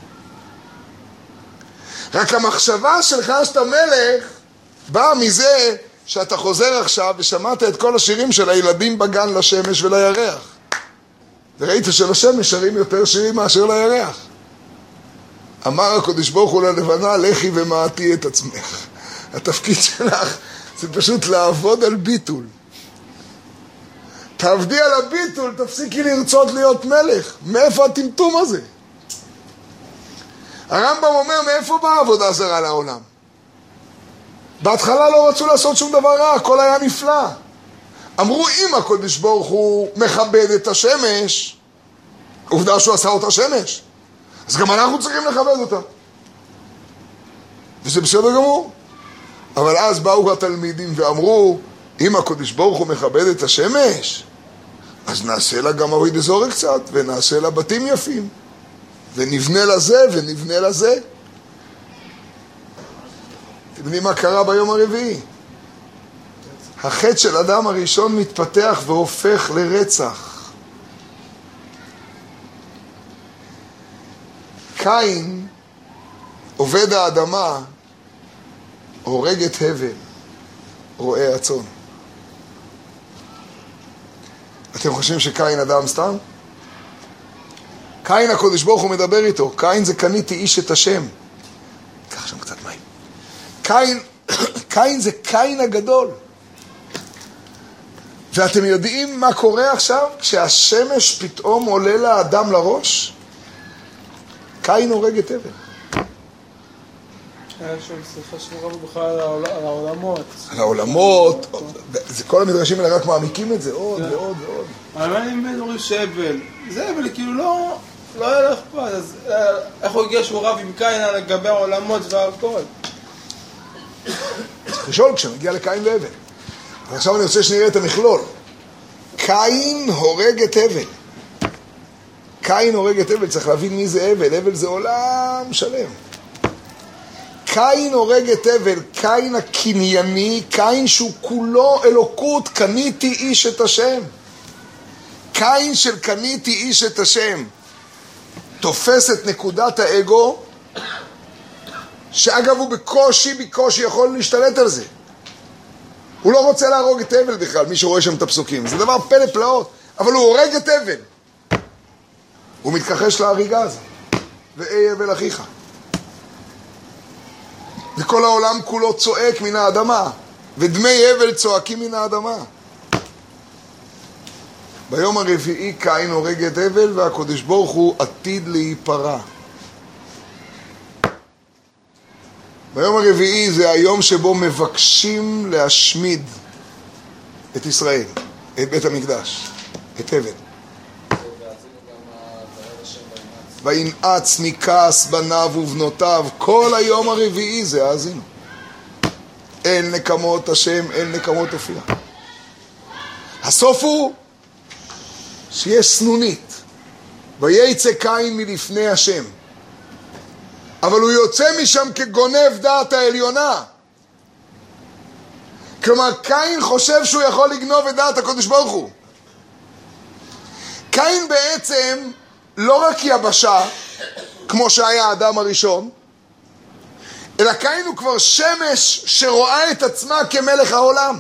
רק המחשבה שלך שאתה מלך באה מזה שאתה חוזר עכשיו ושמעת את כל השירים של הילדים בגן לשמש ולירח. וראית שלשמש שרים יותר שירים מאשר לירח. אמר הקדוש ברוך הוא ללבנה, לכי ומעטי את עצמך. התפקיד שלך זה פשוט לעבוד על ביטול. תעבדי על הביטול, תפסיקי לרצות להיות מלך. מאיפה הטמטום הזה? הרמב"ם אומר, מאיפה באה עבודה זרה לעולם? בהתחלה לא רצו לעשות שום דבר רע, הכל היה נפלא. אמרו, אם הקדוש ברוך הוא מכבד את השמש, עובדה שהוא עשה אותה שמש, אז גם אנחנו צריכים לכבד אותה. וזה בסדר גמור. אבל אז באו התלמידים ואמרו, אם הקדוש ברוך הוא מכבד את השמש, אז נעשה לה גם עבודת זורש קצת, ונעשה לה בתים יפים, ונבנה לזה ונבנה לזה. אתם יודעים מה קרה ביום הרביעי? החטא של אדם הראשון מתפתח והופך לרצח. קין, עובד האדמה, הורג את הבל, רועה הצאן. אתם חושבים שקין אדם סתם? קין הקדוש ברוך הוא מדבר איתו. קין זה קניתי איש את השם. קח שם קצת מים. קין זה קין הגדול. ואתם יודעים מה קורה עכשיו? כשהשמש פתאום עולה לאדם לראש, קין הורג את הבל. היה שם סליחה שמורה בכלל על העולמות. על העולמות, כל המדרשים האלה רק מעמיקים את זה עוד ועוד ועוד. אבל מה אני באמת אומרים שהבל? זה אבל כאילו לא היה לו אכפת, אז איך הוא הגיע שהוא רב עם קין על גבי העולמות והכל? צריך לשאול כשנגיע לקין והבל. ועכשיו אני רוצה שנראה את המכלול. קין הורג את הבל. קין הורג את הבל, צריך להבין מי זה הבל. הבל זה עולם שלם. קין הורג את הבל, קין הקנייני, קין שהוא כולו אלוקות, קניתי איש את השם. קין של קניתי איש את השם תופס את נקודת האגו, שאגב הוא בקושי יכול להשתלט על זה. הוא לא רוצה להרוג את הבל בכלל, מי שרואה שם את הפסוקים. זה דבר פלא פלאות, אבל הוא הורג את הבל. הוא מתכחש להריגה הזו. ואי הבל אחיך. וכל העולם כולו צועק מן האדמה, ודמי הבל צועקים מן האדמה. ביום הרביעי קין הורג את הבל, והקדוש ברוך הוא עתיד להיפרע. ביום הרביעי זה היום שבו מבקשים להשמיד את ישראל, את בית המקדש, את הבל. וינעץ מכעס בניו ובנותיו, כל היום הרביעי זה האזינו. אל נקמות השם, אל נקמות הופיע. הסוף הוא שיש סנונית, ויצא קין מלפני השם, אבל הוא יוצא משם כגונב דעת העליונה. כלומר, קין חושב שהוא יכול לגנוב את דעת הקדוש ברוך הוא. קין בעצם לא רק יבשה, כמו שהיה האדם הראשון, אלא קין הוא כבר שמש שרואה את עצמה כמלך העולם.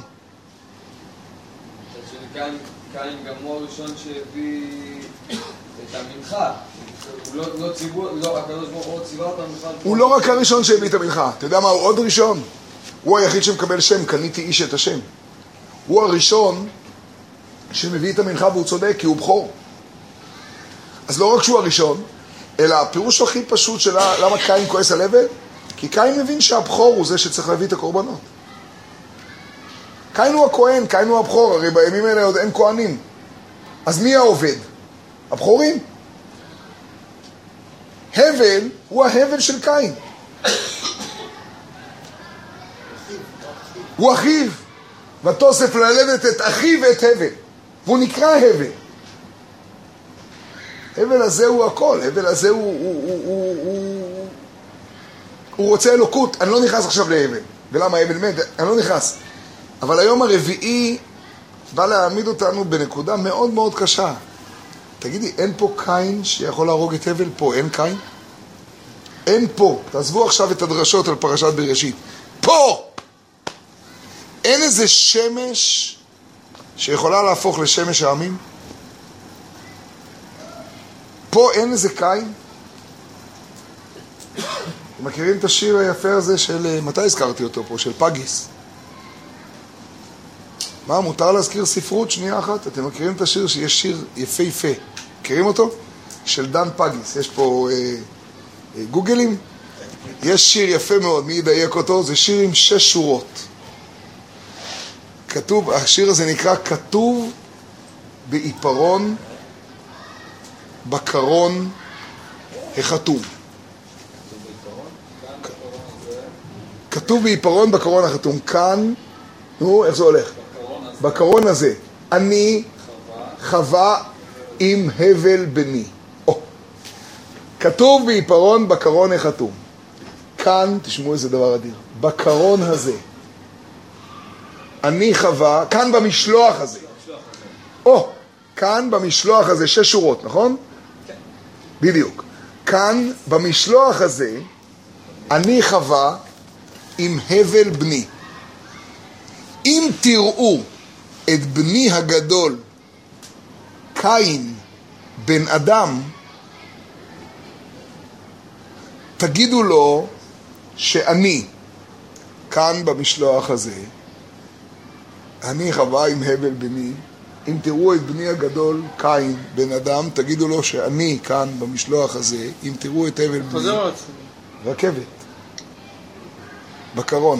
קין גם הוא הראשון שהביא את המנחה. הוא לא רק הראשון שהביא את המנחה. אתה יודע מה הוא עוד ראשון? הוא היחיד שמקבל שם, קניתי איש את השם. הוא הראשון שמביא את המנחה והוא צודק כי הוא בכור. אז לא רק שהוא הראשון, אלא הפירוש הכי פשוט של למה קין כועס על הבל, כי קין מבין שהבכור הוא זה שצריך להביא את הקורבנות. קין הוא הכהן, קין הוא הבכור, הרי בימים האלה עוד אין כהנים. אז מי העובד? הבכורים. הבל הוא ההבל של קין. הוא אחיו. ותוסף ללדת את אחיו ואת הבל. והוא נקרא הבל. הבל הזה הוא הכל. הבל הזה הוא רוצה אלוקות. אני לא נכנס עכשיו להבל. ולמה הבל מת? אני לא נכנס. אבל היום הרביעי בא להעמיד אותנו בנקודה מאוד מאוד קשה. תגידי, אין פה קין שיכול להרוג את הבל? פה אין קין? אין פה. תעזבו עכשיו את הדרשות על פרשת בראשית. פה! אין איזה שמש שיכולה להפוך לשמש העמים? פה אין איזה קין? אתם מכירים את השיר היפה הזה של, מתי הזכרתי אותו פה? של פגיס. מה, מותר להזכיר ספרות? שנייה אחת. אתם מכירים את השיר שיש שיר יפה. מכירים אותו? של דן פגיס. יש פה גוגלים. יש שיר יפה מאוד, מי ידייק אותו? זה שיר עם 6 שורות. כתוב, השיר הזה נקרא כתוב בעיפרון בקרון החתום. כתוב בעיפרון בקרון החתום. כאן, נו, איך זה הולך? בקרון הזה. אני חווה עם הבל בני. כתוב בעיפרון בקרון החתום. כאן, תשמעו איזה דבר אדיר, בקרון הזה, אני חווה, כאן במשלוח הזה, כאן במשלוח הזה, 6 שורות, נכון? כן. בדיוק. כאן במשלוח הזה, אני חווה עם הבל בני. אם תראו את בני הגדול, קין, בן אדם, תגידו לו שאני, כאן במשלוח הזה, אני חווה עם הבל בני. אם תראו את בני הגדול, קין, בן אדם, תגידו לו שאני כאן במשלוח הזה, אם תראו את הבל בני, רכבת, בקרון.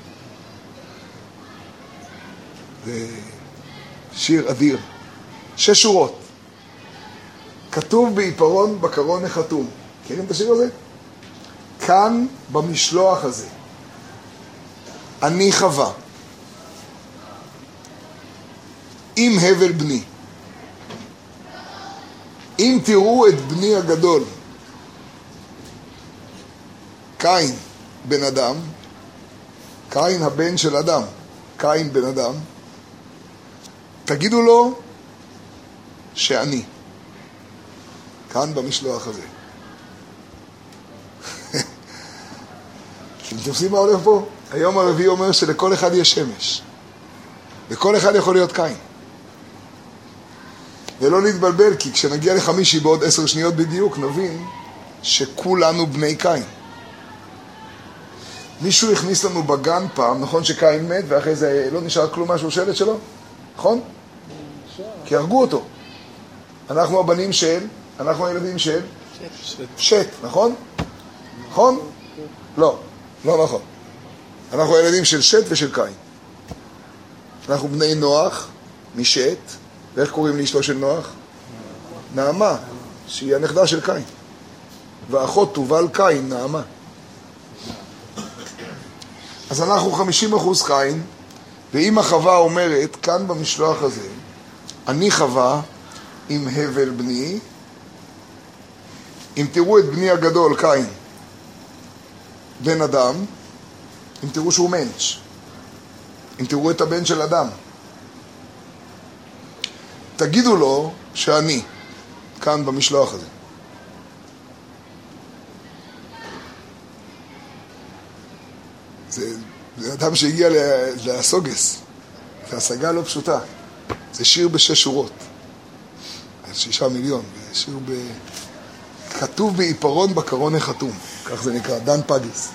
זה שיר אדיר. 6 שורות. כתוב בעיפרון בקרון החתום. מכירים את השיר הזה? כאן במשלוח הזה, אני חווה עם הבל בני. אם תראו את בני הגדול, קין בן אדם, קין הבן של אדם, קין בן אדם, תגידו לו שאני כאן במשלוח הזה. אתם תופסים מה הולך פה? היום הרביעי אומר שלכל אחד יש שמש, וכל אחד יכול להיות קין. ולא להתבלבל, כי כשנגיע לחמישי בעוד 10 שניות בדיוק, נבין שכולנו בני קין. מישהו הכניס לנו בגן פעם, נכון שקין מת, ואחרי זה לא נשאר כלום מהשושלת שלו? נכון? כי הרגו אותו. אנחנו הבנים של, אנחנו הילדים של שת, נכון? נכון? לא, לא נכון. אנחנו הילדים של שת ושל קין. אנחנו בני נוח משת, ואיך קוראים לאשתו של נוח? נעמה, שהיא הנכדה של קין. ואחות תובל קין, נעמה. אז אנחנו 50% קין, ואמא חווה אומרת, כאן במשלוח הזה, אני חווה עם הבל בני, אם תראו את בני הגדול, קין, בן אדם, אם תראו שהוא מנש, אם תראו את הבן של אדם, תגידו לו שאני כאן במשלוח הזה. זה אדם שהגיע לסוגס, זה השגה לא פשוטה. זה שיר ב6 שורות, 6 מיליון, זה שיר כתוב בעיפרון בקרון החתום, כך זה נקרא, דן פגיס.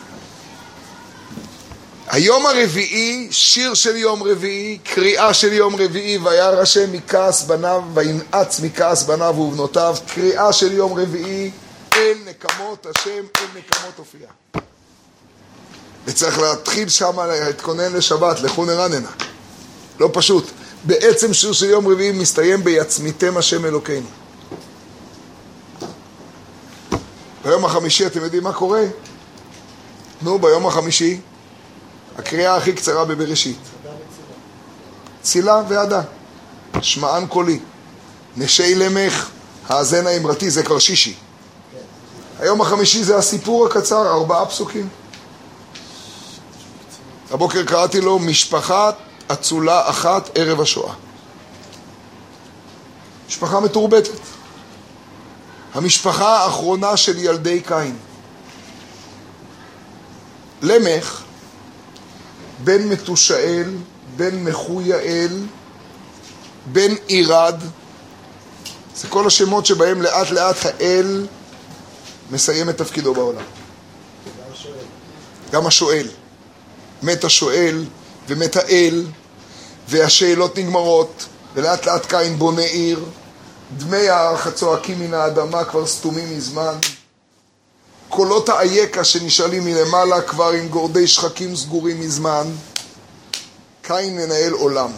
היום הרביעי, שיר של יום רביעי, קריאה של יום רביעי, וירא השם מכעס בניו, וינעץ מכעס בניו ובנותיו, קריאה של יום רביעי, אל נקמות השם, אל נקמות הופיע. וצריך להתחיל שם להתכונן לשבת, לכו נרננה. לא פשוט. בעצם שיר של יום רביעי מסתיים ביצמיתם השם אלוקינו. ביום החמישי אתם יודעים מה קורה? ביום החמישי, הקריאה הכי קצרה בבראשית. צילה ועדה. שמען קולי. נשי למך, האזנה אמרתי, זה כבר שישי. היום החמישי זה הסיפור הקצר, 4 פסוקים. הבוקר קראתי לו משפחה אצולה אחת ערב השואה. משפחה מתורבתת. המשפחה האחרונה של ילדי קין. למך, בן מתושאל, בן מחויאל, בן עירד. זה כל השמות שבהם לאט לאט האל מסיים את תפקידו בעולם. גם השואל. מת השואל ומת האל, והשאלות נגמרות, ולאט לאט קין בונה עיר. דמי הערכה צועקים מן האדמה כבר סתומים מזמן. קולות האייקה שנשאלים מלמעלה כבר עם גורדי שחקים סגורים מזמן. קין מנהל עולם.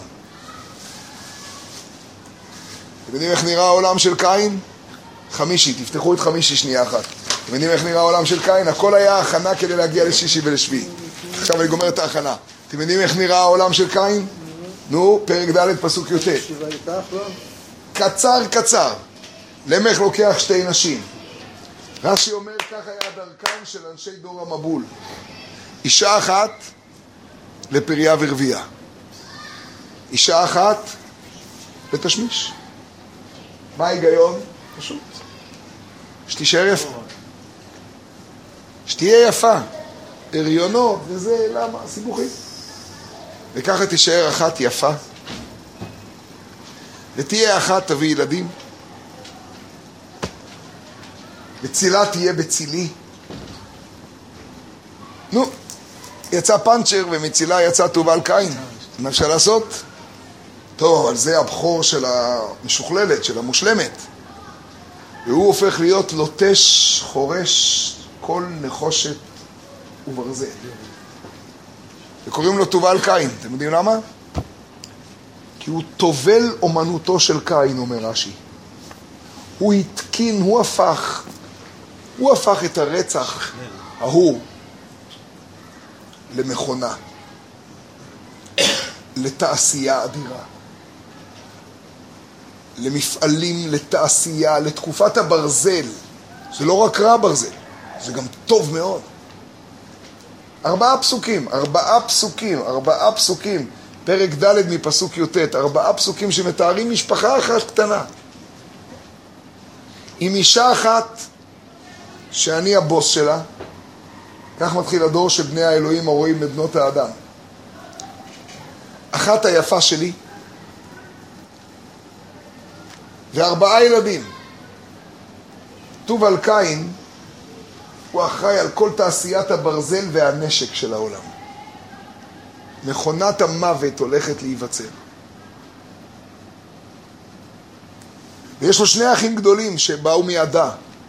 אתם יודעים איך נראה העולם של קין? חמישי, תפתחו את חמישי שנייה אחת. אתם יודעים איך נראה העולם של קין? הכל היה הכנה כדי להגיע לשישי ולשביעי. עכשיו אני גומר את ההכנה. אתם יודעים איך נראה העולם של קין? פרק ד' פסוק י"ט. קצר קצר. למך לוקח 2 נשים. רש"י אומר, כך היה דרכם של אנשי דור המבול. אישה אחת לפריה ורבייה. אישה אחת לתשמיש. מה ההיגיון? פשוט. שתישאר יפה. שתהיה יפה. הריונות וזה, למה? סיבוכים. וככה תישאר אחת יפה. ותהיה אחת תביא ילדים. בצילה תהיה בצילי. נו, יצא פנצ'ר ומצילה יצא תובל קין. מה אפשר לעשות? טוב, אבל זה הבחור של המשוכללת, של המושלמת. והוא הופך להיות לוטש, חורש, כל נחושת וברזל. וקוראים לו תובל קין. אתם יודעים למה? כי הוא תובל אומנותו של קין, אומר רש"י. הוא התקין, הוא הפך את הרצח ההוא למכונה, לתעשייה אדירה, למפעלים, לתעשייה, לתקופת הברזל. זה לא רק רע ברזל, זה גם טוב מאוד. 4 פסוקים, פרק ד' מפסוק י"ט, 4 פסוקים שמתארים משפחה אחת קטנה. עם אישה אחת שאני הבוס שלה, כך מתחיל הדור שבני האלוהים הרואים את בנות האדם. אחת היפה שלי, ו4 ילדים. תובל קין הוא אחראי על כל תעשיית הברזל והנשק של העולם. מכונת המוות הולכת להיווצר. ויש לו 2 אחים גדולים שבאו מעדה.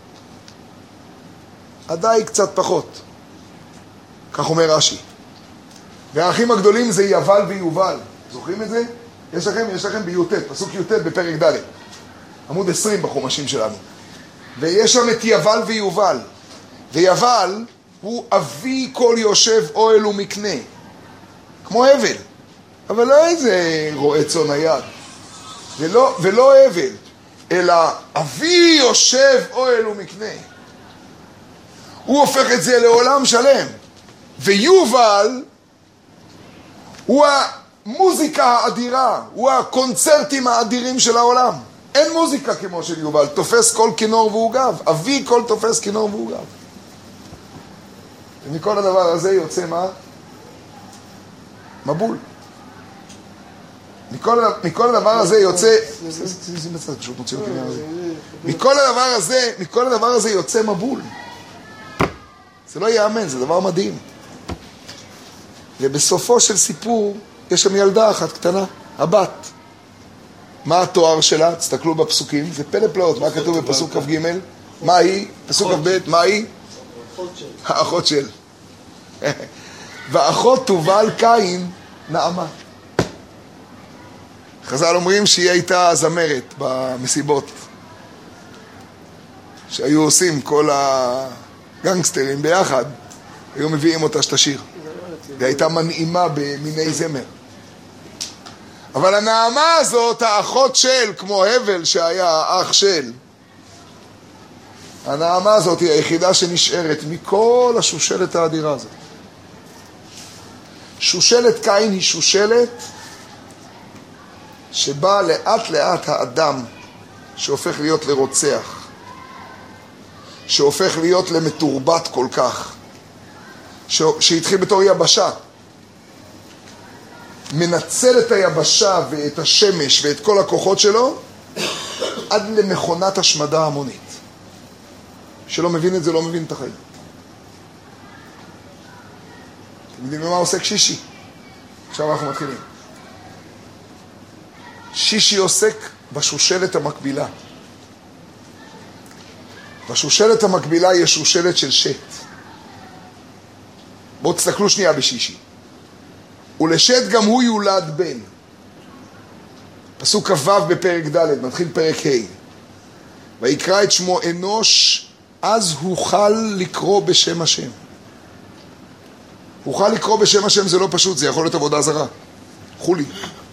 עדה היא קצת פחות, כך אומר רש"י. והאחים הגדולים זה יבל ויובל. זוכרים את זה? יש לכם בי"ט, פסוק י"ט בפרק ד', עמוד 20 בחומשים שלנו. ויש שם את יבל ויובל. ויבל הוא אבי כל יושב אוהל ומקנה, כמו הבל, אבל לא איזה רועה צאן היד, ולא הבל, אלא אבי יושב אוהל ומקנה. הוא הופך את זה לעולם שלם. ויובל הוא המוזיקה האדירה, הוא הקונצרטים האדירים של העולם. אין מוזיקה כמו של יובל, תופס כל כינור ועוגב, אבי כל תופס כינור ועוגב. ומכל הדבר הזה יוצא מה? מבול. מכל הדבר הזה יוצא... מכל הדבר הזה יוצא מבול. זה לא יאמן, זה דבר מדהים. ובסופו של סיפור יש שם ילדה אחת קטנה, הבת. מה התואר שלה? תסתכלו בפסוקים, זה פלא פלאות. מה כתוב בפסוק כ"ג? מה היא? פסוק כ"ב, מה היא? האחות של. והאחות תובל קין נעמה. חז"ל אומרים שהיא הייתה זמרת במסיבות שהיו עושים כל הגנגסטרים ביחד, היו מביאים אותה שתשיר, והייתה מנעימה במיני זמר. אבל הנעמה הזאת, האחות של, כמו הבל שהיה האח של, הנעמה הזאת היא היחידה שנשארת מכל השושלת האדירה הזאת. שושלת קין היא שושלת שבה לאט לאט האדם שהופך להיות לרוצח, שהופך להיות למתורבת כל כך, שהתחיל בתור יבשה, מנצל את היבשה ואת השמש ואת כל הכוחות שלו עד למכונת השמדה המונית. שלא מבין את זה, לא מבין את החיים. אתם יודעים מה עוסק שישי? עכשיו אנחנו מתחילים. שישי עוסק בשושלת המקבילה. בשושלת המקבילה יש שושלת של שת. בואו תסתכלו שנייה בשישי. ולשת גם הוא יולד בן. פסוק כ"ו בפרק ד', מתחיל פרק ה'. ויקרא את שמו אנוש, אז הוכל לקרוא בשם השם. הוכל לקרוא בשם השם זה לא פשוט, זה יכול להיות עבודה זרה. חולי.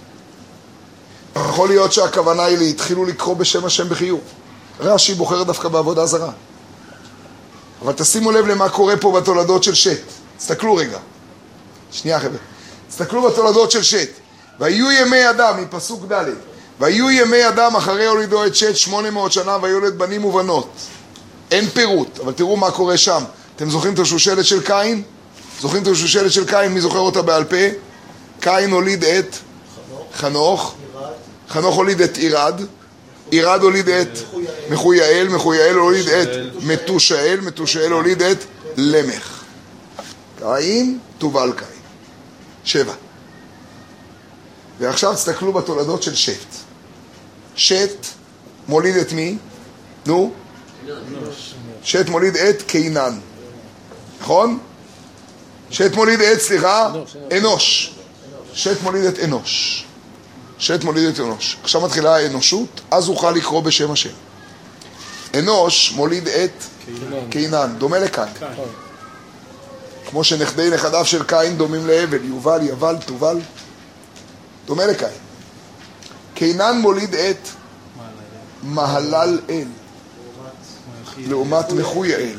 יכול להיות שהכוונה היא להתחילו לקרוא בשם השם בחיוב. רש"י בוחר דווקא בעבודה זרה. אבל תשימו לב למה קורה פה בתולדות של שת. תסתכלו רגע. שנייה חבר'ה. תסתכלו בתולדות של שת. והיו ימי אדם, מפסוק ד', והיו ימי אדם אחרי הולידו את שת 800 שנה ויולד בנים ובנות. אין פירוט, אבל תראו מה קורה שם. אתם זוכרים את השושלת של קין? זוכרים את השושלת של קין? מי זוכר אותה בעל פה? קין הוליד את חנוך. חנוך הוליד את עירד. עירד הוליד את מחויאל. מחויאל הוליד את מתושאל. מתושאל הוליד את למך. קין, תובל קין. 7. ועכשיו תסתכלו בתולדות של שת. שת מוליד את מי? נו? שת מוליד את קינן. נכון? שת מוליד את, סליחה, אנוש. שת מוליד את אנוש. שת מוליד את אנוש. עכשיו מתחילה האנושות, אז אוכל לקרוא בשם השם. אנוש מוליד את קינן, דומה לקין. כמו שנכדי נכדיו של קין דומים להבל, יובל, יבל, תובל. דומה לקין. קינן מוליד את מהלל אל. לעומת מחויאל.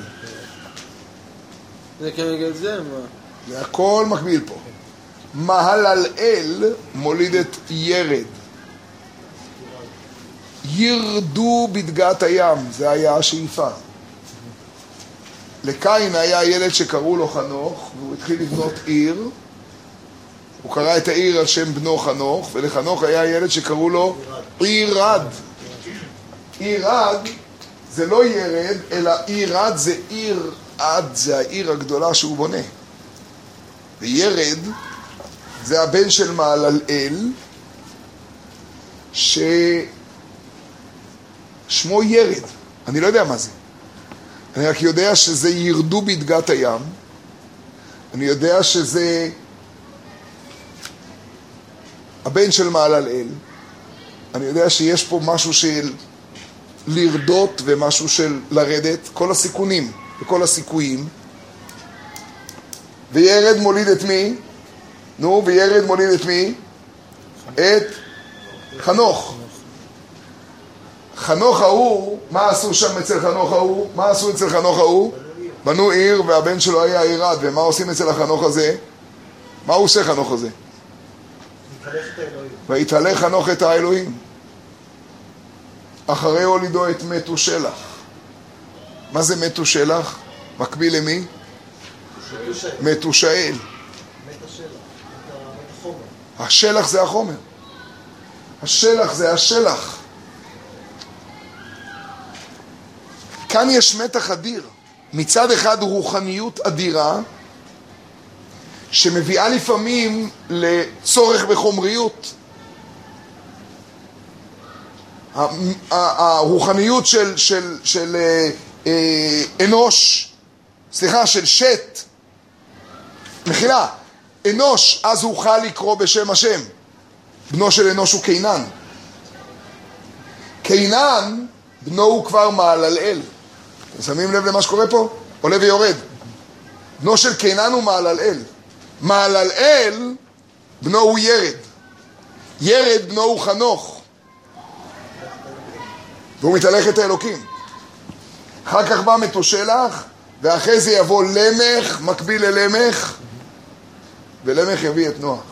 זה כנגד זה, מה? זה הכל מקביל פה. מהלל אל מוליד את ירד. ירדו בדגת הים, זה היה השאיפה. לקין היה ילד שקראו לו חנוך, והוא התחיל לבנות עיר. הוא קרא את העיר על שם בנו חנוך, ולחנוך היה ילד שקראו לו עירד. עירד זה לא ירד, אלא עירד זה עיר עד, זה העיר הגדולה שהוא בונה. וירד זה הבן של מהללאל, ששמו ירד. אני לא יודע מה זה. אני רק יודע שזה ירדו בדגת הים. אני יודע שזה הבן של מהללאל. אני יודע שיש פה משהו של לרדות ומשהו של לרדת, כל הסיכונים וכל הסיכויים. וירד מוליד את מי? נו, וירד מוליד את מי? את חנוך. חנוך ההוא, מה עשו שם אצל חנוך ההוא? מה עשו אצל חנוך ההוא? בנו עיר והבן שלו היה עירד. ומה עושים אצל החנוך הזה? מה הוא עושה חנוך הזה? והתהלך חנוך את האלוהים. אחרי הולידו את מתושלח. מה זה מתושלח? מקביל למי? מתושאל. השלח זה החומר. השלח זה השלח. כאן יש מתח אדיר. מצד אחד רוחניות אדירה, שמביאה לפעמים לצורך בחומריות. הרוחניות של אנוש, סליחה, של שת, מחילה, אנוש, אז אוכל לקרוא בשם השם. בנו של אנוש הוא קינן. קינן, בנו הוא כבר מהללאל. אתם שמים לב למה שקורה פה? עולה ויורד. בנו של קינן הוא מהללאל. מהללאל, בנו הוא ירד. ירד, בנו הוא חנוך. והוא מתהלך את האלוקים. אחר כך בא מתושלח, ואחרי זה יבוא למך, מקביל ללמך, ולמך יביא את נוח.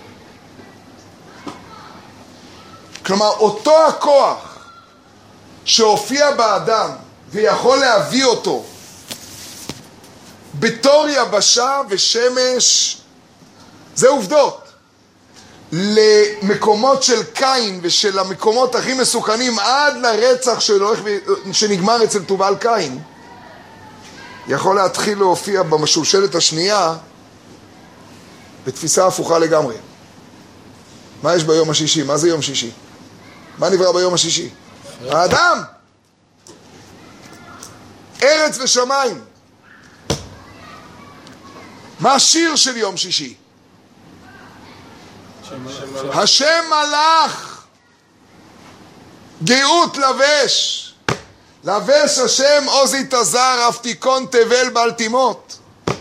כלומר, אותו הכוח שהופיע באדם ויכול להביא אותו בתור יבשה ושמש, זה עובדות. למקומות של קין ושל המקומות הכי מסוכנים עד לרצח שנגמר אצל תובל קין, יכול להתחיל להופיע במשושלת השנייה בתפיסה הפוכה לגמרי. מה יש ביום השישי? מה זה יום שישי? מה נברא ביום השישי? האדם! ארץ ושמיים. מה השיר של יום שישי? השם מלאך, גאות לבש, לבש השם עוזי תזר, אף תיקון תבל בל תימות.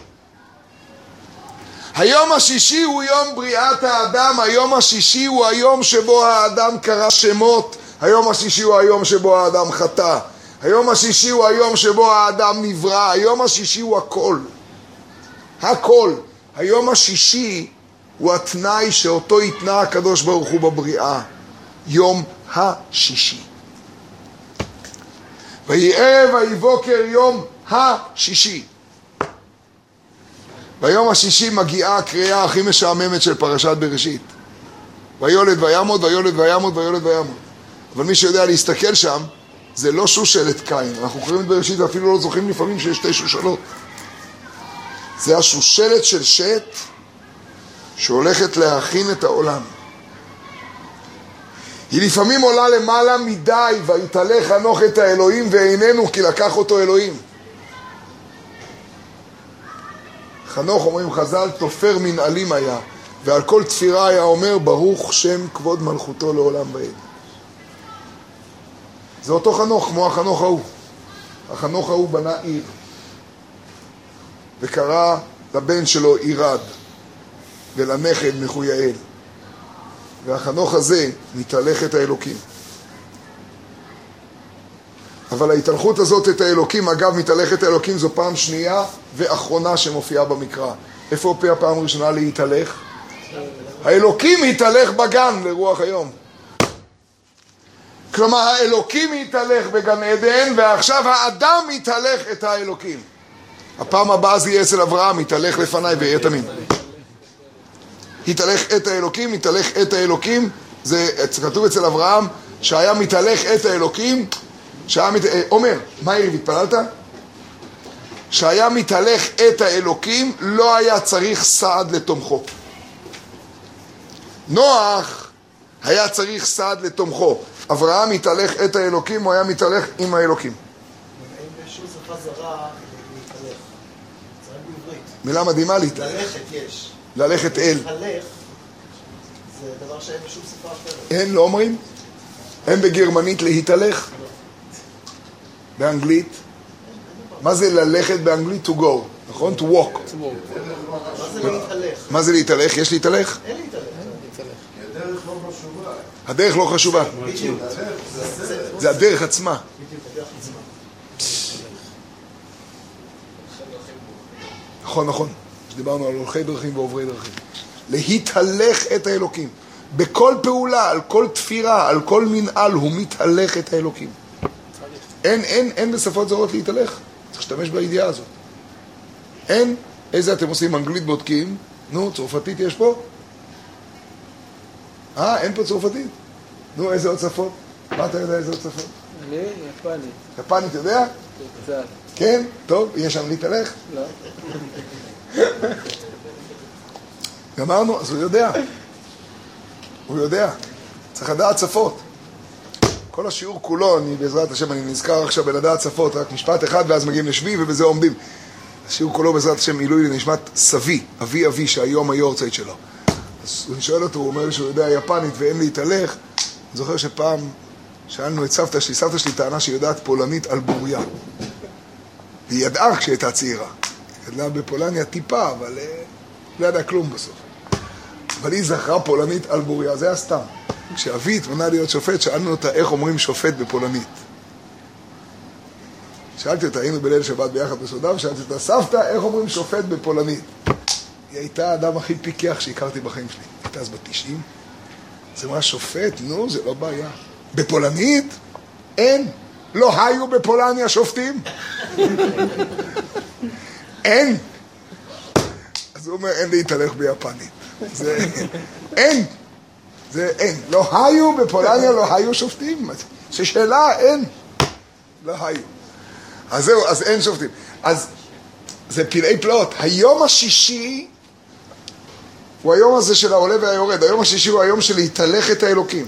היום השישי הוא יום בריאת האדם, היום השישי הוא היום שבו האדם קרא שמות, היום השישי הוא היום שבו האדם חטא, היום השישי הוא היום שבו האדם נברא, היום השישי הוא הכל. הכל. היום השישי הוא התנאי שאותו התנה הקדוש ברוך הוא בבריאה. יום השישי. ויהי ערב ויהי בוקר יום השישי. ביום השישי מגיעה הקריאה הכי משעממת של פרשת בראשית. ויולד וימות, ויולד וימות, ויולד וימות. אבל מי שיודע להסתכל שם, זה לא שושלת קין. אנחנו קוראים את בראשית ואפילו לא זוכרים לפעמים שיש 2 שושלות. זה השושלת של שת שהולכת להכין את העולם. היא לפעמים עולה למעלה מדי, ויתהלך חנוך את האלוהים ואיננו כי לקח אותו אלוהים. חנוך, אומרים חז"ל, תופר מנעלים היה, ועל כל תפירה היה אומר ברוך שם כבוד מלכותו לעולם ועד. זה אותו חנוך כמו החנוך ההוא. החנוך ההוא בנה עיר וקרא לבן שלו עירד ולנכד מחויאל, והחנוך הזה מתהלך את האלוקים. אבל ההתהלכות הזאת את האלוקים, אגב מתהלך את האלוקים, זו פעם שנייה ואחרונה שמופיעה במקרא. איפה הופיע פעם ראשונה להתהלך? האלוקים התהלך בגן לרוח היום. כלומר האלוקים התהלך בגן עדן, ועכשיו האדם מתהלך את האלוקים. הפעם הבאה זה יהיה אצל אברהם, התהלך לפניי ויהיה תמים. התהלך את האלוקים, התהלך את האלוקים, זה כתוב אצל אברהם שהיה מתהלך את האלוקים, עומר, מה יריב, התפללת? שהיה מתהלך את האלוקים, לא היה צריך סעד לתומכו. נוח היה צריך סעד לתומכו. אברהם מתהלך את האלוקים, הוא היה מתהלך עם האלוקים. אין בשום שפה זרה להתהלך. זה רק בעברית. מילה מדהימה להתהלך. ללכת יש. ללכת אל. להתהלך זה דבר שאין בשום שפה אחרת. אין, לא אומרים? אין בגרמנית להתהלך? באנגלית? מה זה ללכת באנגלית? To go, נכון? To walk. מה זה להתהלך? מה זה להתהלך? יש להתהלך? אין להתהלך. הדרך לא חשובה. הדרך לא חשובה. בדיוק. זה הדרך עצמה. נכון, נכון. דיברנו על הולכי דרכים ועוברי דרכים. להתהלך את האלוקים. בכל פעולה, על כל תפירה, על כל מנהל, הוא מתהלך את האלוקים. אין בשפות זרות להתהלך. צריך להשתמש בידיעה הזאת. אין. איזה אתם עושים? אנגלית בודקים. נו, צרפתית יש פה? אין פה צרפתית? נו, איזה עוד שפות? מה אתה יודע איזה עוד שפות? אני יפנית. יפנית יודע? קצת. כן? טוב, יש שם להתהלך? לא. גמרנו, אז הוא יודע. הוא יודע. צריך לדעת שפות. כל השיעור כולו, בעזרת השם, אני נזכר עכשיו בלדעת שפות, רק משפט אחד ואז מגיעים לשבי ובזה עומדים. השיעור כולו בעזרת השם עילוי לנשמת סבי, אבי שהיום היורצייט שלו. אז אני שואל אותו, הוא אומר לי שהוא יודע יפנית ואין להתהלך. אני זוכר שפעם שאלנו את סבתא שלי טענה שהיא יודעת פולנית על בוריה. היא ידעה כשהייתה צעירה. היא ידעה בפולניה טיפה, אבל לא ידעה כלום בסוף. אבל היא זכרה פולנית על בוריה, זה היה סתם. כשאבי התמנה להיות שופט, שאלנו אותה איך אומרים שופט בפולנית. שאלתי אותה, היינו בליל שבת ביחד בסעודה, ושאלתי אותה, סבתא, איך אומרים שופט בפולנית? היא הייתה האדם הכי פיקח שהכרתי בחיים שלי. הייתה אז ב-90. זה מה שופט? נו, זה לא בעיה. בפולנית? אין. לא היו בפולניה שופטים? אין. אז הוא אומר, אין להתהלך ביפנית. זה אין. זה אין. לא היו בפולניה, לא היו שופטים. ששאלה, אין. לא היו. אז זהו, אז אין שופטים. אז זה פלאי פלאות. היום השישי הוא היום הזה של העולה והיורד. היום השישי הוא היום של להתהלך את האלוקים.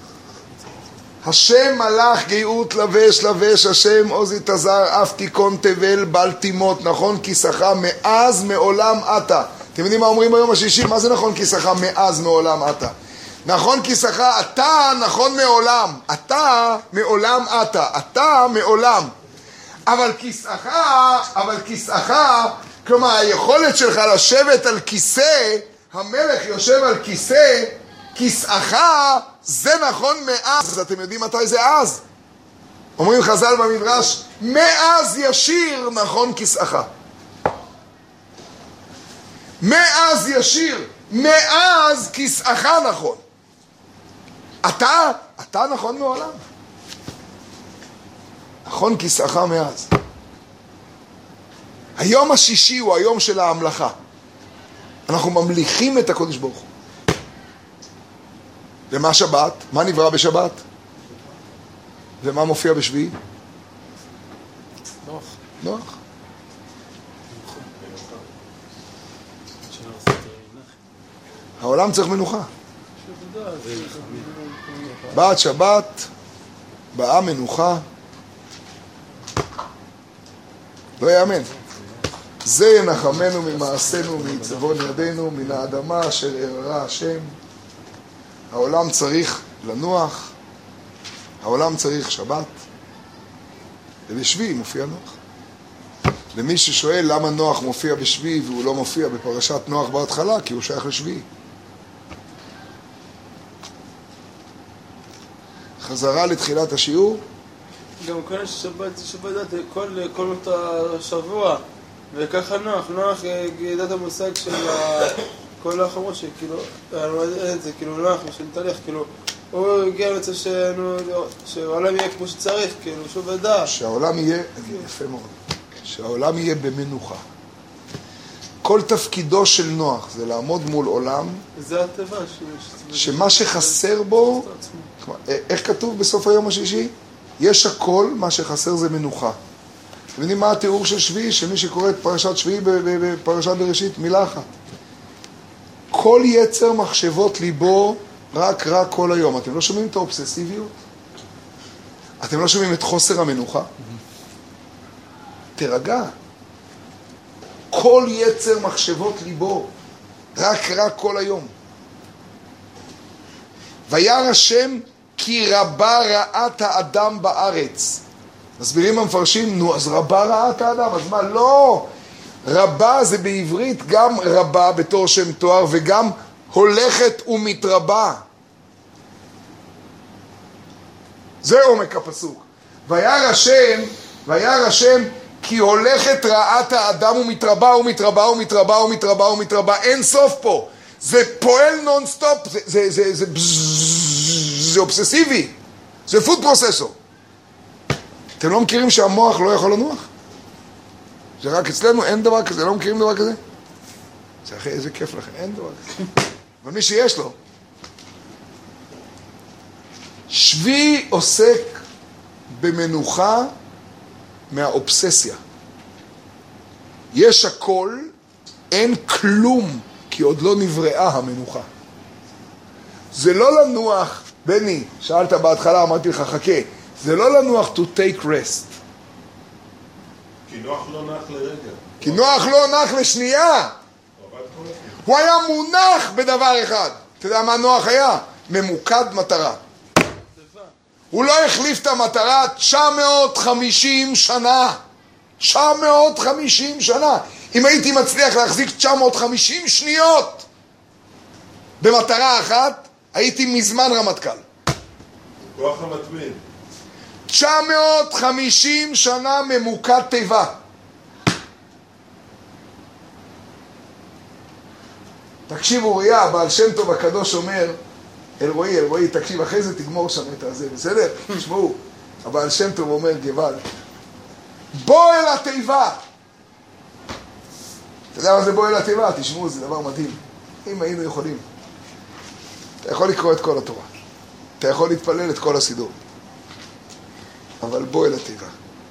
השם מלאך גאות לבש, השם עוז יתזר, אף תיקון תבל בל תימות, נכון כיסך מאז מעולם אתה. אתם יודעים מה אומרים היום השישי? מה זה נכון כיסך מאז מעולם אתה? נכון כיסך אתה, נכון מעולם. אתה מעולם אתה מעולם. אבל כיסאך, כלומר היכולת שלך לשבת על כיסא, המלך יושב על כיסאך, זה נכון מאז. אז אתם יודעים מתי זה אז? אומרים חז"ל במדרש, מאז ישיר נכון כסאך. מאז ישיר, מאז כסאך נכון. אתה נכון מעולם. נכון כסאך מאז. היום השישי הוא היום של ההמלכה. אנחנו ממליכים את הקודש ברוך הוא. ומה שבת? מה נברא בשבת? ומה מופיע בשביעי? נוח. העולם צריך מנוחה. באת שבת, באה מנוחה. לא יאמן. זה ינחמנו ממעשינו, מעצבון ידינו, מן האדמה אשר אררה השם. העולם צריך לנוח, העולם צריך שבת, ובשביעי מופיע נוח. למי ששואל למה נוח מופיע בשביעי והוא לא מופיע בפרשת נוח בהתחלה, כי הוא שייך לשביעי. חזרה לתחילת השיעור. גם כל השבת, כל השבוע, וככה נוח ידע את המושג של כל החמור שכאילו, זה כאילו נוח, שנתהלך, כאילו, הוא הגיע למצב שהעולם יהיה כמו שצריך, כאילו, שוב ידע. שהעולם יהיה, יפה מאוד, שהעולם יהיה במנוחה. כל תפקידו של נוח זה לעמוד מול עולם, זה הטבע שמה שחסר בו, איך כתוב בסוף היום השישי? יש הכל, מה שחסר זה מנוחה. אתם יודעים מה התיאור של שביעי? שמי שקורא את פרשת שביעי בפרשת בראשית, מילה אחת. כל יצר מחשבות ליבו רק כל היום. אתם לא שומעים את האובססיביות? אתם לא שומעים את חוסר המנוחה? תרגע. כל יצר מחשבות ליבו רק כל היום. וירא השם כי רבה רעת האדם בארץ. מסבירים המפרשים, נו, אז רבה רעת האדם, אז מה? לא! רבה זה בעברית גם רבה בתור שם תואר, וגם הולכת ומתרבה. זה עומק הפסוק. וירא השם כי הולכת רעת האדם ומתרבה. אין סוף פה. זה פועל נון סטופ, זה אובססיבי. זה פוד פרוססור. אתם לא מכירים שהמוח לא יכול לנוח? זה רק אצלנו, אין דבר כזה, לא מכירים דבר כזה? זה אחרי איזה כיף לכם, אין דבר כזה. אבל מי שיש לו. שביעי עוסק במנוחה מהאובססיה. יש הכל, אין כלום, כי עוד לא נבראה המנוחה. זה לא לנוח, בני, שאלת בהתחלה, אמרתי לך, חכה, זה לא לנוח to take rest. כי נוח לא נח לרגע. כי נוח לא נח לשנייה. הוא היה מונח בדבר אחד. אתה יודע מה נוח היה? ממוקד מטרה. הוא לא החליף את המטרה 950 שנה. 950 שנה. אם הייתי מצליח להחזיק 950 שניות במטרה אחת, הייתי מזמן רמטכ"ל. כוח המתמיד. 950 שנה ממוקד תיבה. תקשיב אוריה, בעל שם טוב הקדוש אומר, אלרועי, תקשיב, אחרי זה תגמור שם את הזה, בסדר? תשמעו, הבעל שם טוב אומר, גבל, בוא אל התיבה. אתה יודע מה זה בוא אל התיבה? תשמעו, זה דבר מדהים. אם היינו יכולים. אתה יכול לקרוא את כל התורה. אתה יכול להתפלל את כל הסידור. אבל בוא אל התיבה.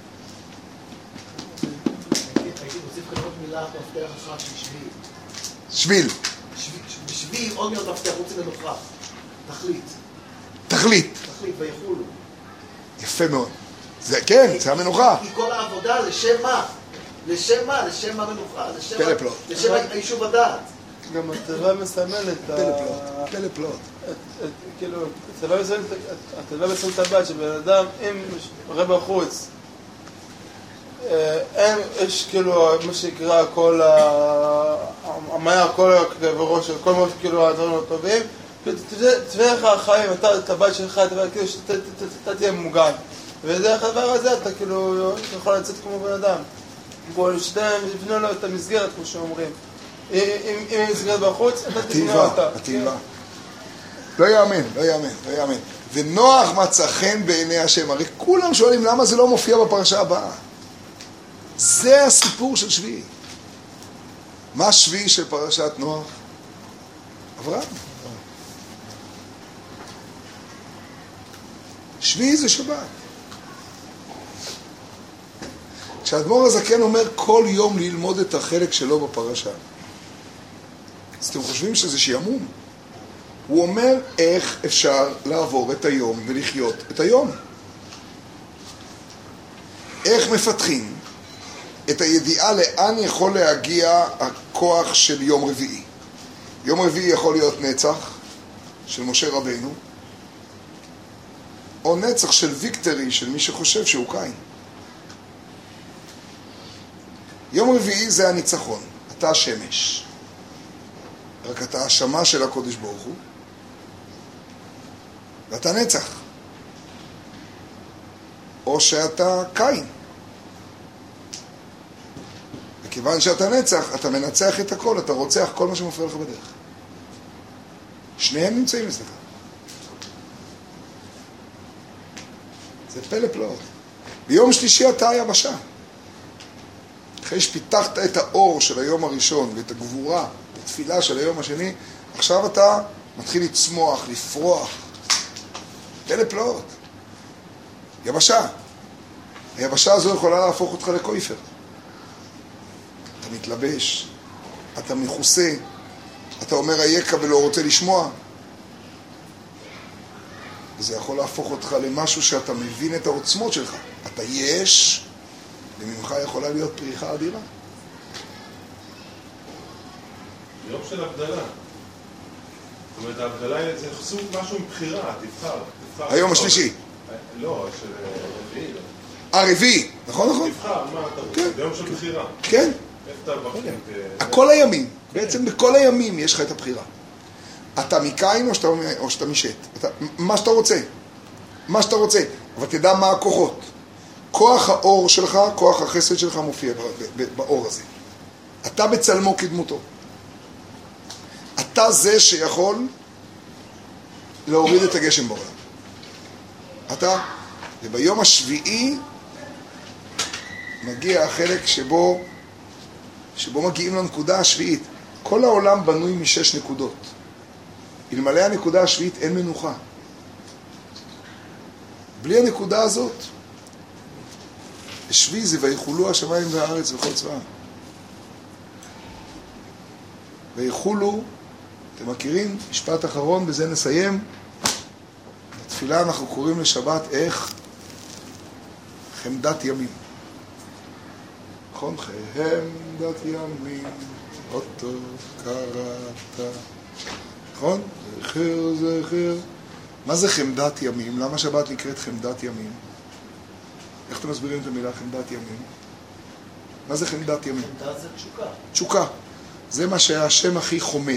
הייתי מוסיף כאן עוד מילה מפתח אחת של שביעי. שביל. בשביעי עוד מילות מפתח, רוצים לנוחה. תכלית. תכלית. תכלית, ויכולו. יפה מאוד. זה כן, זה המנוחה. כי כל העבודה לשם מה? לשם מה? לשם המנוחה. פלפלאות. לשם היישוב הדעת. גם התיבה מסמלת פלפלאות. כאילו, התיבה מסמלת הבת שבן אדם, אם רואה בחוץ, יש כאילו מה שנקרא כל המאיה, כל הכאב ראש, כל מה כאילו הדברים הטובים, תביא לך החיים, אתה את הבת שלך, כאילו שאתה תהיה מוגן. ודרך הדבר הזה אתה כאילו יכול לצאת כמו בן אדם. כל שתיים יבנו לו את המסגרת, כמו שאומרים. אם היא מסגרת בחוץ, אתה תבנה אותה. התיבה. לא יאמן. ונוח מצא חן בעיני השם. הרי כולם שואלים למה זה לא מופיע בפרשה הבאה. זה הסיפור של שביעי. מה שביעי של פרשת נוח? אברהם. שביעי זה שבת. כשאדמו"ר הזקן אומר כל יום ללמוד את החלק שלו בפרשה, אז אתם חושבים שזה שעמום? הוא אומר איך אפשר לעבור את היום ולחיות את היום. איך מפתחים את הידיעה לאן יכול להגיע הכוח של יום רביעי. יום רביעי יכול להיות נצח של משה רבנו, או נצח של ויקטרי של מי שחושב שהוא קין. יום רביעי זה הניצחון, אתה השמש. רק אתה השמה של הקודש ברוך הוא, ואתה נצח. או שאתה קין. וכיוון שאתה נצח, אתה מנצח את הכל, אתה רוצח כל מה שמופיע לך בדרך. שניהם נמצאים אצלך. זה פלא פלאות. ביום שלישי אתה היבשה. אחרי שפיתחת את האור של היום הראשון ואת הגבורה, את התפילה של היום השני, עכשיו אתה מתחיל לצמוח, לפרוח. פלא פלאות. יבשה. היבשה הזו יכולה להפוך אותך לקויפר. אתה מתלבש, אתה מכוסה, אתה אומר היקה ולא רוצה לשמוע. וזה יכול להפוך אותך למשהו שאתה מבין את העוצמות שלך. אתה יש, וממך יכולה להיות פריחה אדירה. יום של הבדלה. זאת אומרת, ההבדלה זה סוג משהו מבחירה, תבחר. היום השלישי. לא, של רביעי. רביעי, נכון? תבחר, מה אתה רוצה? זה יום של בחירה. כן. איך אתה בחיים? כל הימים, בעצם בכל הימים יש לך את הבחירה. אתה מקין או שאתה משת. מה שאתה רוצה. אבל תדע מה הכוחות. כוח האור שלך, כוח החסד שלך מופיע באור הזה. אתה בצלמו כדמותו. אתה זה שיכול להוריד את הגשם בעולם. וביום השביעי מגיע החלק שבו מגיעים לנקודה השביעית. כל העולם בנוי מ6 נקודות. אלמלא הנקודה השביעית אין מנוחה. בלי הנקודה הזאת, שביעי זה ויחולו השמיים והארץ וכל צבאם. ויחולו, אתם מכירים? משפט אחרון, בזה נסיים. בתפילה אנחנו קוראים לשבת איך? חמדת ימים. נכון? חמדת ימים, אותו קראת. נכון? זכר. מה זה חמדת ימים? למה שבת נקראת חמדת ימים? איך אתם מסבירים את המילה חמדת ימים? מה זה חמדת ימים? חמדת זה תשוקה. תשוקה. זה מה שהשם הכי חומד.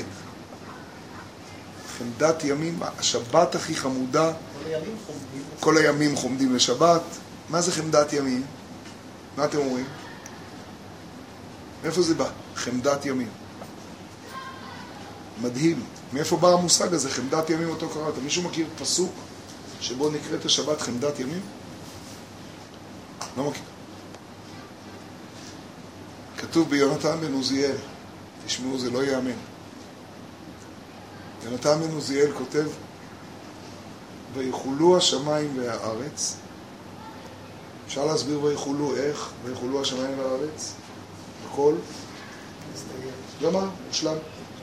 חמדת ימים, השבת הכי חמודה. כל הימים חומדים לשבת. מה זה חמדת ימים? מה אתם אומרים? מאיפה זה בא? חמדת ימים. מדהים. מאיפה בא המושג הזה? חמדת ימים אותו קראת. מישהו מכיר פסוק שבו נקראת השבת חמדת ימים? לא מכיר. כתוב ביונתן בן עוזיאל, תשמעו, זה לא יאמן. יונתן בן עוזיאל כותב, ויחולו השמיים והארץ. אפשר להסביר ויחולו איך? ויחולו השמיים והארץ? הכל? למה? מושלם.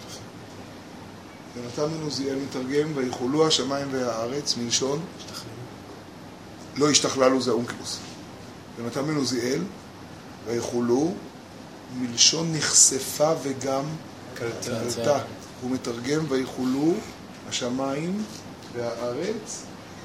יונתן בן עוזיאל מתרגם, ויחולו השמיים והארץ, מלשון לא השתכללו, זה אונקלוס. יונתן בן עוזיאל, ויחולו, מלשון נחשפה וגם קלטה. הוא מתרגם, ויחולו השמיים והארץ,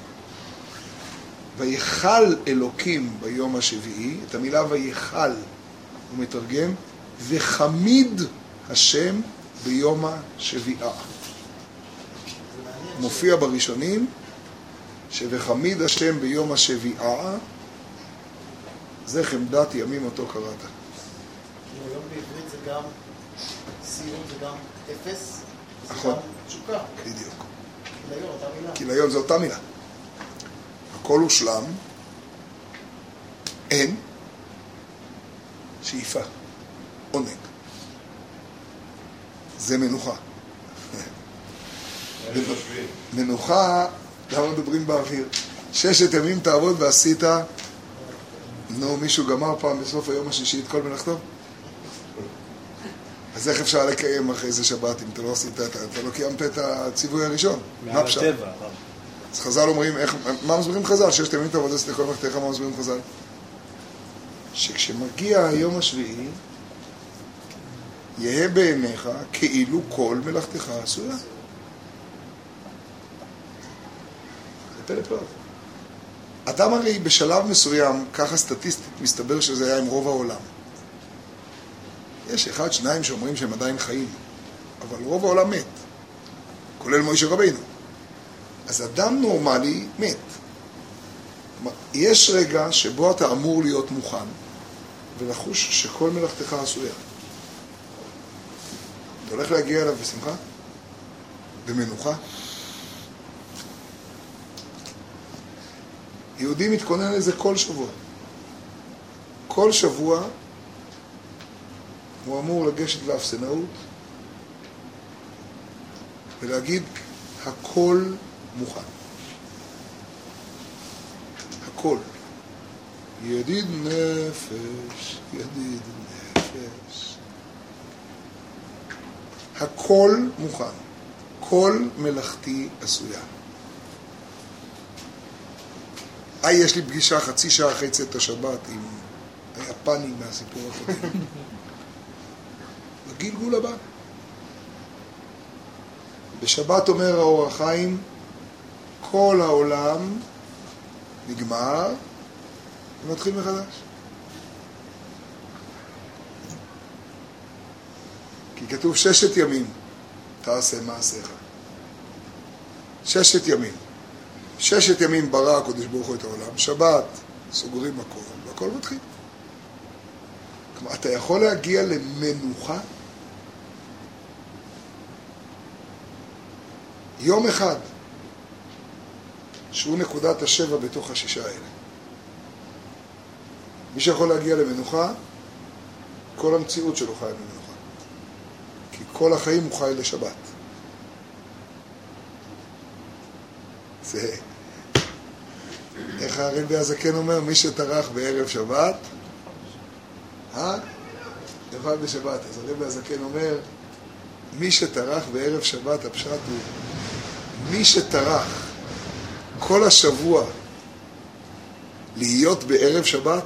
ויחל אלוקים ביום השביעי, את המילה ויחל הוא מתרגם, וחמיד השם ביום השביעה. מופיע בראשונים, שבחמיד השם ביום השביעה, זה חמדת ימים אותו קראת. כאילו היום בעברית זה גם סיום, זה גם אפס, זה נכון. גם תשוקה. בדיוק. כליון, אותה מילה. כליון זה אותה מילה. הכל הושלם, אין, שאיפה, עונג. זה מנוחה. מנוחה, למה מדברים באוויר? 6 ימים תעבוד ועשית, נו, מישהו גמר פעם בסוף היום השישי את כל מלאכתו? אז איך אפשר לקיים אחרי זה שבת אם אתה לא עשית, אתה לא קיימת את הציווי הראשון? מה פשט? אז חז"ל אומרים, מה מסבירים חז"ל? 6 ימים תעבוד ועשית כל מלאכתך, מה מסבירים חז"ל? שכשמגיע היום השביעי, יהא בעיניך כאילו כל מלאכתך עשויה. זה פלא פלאות. אדם הרי בשלב מסוים, ככה סטטיסטית, מסתבר שזה היה עם רוב העולם. יש 1, 2 שאומרים שהם עדיין חיים, אבל רוב העולם מת, כולל מוישה רבינו. אז אדם נורמלי מת. יש רגע שבו אתה אמור להיות מוכן, ולחוש שכל מלאכתך עשויה. אתה הולך להגיע אליו בשמחה? במנוחה? יהודי מתכונן לזה כל שבוע. כל שבוע הוא אמור לגשת לאפסנאות ולהגיד הכל מוכן. הכל. ידיד נפש, ידיד נפש. הכל מוכן. כל מלאכתי עשויה. יש לי פגישה 30 שעה אחרי צאת השבת עם היפנים מהסיפור הקודם. בגלגול הבא. בשבת אומר האור החיים, כל העולם נגמר ומתחיל מחדש. כי כתוב 6 ימים תעשה מעשיך. 6 ימים. 6 ימים ברא הקדוש ברוך הוא את העולם, שבת סוגרים הכל, והכל מתחיל. כלומר, אתה יכול להגיע למנוחה יום אחד, שהוא נקודת השבע בתוך 6 האלה. מי שיכול להגיע למנוחה, כל המציאות שלו חי במנוחה. כי כל החיים הוא חי לשבת. זה... איך הרבי הזקן אומר? מי שטרח בערב שבת, יאכל בשבת. אז הרבי הזקן אומר, מי שטרח בערב שבת, הפשט הוא, מי שטרח כל השבוע להיות בערב שבת,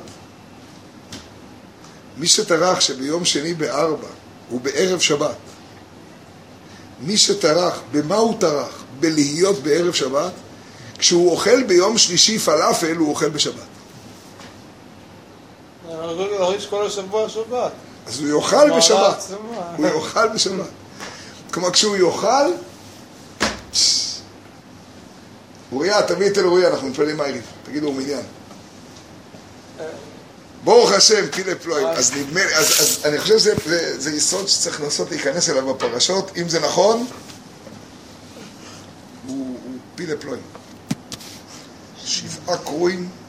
מי שטרח שביום שני ב4 הוא בערב שבת, מי שטרח, במה הוא טרח? בלהיות בערב שבת, כשהוא אוכל ביום שלישי פלאפל, הוא אוכל בשבת. להרגיש כל השבוע שבת. אז הוא יאכל בשבת. הוא יאכל בשבת. כלומר, כשהוא יאכל, אוריה, תביא את אל אוריה, אנחנו מתפללים מהערב. תגידו, הוא מניין. ברוך השם, פילה פלואים. אז נדמה לי, אז אני חושב שזה יסוד שצריך לנסות להיכנס אליו בפרשות. אם זה נכון, הוא פילה פלואים. 7 קרואים.